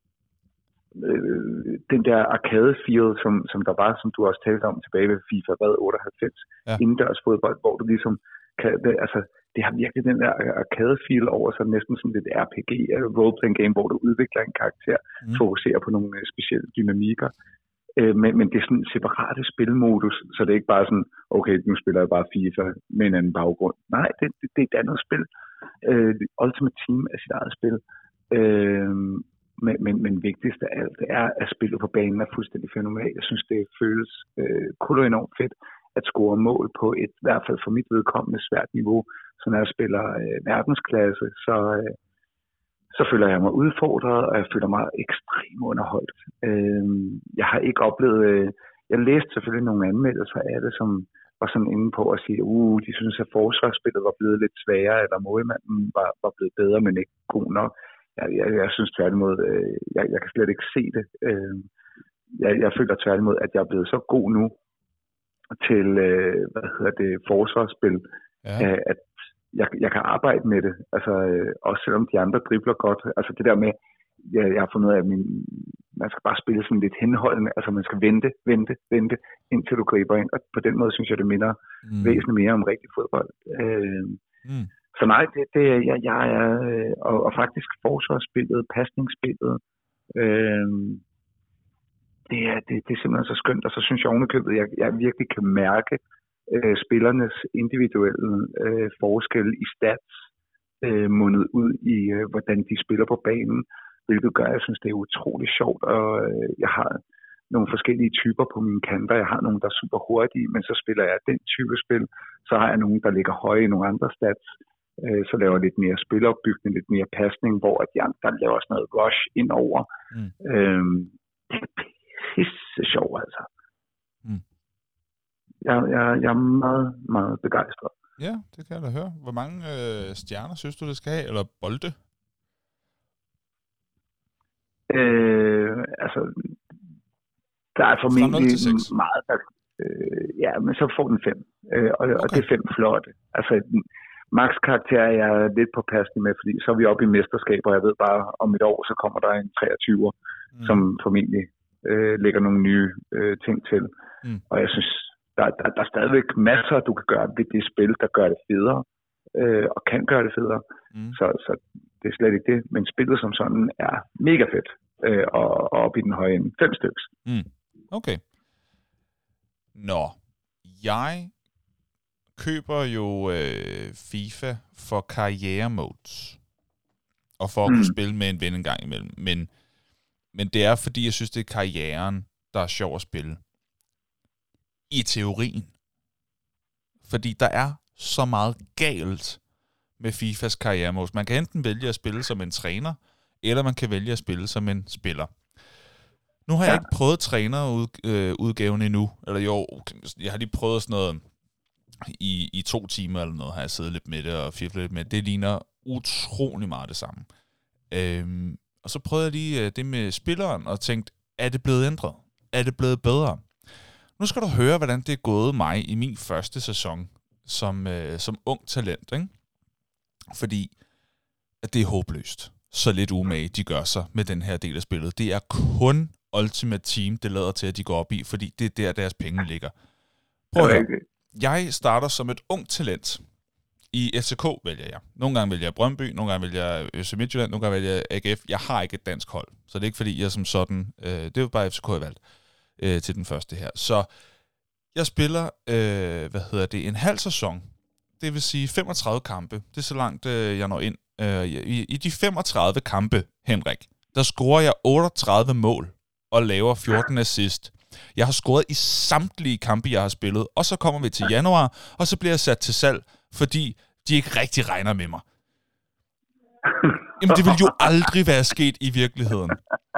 [SPEAKER 3] øh, den der arcade-feel, som, som der var, som du også talte om tilbage ved FIFA otteoghalvfems, ja. Indendørs fodbold, hvor du ligesom kan, det, altså, det har virkelig den der arcade-feel over sig, næsten sådan lidt R P G, role-playing game, hvor du udvikler en karakter, mm. fokuserer på nogle specielle dynamikker. Men, men det er sådan en separate spilmodus, så det er ikke bare sådan, okay, nu spiller jeg bare FIFA med en anden baggrund. Nej, det, det, det er et andet spil. Uh, Ultimate Team er sit eget spil. Uh, men, men, men vigtigst af alt, det er, at spillet på banen er fuldstændig fænomenalt. Jeg synes, det føles uh, kun enormt fedt at score mål på et, i hvert fald for mit vedkommende, svært niveau. Så når jeg spiller uh, verdensklasse, så... Uh, så føler jeg mig udfordret, og jeg føler mig ekstremt underholdt. Øh, jeg har ikke oplevet... Øh, jeg læste selvfølgelig nogle anmeldelser af det, som var sådan inde på at sige, uh, de synes, at forsvarsspillet var blevet lidt sværere, eller målmanden var, var blevet bedre, men ikke god nok. Jeg, jeg, jeg synes tværtimod, øh, jeg, jeg kan slet ikke se det. Øh, jeg, jeg føler tværtimod, at jeg er blevet så god nu til, øh, hvad hedder det, forsvarsspil, ja. øh, at Jeg, jeg kan arbejde med det, altså øh, også selvom de andre dribler godt. Altså det der med, jeg, jeg har fundet ud af, at min, man skal bare spille sådan lidt henholdende, altså man skal vente, vente, vente, indtil du griber ind. Og på den måde synes jeg, det minder mm. væsentligt mere om rigtig fodbold. Øh, mm. Så nej, det, det jeg, jeg er, øh, og, og faktisk forsvarsspillet, pasningsspillet, øh, det, er, det, det er simpelthen så skønt, og så synes jeg ovenikøbet, at jeg, jeg virkelig kan mærke, øh, spillernes individuelle øh, forskelle i stats øh, mundet ud i, øh, hvordan de spiller på banen, hvilket gør, at jeg synes, det er utrolig sjovt, og øh, jeg har nogle forskellige typer på mine kanter. Jeg har nogle, der er super hurtige, men så spiller jeg den type spil. Så har jeg nogle, der ligger høje i nogle andre stats. Øh, så laver jeg lidt mere spilopbygning, lidt mere pasning, hvor at de andre, der laver sådan noget rush indover. Mm. Øh, det er pisse sjovt, altså. Mm. Jeg, jeg, jeg er meget, meget begejstret.
[SPEAKER 1] Ja, det kan jeg da høre. Hvor mange øh, stjerner synes du, det skal have? Eller bolde?
[SPEAKER 3] Øh, altså, der er formentlig meget, der, øh, ja, men så får den fem. Øh, og, okay. og det er fem flotte. Altså, max karakter er jeg lidt på passende med, fordi så er vi oppe i mesterskab, og jeg ved bare, om et år, så kommer der en treogtyver, mm. som formentlig øh, lægger nogle nye øh, ting til. Mm. Og jeg synes, der, der, der er stadigvæk masser, du kan gøre ved det spil, der gør det federe, øh, og kan gøre det federe. Mm. Så, så det er slet ikke det. Men spillet som sådan er mega fedt, øh, og, og op i den høje ende. Fem stykker.
[SPEAKER 1] Mm. Okay. Nå, jeg køber jo øh, FIFA for karriere modes, og for at kunne mm. spille med en ven en gang imellem. Men, men det er, fordi jeg synes, det er karrieren, der er sjov at spille. I teorien. Fordi der er så meget galt med FIFAs karriere modes. Man kan enten vælge at spille som en træner, eller man kan vælge at spille som en spiller. Nu har jeg ja. ikke prøvet trænerudgaven endnu. Eller jo, jeg har lige prøvet sådan noget i, i to timer eller noget, har jeg siddet lidt med det og fiflet lidt med. Det ligner utrolig meget det samme. Øhm, og så prøvede jeg lige det med spilleren og tænkte, er det blevet ændret? Er det blevet bedre? Nu skal du høre, hvordan det er gået mig i min første sæson som, øh, som ung talent, ikke? Fordi at det er håbløst. Så lidt umage, de gør sig med den her del af spillet. Det er kun Ultimate Team, det lader til, at de går op i, fordi det er der, deres penge ligger. Prøv at høre. Jeg starter som et ung talent. I F C K vælger jeg. Nogle gange vælger jeg Brøndby, nogle gange vælger jeg Øst Midtjylland, nogle gange vælger jeg A G F. Jeg har ikke et dansk hold, så det er ikke fordi, jeg som sådan... Øh, det er jo bare F C K, jeg valgt øh, til den første her. Så jeg spiller, øh, hvad hedder det, en halv sæson. Det vil sige femogtredive kampe. Det er så langt, øh, jeg når ind. Øh, i, I de femogtredive kampe, Henrik, der scorer jeg otteogtredive mål og laver fjorten assist. Jeg har scoret i samtlige kampe, jeg har spillet, og så kommer vi til januar, og så bliver jeg sat til salg, fordi de ikke rigtig regner med mig. Jamen, det vil jo aldrig være sket i virkeligheden.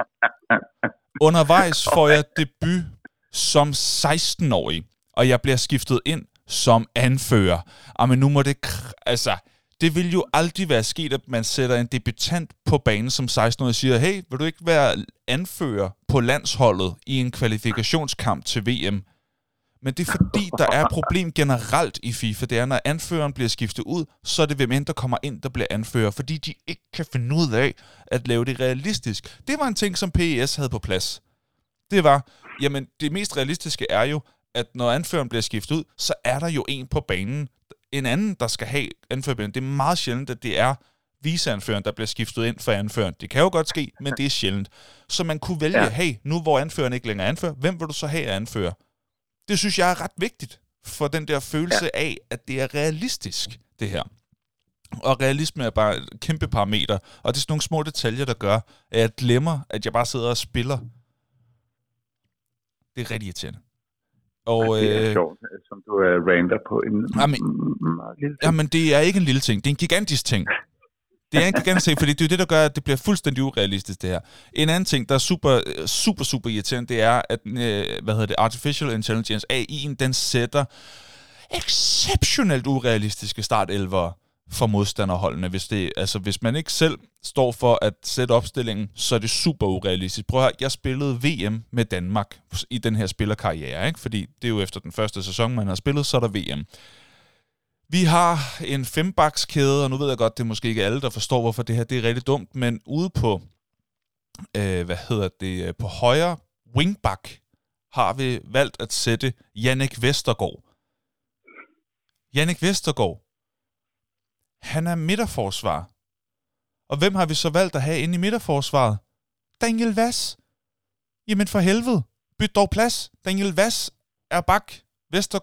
[SPEAKER 1] Undervejs får jeg debut som seksten-årig, og jeg bliver skiftet ind som anfører. Jamen, nu må det... Altså... Det vil jo aldrig være sket, at man sætter en debutant på banen som seksten-årig og siger, hey, vil du ikke være anfører på landsholdet i en kvalifikationskamp til V M? Men det er fordi, der er et problem generelt i FIFA. Det er, når anføreren bliver skiftet ud, så er det hvem end, der kommer ind, der bliver anfører. Fordi de ikke kan finde ud af at lave det realistisk. Det var en ting, som P E S havde på plads. Det var, jamen det mest realistiske er jo, at når anføreren bliver skiftet ud, så er der jo en på banen, en anden, der skal have anførerbind. Det er meget sjældent, at det er viceanføreren, der bliver skiftet ind for anføreren. Det kan jo godt ske, men det er sjældent. Så man kunne vælge, ja. hey, nu hvor anføreren ikke længere anfører, hvem vil du så have at anføre? Det synes jeg er ret vigtigt, for den der følelse ja. af, at det er realistisk, det her. Og realisme er bare et kæmpe parameter, og det er sådan nogle små detaljer, der gør, at jeg glemmer, at jeg bare sidder og spiller. Det er rigtig irriterende. Og,
[SPEAKER 3] det er øh, sjovt, som du er rander på en
[SPEAKER 1] jamen, lille ting. Jamen, det er ikke en lille ting. Det er en gigantisk ting. Det er en gigantisk ting, fordi det er det, der gør, at det bliver fuldstændig urealistisk, det her. En anden ting, der er super, super, super irriterende, det er, at øh, hvad hedder det, Artificial Intelligence, A I'en, den sætter exceptionelt urealistiske startelvere for modstanderholdene. Hvis, det, altså, hvis man ikke selv står for at sætte opstillingen, så er det super urealistisk. Prøv at høre, jeg spillede V M med Danmark i den her spillerkarriere, ikke? Fordi det er jo efter den første sæson, man har spillet, så er der V M. Vi har en fembakskæde, og nu ved jeg godt, det er måske ikke alle, der forstår, hvorfor det her det er rigtig dumt, men ude på, øh, hvad hedder det, på højre wingback har vi valgt at sætte Jannik Vestergaard. Jannik Vestergaard, han er midterforsvar. Og hvem har vi så valgt at have inde i midterforsvaret? Daniel Vass. Jamen for helvede. Byt dog plads. Daniel Vass er bak. Vestergaard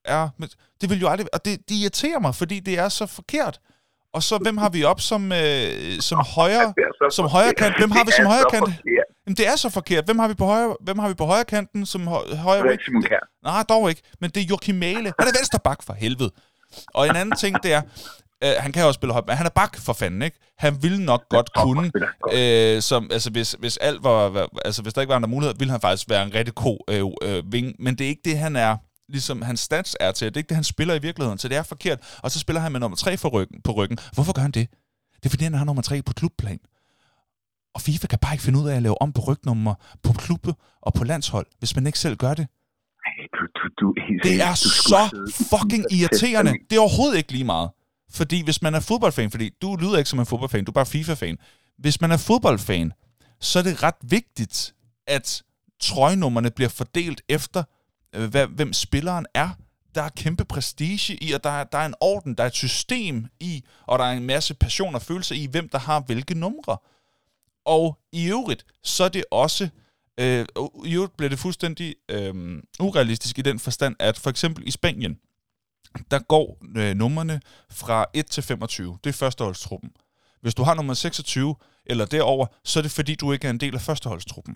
[SPEAKER 1] er... Men det vil jo aldrig... Og det, det irriterer mig, fordi det er så forkert. Og så, hvem har vi op som, øh, som højre, som højre kant? Hvem har vi som højre kant? Jamen, det er så forkert. Hvem har vi på højre, hvem har vi på højre kanten som hø- højre?
[SPEAKER 3] Det er Simon Kjær.
[SPEAKER 1] Nej, dog ikke. Men det er Joachim Mæhle. Han er venstre bak for helvede. Og en anden ting, det er, øh, han kan også spille højt, men han er bak for fanden, ikke? Han ville nok godt kunne, øh, som, altså hvis, hvis alt var, altså hvis der ikke var andre muligheder, ville han faktisk være en rigtig god øh, øh, wing. Men det er ikke det, han er, ligesom hans stats er til. Det er ikke det, han spiller i virkeligheden, så det er forkert. Og så spiller han med nummer tre for ryggen, på ryggen. Hvorfor gør han det? Det er fordi, han har nummer tre på klubplan. Og FIFA kan bare ikke finde ud af at lave om på rygnummer på klubbe og på landshold, hvis man ikke selv gør det.
[SPEAKER 3] Du, du, du,
[SPEAKER 1] det er så fucking irriterende. Det er overhovedet ikke lige meget. Fordi hvis man er fodboldfan, fordi du lyder ikke som en fodboldfan, du er bare FIFA-fan. Hvis man er fodboldfan, så er det ret vigtigt, at trøjenummerne bliver fordelt efter, hvem spilleren er. Der er kæmpe prestige i, og der er, der er en orden, der er et system i, og der er en masse passion og følelser i, hvem der har hvilke numre. Og i øvrigt, så er det også, øh, i øvrigt bliver det fuldstændig øh, urealistisk i den forstand, at for eksempel i Spanien, der går øh, numrene fra et til femogtyve. Det er førsteholdstruppen. Hvis du har nummer seksogtyve eller derover, så er det fordi, du ikke er en del af førsteholdstruppen.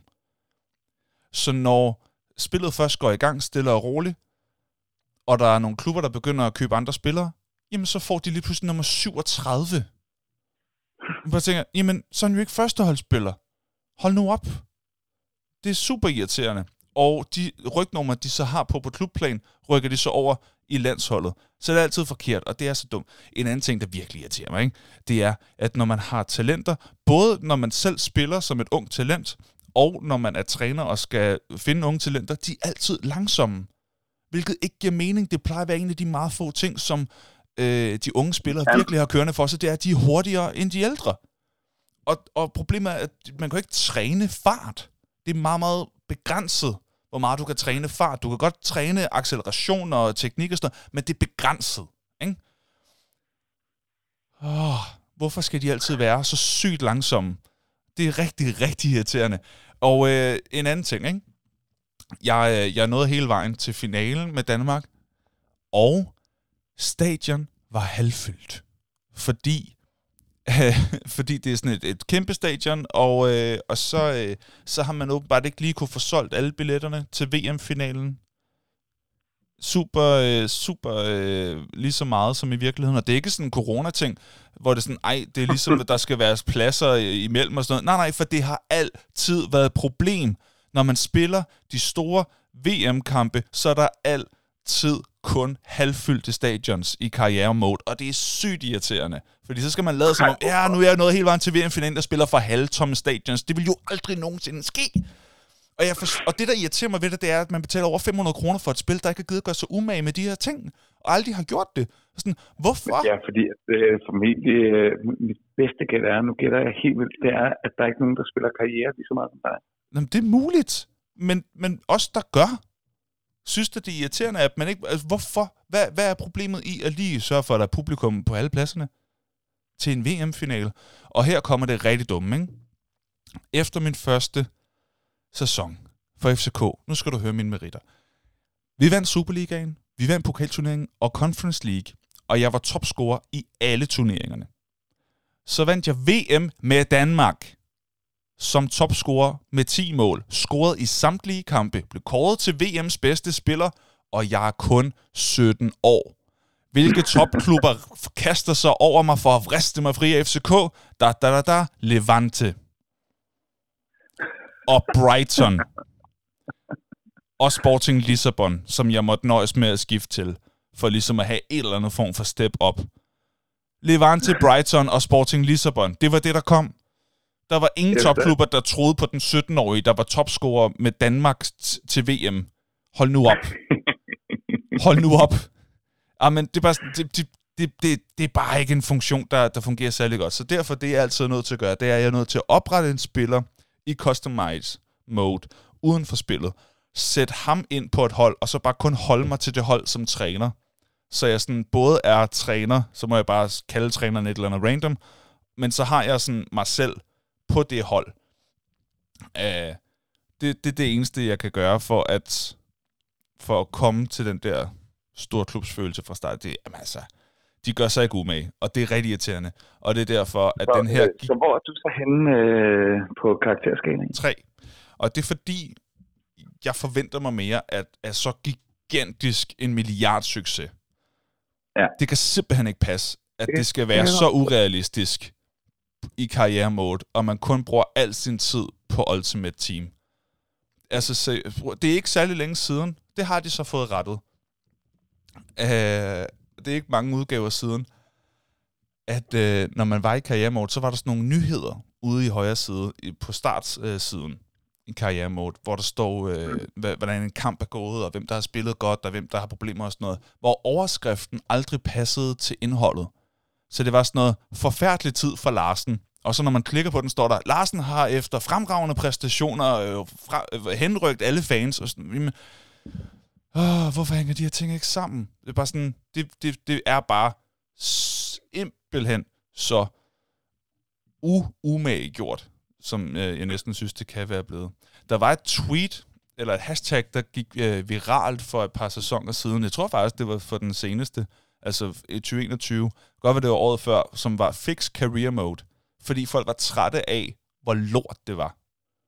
[SPEAKER 1] Så når spillet først går i gang stille og roligt, og der er nogle klubber, der begynder at købe andre spillere, jamen så får de lige pludselig nummer syvogtredive. Jeg tænker, jamen så er han jo ikke førsteholdsspiller. Hold nu op. Det er super irriterende. Og de rygnummer, de så har på på klubplan, rykker de så over i landsholdet. Så det er altid forkert, og det er så dumt. En anden ting, der virkelig irriterer mig, ikke? Det er, at når man har talenter, både når man selv spiller som et ung talent, og når man er træner og skal finde unge talenter, de er altid langsomme. Hvilket ikke giver mening. Det plejer at være en af de meget få ting, som øh, de unge spillere ja. virkelig har kørende for sig, det er, at de er hurtigere end de ældre. Og, og problemet er, at man kan ikke træne fart. Det er meget, meget begrænset, hvor meget du kan træne fart. Du kan godt træne acceleration og teknik og sådan noget, men det er begrænset. Ikke? Oh, hvorfor skal de altid være så sygt langsomme? Det er rigtig, rigtig irriterende. Og øh, en anden ting, ikke? Jeg, jeg nåede hele vejen til finalen med Danmark, og stadion var halvfyldt, fordi, øh, fordi det er sådan et, et kæmpe stadion, og, øh, og så, øh, så har man åbenbart ikke lige kunne få solgt alle billetterne til V M-finalen. Super, øh, super øh, lige så meget som i virkeligheden, og det er ikke sådan en corona-ting, hvor det er sådan, ej, det er ligesom, at der skal være pladser imellem og sådan noget. Nej, nej, for det har altid været et problem. Når man spiller de store V M-kampe, så er der altid kun halvfyldte stadions i karrieremode, og det er sygt irriterende. Fordi så skal man lade som om, ja, nu er jeg nået hele vejen til V M-finalen, der spiller for halvtomme stadions. Det vil jo aldrig nogensinde ske. Og, jeg for, og det, der irriterer mig ved det, det er, at man betaler over fem hundrede kroner for et spil, der ikke har givet at gøre sig umage med de her ting, og aldrig har gjort det. Sådan, hvorfor?
[SPEAKER 3] Ja, fordi øh, formentlig øh, mit bedste gæt er, nu gætter jeg helt vildt, det er, at der er ikke nogen, der spiller karriere lige så meget som dig.
[SPEAKER 1] Jamen, det er muligt, men, men os, der gør, synes det, det er irriterende, at man ikke... Altså, hvorfor? Hvad, hvad er problemet i at lige sørge for, at der er publikum på alle pladserne til en V M-finale? Og her kommer det rigtig dumme, ikke? Efter min første sæson for F C K, nu skal du høre mine meritter. Vi vandt Superligaen, vi vandt pokalturneringen og Conference League, og jeg var topscorer i alle turneringerne. Så vandt jeg V M med Danmark som topscorer med ti mål, scoret i samtlige kampe, blev kåret til V M's bedste spiller, og jeg er kun sytten år. Hvilke topklubber kaster sig over mig for at vriste mig fri af F C K? Da, da, da, da, Levante. Og Brighton. Og Sporting Lissabon, som jeg måtte nøjes med at skifte til, for ligesom at have en eller anden form for step up. Levante, Brighton og Sporting Lissabon, det var det, der kom. Der var ingen topklubber, der troede på den sytten-årige, der var topscorer med Danmark t- til V M. Hold nu op. Hold nu op. Amen, det er bare, det, det, det, det, det er bare ikke en funktion, der, der fungerer særlig godt. Så derfor det er jeg altid nødt til at gøre, det er, at jeg er nødt til at oprette en spiller i customize mode, uden for spillet. Sæt ham ind på et hold, og så bare kun holde mig til det hold som træner. Så jeg sådan både er træner, så må jeg bare kalde træneren et eller andet random, men så har jeg sådan mig selv på det hold. Uh, det, det er det eneste, jeg kan gøre for at, for at komme til den der stor klubsfølelse fra start. Det, jamen altså, de gør sig ikke umage, og det er rigtig irriterende. Og det er derfor, at
[SPEAKER 3] så,
[SPEAKER 1] den her...
[SPEAKER 3] Så hvor er du så henne øh, på karakterskalaen?
[SPEAKER 1] tre. Og det er fordi, jeg forventer mig mere, at, at så gigantisk en milliardsucces.
[SPEAKER 3] Ja.
[SPEAKER 1] Det kan simpelthen ikke passe, at det, det skal være
[SPEAKER 3] det
[SPEAKER 1] så urealistisk i karrieremode, og man kun bruger al sin tid på Ultimate Team. Altså, så, det er ikke særlig længe siden. Det har de så fået rettet. Uh, det er ikke mange udgaver siden, at uh, når man var i karrieremode, så var der sådan nogle nyheder ude i højre side, på startsiden uh, i karrieremode, hvor der står, uh, hvordan en kamp er gået, og hvem der har spillet godt, og hvem der har problemer og sådan noget, hvor overskriften aldrig passede til indholdet. Så det var sådan noget forfærdelig tid for Larsen. Og så når man klikker på den, står der, Larsen har efter fremragende præstationer øh, fra, øh, henrygt alle fans. Og sådan, jamen, åh, hvorfor hænger de her ting ikke sammen? Det er bare sådan, det, det, det er bare simpelthen så u-umage-gjort, som øh, jeg næsten synes, det kan være blevet. Der var et tweet, eller et hashtag, der gik øh, viralt for et par sæsoner siden. Jeg tror faktisk, det var for den seneste, altså i tyve enogtyve. Godt var det var året før, som var Fix Career Mode. Fordi folk var trætte af, hvor lort det var.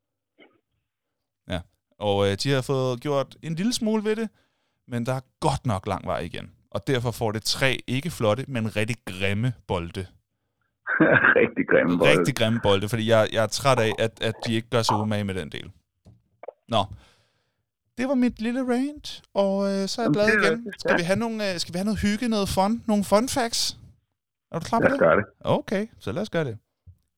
[SPEAKER 1] Ja, og øh, de har fået gjort en lille smule ved det, men der er godt nok lang vej igen. Og derfor får det tre ikke flotte, men rigtig grimme bolde.
[SPEAKER 3] rigtig grimme bolde.
[SPEAKER 1] Rigtig grimme bolde, fordi jeg, jeg er træt af, at, at de ikke gør sig umage med den del. Nå, det var mit lille rant, og øh, så er jeg glad igen. Skal vi have nogle, øh, skal vi have noget hygge, noget fun, nogle fun facts? Er du klar på det?
[SPEAKER 3] Lad os gøre det.
[SPEAKER 1] Okay, så lad os gøre det.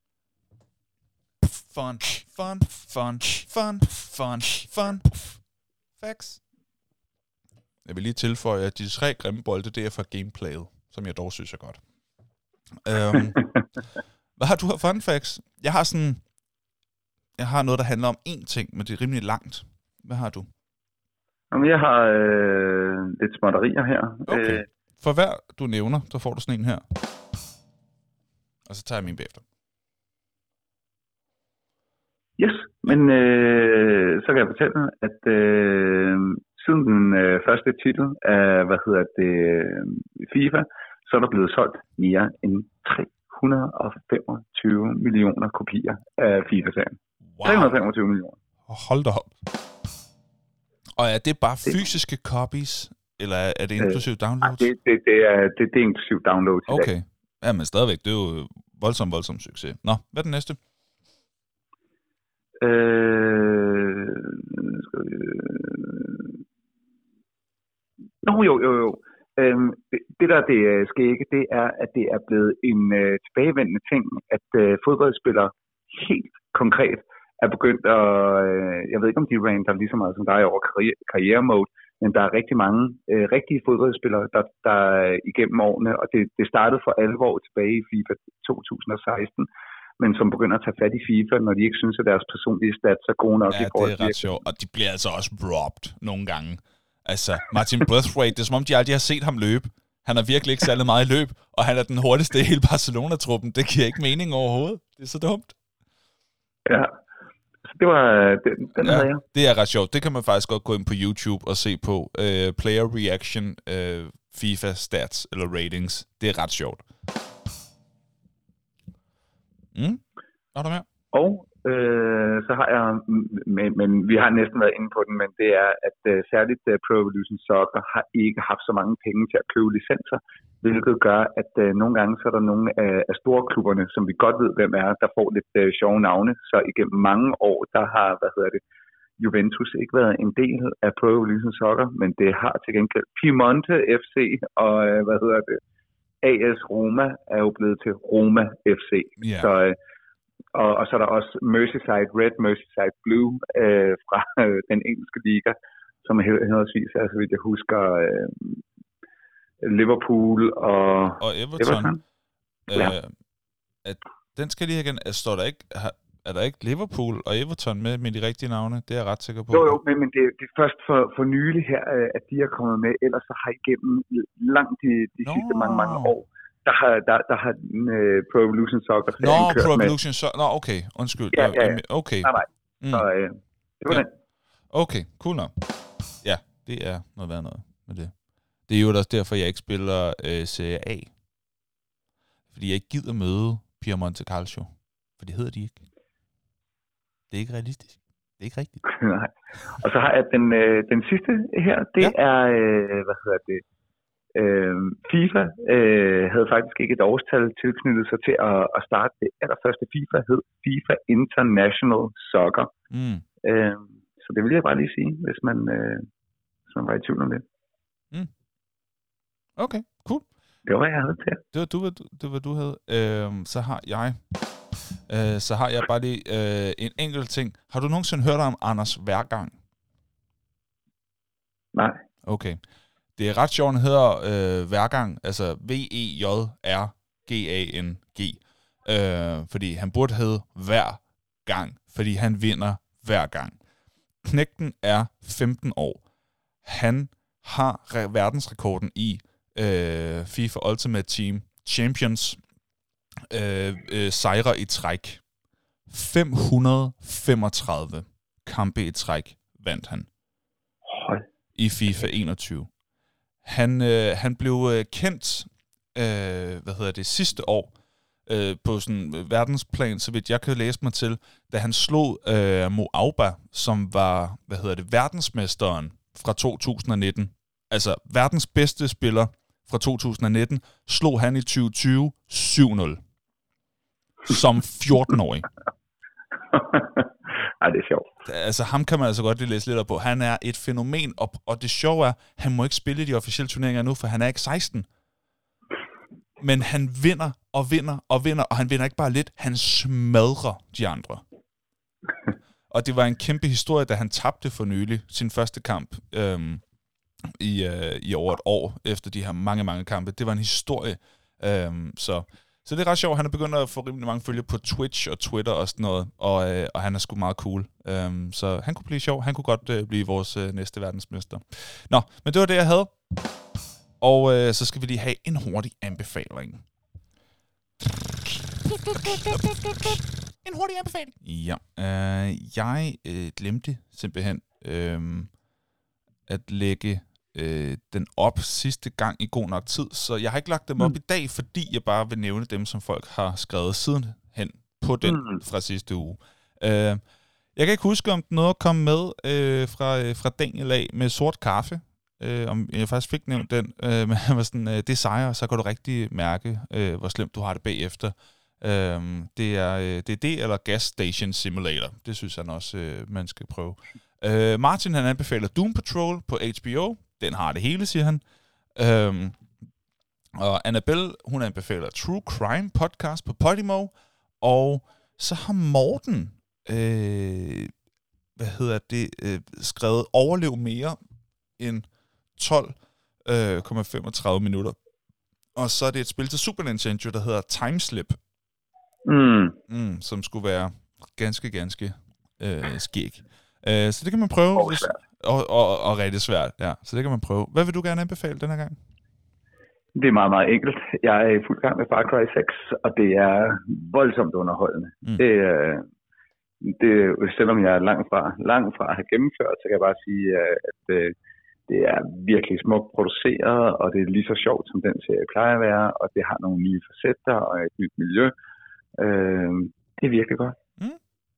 [SPEAKER 1] Fun, fun, fun, fun, fun, fun, facts. Jeg vil lige tilføje, at de tre grimme bolde, det er fra gameplayet, som jeg dog synes er godt. Um, hvad har du af fun facts? Jeg har sådan, jeg har noget, der handler om én ting, men det er rimelig langt. Hvad har du?
[SPEAKER 3] Jamen, jeg har øh, lidt småtterier her.
[SPEAKER 1] Okay.
[SPEAKER 3] Øh.
[SPEAKER 1] For hver du nævner, så får du sådan en her. Og så tager jeg min bagefter.
[SPEAKER 3] Yes, men øh, så kan jeg fortælle dig, at øh, siden den øh, første titel af, hvad hedder det, FIFA, så er der blevet solgt mere end tre hundrede femogtyve millioner kopier af FIFA-serien. Wow. tre hundrede femogtyve millioner.
[SPEAKER 1] Hold da op. Og er det bare fysiske copies, eller er det inklusiv downloads?
[SPEAKER 3] Det, det, det, er, det, det er inklusiv downloads.
[SPEAKER 1] Okay. Ja, men stadigvæk, det er jo voldsom, voldsom succes. Nå, hvad er den næste?
[SPEAKER 3] Øh... Nå, jo, jo, jo. Øhm, det, det der det skægge, det er, at det er blevet en øh, tilbagevendende ting, at øh, fodboldspillere helt konkret er begyndt at, øh, jeg ved ikke om de ranter lige så meget som dig over karriere, karrieremode, men der er rigtig mange øh, rigtige fodboldspillere, der, der igennem årene, og det, det startede for alvor tilbage i FIFA to tusind og seksten, men som begynder at tage fat i FIFA, når de ikke synes, at deres personlige stats er gode nok.
[SPEAKER 1] Ja,
[SPEAKER 3] i forhold
[SPEAKER 1] det er ret sjovt, og de bliver altså også robbed nogle gange. Altså, Martin Braithwaite, det er som om, de aldrig har set ham løbe. Han har virkelig ikke særlig meget i løb, og han er den hurtigste i hele Barcelona-truppen. Det giver ikke mening overhovedet. Det er så dumt.
[SPEAKER 3] Ja, så det var, den, den
[SPEAKER 1] ja,
[SPEAKER 3] havde jeg.
[SPEAKER 1] Det er ret sjovt. Det kan man faktisk godt gå ind på YouTube og se på. Uh, player reaction, uh, FIFA stats eller ratings. Det er ret sjovt. Mm. Er du med?
[SPEAKER 3] Og øh, så har jeg, men, men vi har næsten været inde på den, men det er, at øh, særligt øh, Pro Evolution Soccer har ikke haft så mange penge til at købe licenser, hvilket gør, at øh, nogle gange så er der nogle af, af store klubberne, som vi godt ved, hvem er, der får lidt øh, sjove navne. Så igennem mange år, der har, hvad hedder det, Juventus ikke været en del af Pro Evolution Soccer, men det har til gengæld Piemonte F C og, øh, hvad hedder det, A S Roma er jo blevet til Roma F C.
[SPEAKER 1] Yeah.
[SPEAKER 3] Så øh, Og, og så er der også Merseyside Red, Merseyside Blue øh, fra øh, den engelske liga, som henholdsvis er, så vidt jeg husker, øh, Liverpool og,
[SPEAKER 1] og Everton.
[SPEAKER 3] Everton.
[SPEAKER 1] Øh, ja. at, den skal lige igen. Er, står der ikke, er der ikke Liverpool og Everton med med de rigtige navne? Det er jeg ret sikker på.
[SPEAKER 3] Jo, jo, men, men det, det er først for, for nylig her, at de er kommet med. Ellers så har igennem langt de, de sidste mange, mange år, Der har, der, der har uh, Pro Evolution Soccer
[SPEAKER 1] Nå, Pro Evolution Soccer. Nå, okay. Undskyld.
[SPEAKER 3] Ja, ja, ja.
[SPEAKER 1] Okay.
[SPEAKER 3] Nej, nej. Mm. Så uh, det var
[SPEAKER 1] ja.
[SPEAKER 3] den.
[SPEAKER 1] Okay, cool nok. Ja, det er noget værd noget med det. Det er jo også derfor, jeg ikke spiller øh, Serie A. Fordi jeg ikke gider møde Piemonte Calcio. For det hedder de ikke. Det er ikke realistisk. Det er ikke rigtigt.
[SPEAKER 3] Nej. Og så har jeg den, øh, den sidste her. Det ja. er, øh, hvad hedder det? Øh, FIFA øh, havde faktisk ikke et årstal tilknyttet sig til at, at starte det allerførste FIFA, hed FIFA International Soccer.
[SPEAKER 1] Mm.
[SPEAKER 3] Øh, så det vil jeg bare lige sige, hvis man, øh, hvis man var i tvivl om det.
[SPEAKER 1] Mm. Okay, cool.
[SPEAKER 3] Det var, hvad jeg havde til.
[SPEAKER 1] Det var, du, det var, du havde. Øh, så har jeg... Øh, så har jeg bare lige øh, en enkelt ting. Har du nogensinde hørt om Anders Værgang?
[SPEAKER 3] Nej.
[SPEAKER 1] Okay. Det er ret sjovt, han hedder øh, Værgang, altså V E J R G A N G. Øh, fordi han burde hedde Hver Gang, fordi han vinder hver gang. Knægten er femten år. Han har re- verdensrekorden i øh, FIFA Ultimate Team Champions øh, øh, sejre i træk. fem hundrede femogtredive kampe i træk vandt han.
[SPEAKER 3] Hold.
[SPEAKER 1] I FIFA enogtyve. Han, øh, han blev øh, kendt øh, hvad hedder det, sidste år øh, på sådan øh, verdensplan, så vidt jeg kan læse mig til, da han slog øh, Mo Auba, som var, hvad hedder det, verdensmesteren fra to tusind nitten. Altså verdens bedste spiller fra to tusind nitten, slog han i tyve tyve syv nul. Som fjorten-årig.
[SPEAKER 3] Ej, det er sjovt.
[SPEAKER 1] Altså, ham kan man altså godt læse lidt op på. Han er et fænomen, og, og det sjove er, han må ikke spille i de officielle turneringer nu, for han er ikke seksten. Men han vinder og vinder og vinder, og han vinder ikke bare lidt, han smadrer de andre. Og det var en kæmpe historie, da han tabte for nylig sin første kamp øhm, i, øh, i over et år, efter de her mange, mange kampe. Det var en historie. Øhm, så... Så det er ret sjovt. Han er begyndt at få rimelig mange følgere på Twitch og Twitter og sådan noget, og, øh, og han er sgu meget cool. Um, så han kunne blive sjov. Han kunne godt øh, blive vores øh, næste verdensmester. Nå, men det var det, jeg havde. Og øh, så skal vi lige have en hurtig anbefaling. En hurtig anbefaling. Ja, øh, jeg øh, glemte simpelthen øh, at lægge Øh, den op sidste gang i god nok tid, så jeg har ikke lagt dem op mm. i dag, fordi jeg bare vil nævne dem, som folk har skrevet sidenhen på den mm. fra sidste uge. Øh, jeg kan ikke huske, om noget kom med øh, fra, øh, fra Daniel af med sort kaffe, øh, om jeg faktisk fik nævnt den, øh, men han var sådan, øh, det er sejr, så kan du rigtig mærke, øh, hvor slemt du har det bagefter. Øh, det, er, øh, det er det, eller Gas Station Simulator. Det synes han også, øh, man skal prøve. Øh, Martin, han anbefaler Doom Patrol på H B O. Den har det hele, siger han. Øhm, og Annabelle, hun anbefaler True Crime podcast på Podimo. Og så har Morten, øh, hvad hedder det, øh, skrevet Overlev mere end tolv komma femogtredive minutter. Og så er det et spil til Super Nintendo, der hedder Timeslip.
[SPEAKER 3] Mm.
[SPEAKER 1] Mm, som skulle være ganske, ganske øh, skæg. Øh, så det kan man prøve. Hvis, Og, og, og rigtig svært, ja. Så det kan man prøve. Hvad vil du gerne anbefale den her gang?
[SPEAKER 3] Det er meget, meget enkelt. Jeg er i fuld gang med Far Cry seks, og det er voldsomt underholdende. Mm. Det, det, selvom jeg er langt fra, langt fra at have gennemført, så kan jeg bare sige, at det er virkelig smukt produceret, og det er lige så sjovt, som den serie plejer at være, og det har nogle nye facetter og et nyt miljø. Det er virkelig godt.
[SPEAKER 1] Mm.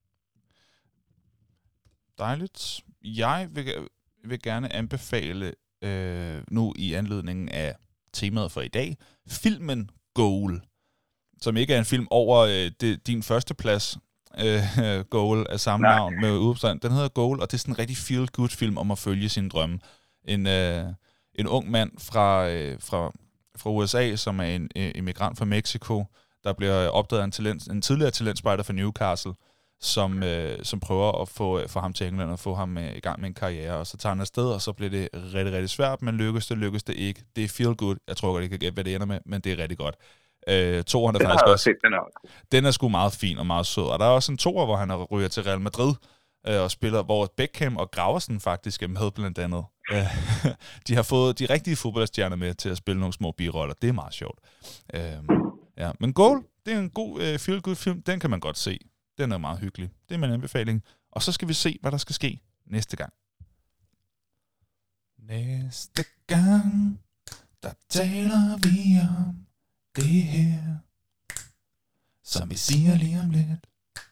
[SPEAKER 1] Dejligt. Jeg vil, vil gerne anbefale, øh, nu i anledningen af temaet for i dag, filmen Goal, som ikke er en film over øh, det, din førsteplads, øh, Goal af samme Nej. navn med udopstand. Den hedder Goal, og det er sådan en rigtig feel-good-film om at følge sine drømme. En, øh, en ung mand fra, øh, fra, fra U S A, som er en øh, immigrant fra Mexico, der bliver opdaget af en, talent, en tidligere talentspejder fra Newcastle, som, øh, som prøver at få, få ham til England og få ham øh, i gang med en karriere, og så tager han afsted, og så bliver det rigtig, rigtig svært, men lykkes det, lykkes det ikke. Det er feel good. Jeg tror godt, jeg kan gætte, hvad det ender med, men det er rigtig godt. Øh, toeren er
[SPEAKER 3] den
[SPEAKER 1] faktisk også...
[SPEAKER 3] Set, den, er.
[SPEAKER 1] den er sgu meget fin og meget sød, og der er også en toer, hvor han ryger til Real Madrid øh, og spiller, hvor Beckham og Graversen faktisk er med blandt andet. Øh, de har fået de rigtige fodboldstjerner med til at spille nogle små biroller. Det er meget sjovt. Øh, ja. Men Goal, det er en god øh, feel good film. Den kan man godt se. Den er meget hyggelig. Det er min anbefaling. Og så skal vi se, hvad der skal ske næste gang. Næste gang Der taler vi om det her, som vi siger lige om lidt.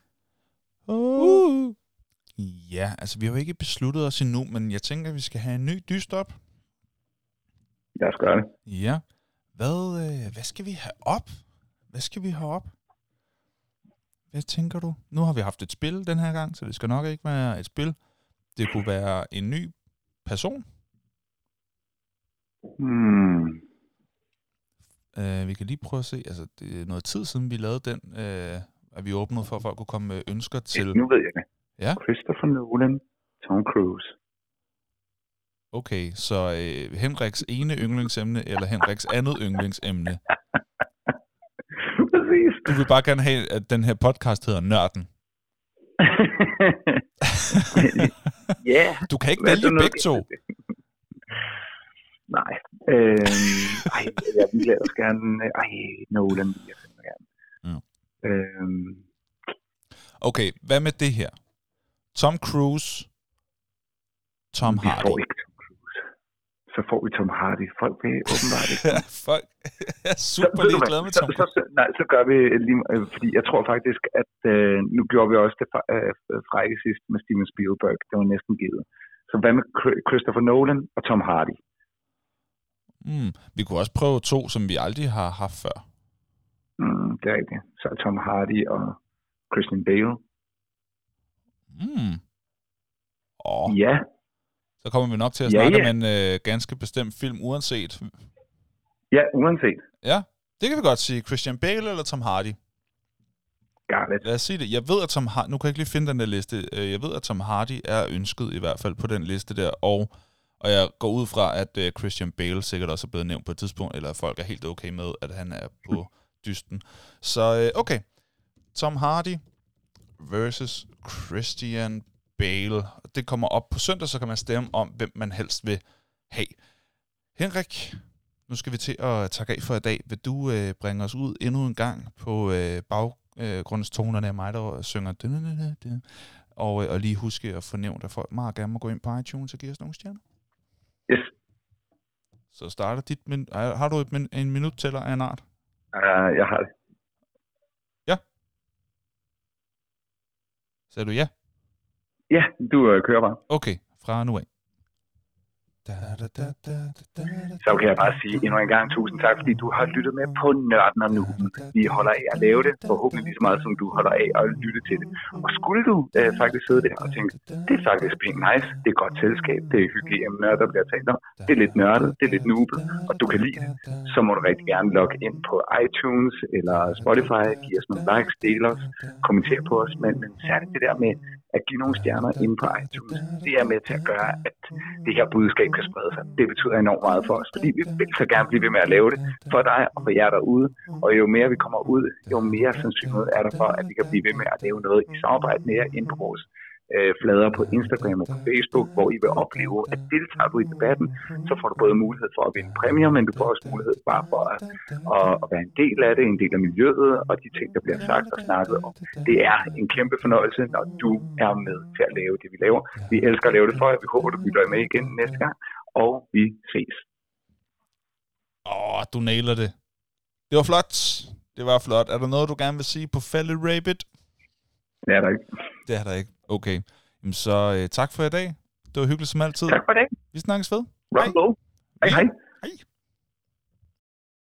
[SPEAKER 1] Uh. Ja, altså vi har jo ikke besluttet os endnu, men jeg tænker, at vi skal have en ny dyst op.
[SPEAKER 3] Lad os gøre det.
[SPEAKER 1] Ja. Hvad, øh, hvad skal vi have op? Hvad skal vi have op? Hvad tænker du? Nu har vi haft et spil den her gang, så det skal nok ikke være et spil. Det kunne være en ny person.
[SPEAKER 3] Hmm.
[SPEAKER 1] Uh, vi kan lige prøve at se. Altså, det er noget tid siden, vi lavede den, uh, at vi åbnede for, at folk kunne komme med ønsker til...
[SPEAKER 3] Nu ved jeg det.
[SPEAKER 1] Ja?
[SPEAKER 3] Christopher Nolan, Tom Cruise.
[SPEAKER 1] Okay, så uh, Henriks ene yndlingsemne, eller Henriks andet yndlingsemne?
[SPEAKER 3] Præcis.
[SPEAKER 1] Du vil bare gerne have, at den her podcast hedder Nørden.
[SPEAKER 3] Ja. Yeah.
[SPEAKER 1] Du kan ikke vælge begge to.
[SPEAKER 3] Nej. Øhm, ej, jeg vil også gerne... Ej, Nolan vil jeg gerne.
[SPEAKER 1] Ja.
[SPEAKER 3] Øhm,
[SPEAKER 1] okay, hvad med det her? Tom Cruise, Tom
[SPEAKER 3] vi
[SPEAKER 1] Hardy.
[SPEAKER 3] får ikke Tom Cruise. Så får vi Tom Hardy. Folk vil åbenbart ikke.
[SPEAKER 1] Folk er super ligeglade med Tom
[SPEAKER 3] Cruise. Så, så, nej, så gør vi lige... Øh, fordi jeg tror faktisk, at øh, nu gjorde vi også det øh, frække sidst med Steven Spielberg. Det var næsten givet. Så hvad med Christopher Nolan og Tom Hardy?
[SPEAKER 1] Mm, vi kunne også prøve to, som vi aldrig har haft før.
[SPEAKER 3] Mm, det er rigtigt. Så Tom Hardy og Christian Bale.
[SPEAKER 1] Mm. Oh.
[SPEAKER 3] Ja.
[SPEAKER 1] Så kommer vi nok til at
[SPEAKER 3] ja,
[SPEAKER 1] snakke
[SPEAKER 3] ja.
[SPEAKER 1] om en øh, ganske bestemt film, uanset.
[SPEAKER 3] Ja, uanset.
[SPEAKER 1] Ja, det kan vi godt sige. Christian Bale eller Tom Hardy?
[SPEAKER 3] Got it.
[SPEAKER 1] Lad os sige det. Jeg ved, at Tom Hardy... Nu kan jeg ikke lige finde den der liste. Jeg ved, at Tom Hardy er ønsket i hvert fald på den liste der, og... Og jeg går ud fra, at uh, Christian Bale sikkert også er blevet nævnt på et tidspunkt, eller folk er helt okay med, at han er på dysten. Så uh, okay. Tom Hardy versus Christian Bale. Det kommer op på søndag, så kan man stemme om, hvem man helst vil have. Henrik, nu skal vi til at takke af for i dag. Vil du uh, bringe os ud endnu en gang på uh, baggrundstonerne af mig, der synger... Og, uh, og lige huske at fornævne, at folk meget gerne må gå ind på iTunes og give os nogle stjerner.
[SPEAKER 3] Yes.
[SPEAKER 1] Så starter dit... Min- har du et min- en minuttæller af en art?
[SPEAKER 3] Uh, jeg har det.
[SPEAKER 1] Ja. Sagde du ja?
[SPEAKER 3] Ja, du uh, kører bare.
[SPEAKER 1] Okay, fra nu af.
[SPEAKER 3] Så kan jeg bare sige endnu en gang tusind tak, fordi du har lyttet med på Nørden og Nuben. Vi holder af at lave det, forhåbentlig lige så meget, som du holder af at lytte til det. Og skulle du øh, faktisk sidde der og tænke, det er faktisk pænt nice, det er godt selskab, det er hyggelige emner, der bliver talt om, det er lidt nørdet, det er lidt nubet, og du kan lide det, så må du rigtig gerne logge ind på iTunes eller Spotify, give os nogle likes, dele os, kommentere på os, men, men særligt det der med at give nogle stjerner inde på iTunes, det er med til at gøre, at det her budskab kan sprede sig. Det betyder enormt meget for os, fordi vi vil så gerne blive ved med at lave det for dig og for jer derude. Og jo mere vi kommer ud, jo mere sandsynlighed er der for, at vi kan blive ved med at lave noget i samarbejde med jer inde på vores øh, flader på Instagram og på Facebook, hvor I vil opleve, at deltager du i debatten, så får du både mulighed for at vinde præmier, men du får også mulighed bare for at, at, at være en del af det, en del af miljøet og de ting, der bliver sagt og snakket om. Det er en kæmpe fornøjelse, når du er med til at lave det, vi laver. Vi elsker at lave det for jer. Vi håber, du bytter med igen næste gang, og vi ses.
[SPEAKER 1] Åh, oh, du nailer det. Det var flot. Det var flot. Er der noget, du gerne vil sige på Fælde Rabbit?
[SPEAKER 3] Det er der ikke.
[SPEAKER 1] Det er der ikke. Okay. Jamen, så uh, tak for i dag. Det var hyggeligt som altid.
[SPEAKER 3] Tak for det.
[SPEAKER 1] Vi snakkes ved.
[SPEAKER 3] Hej. Hej hej.
[SPEAKER 1] Hej.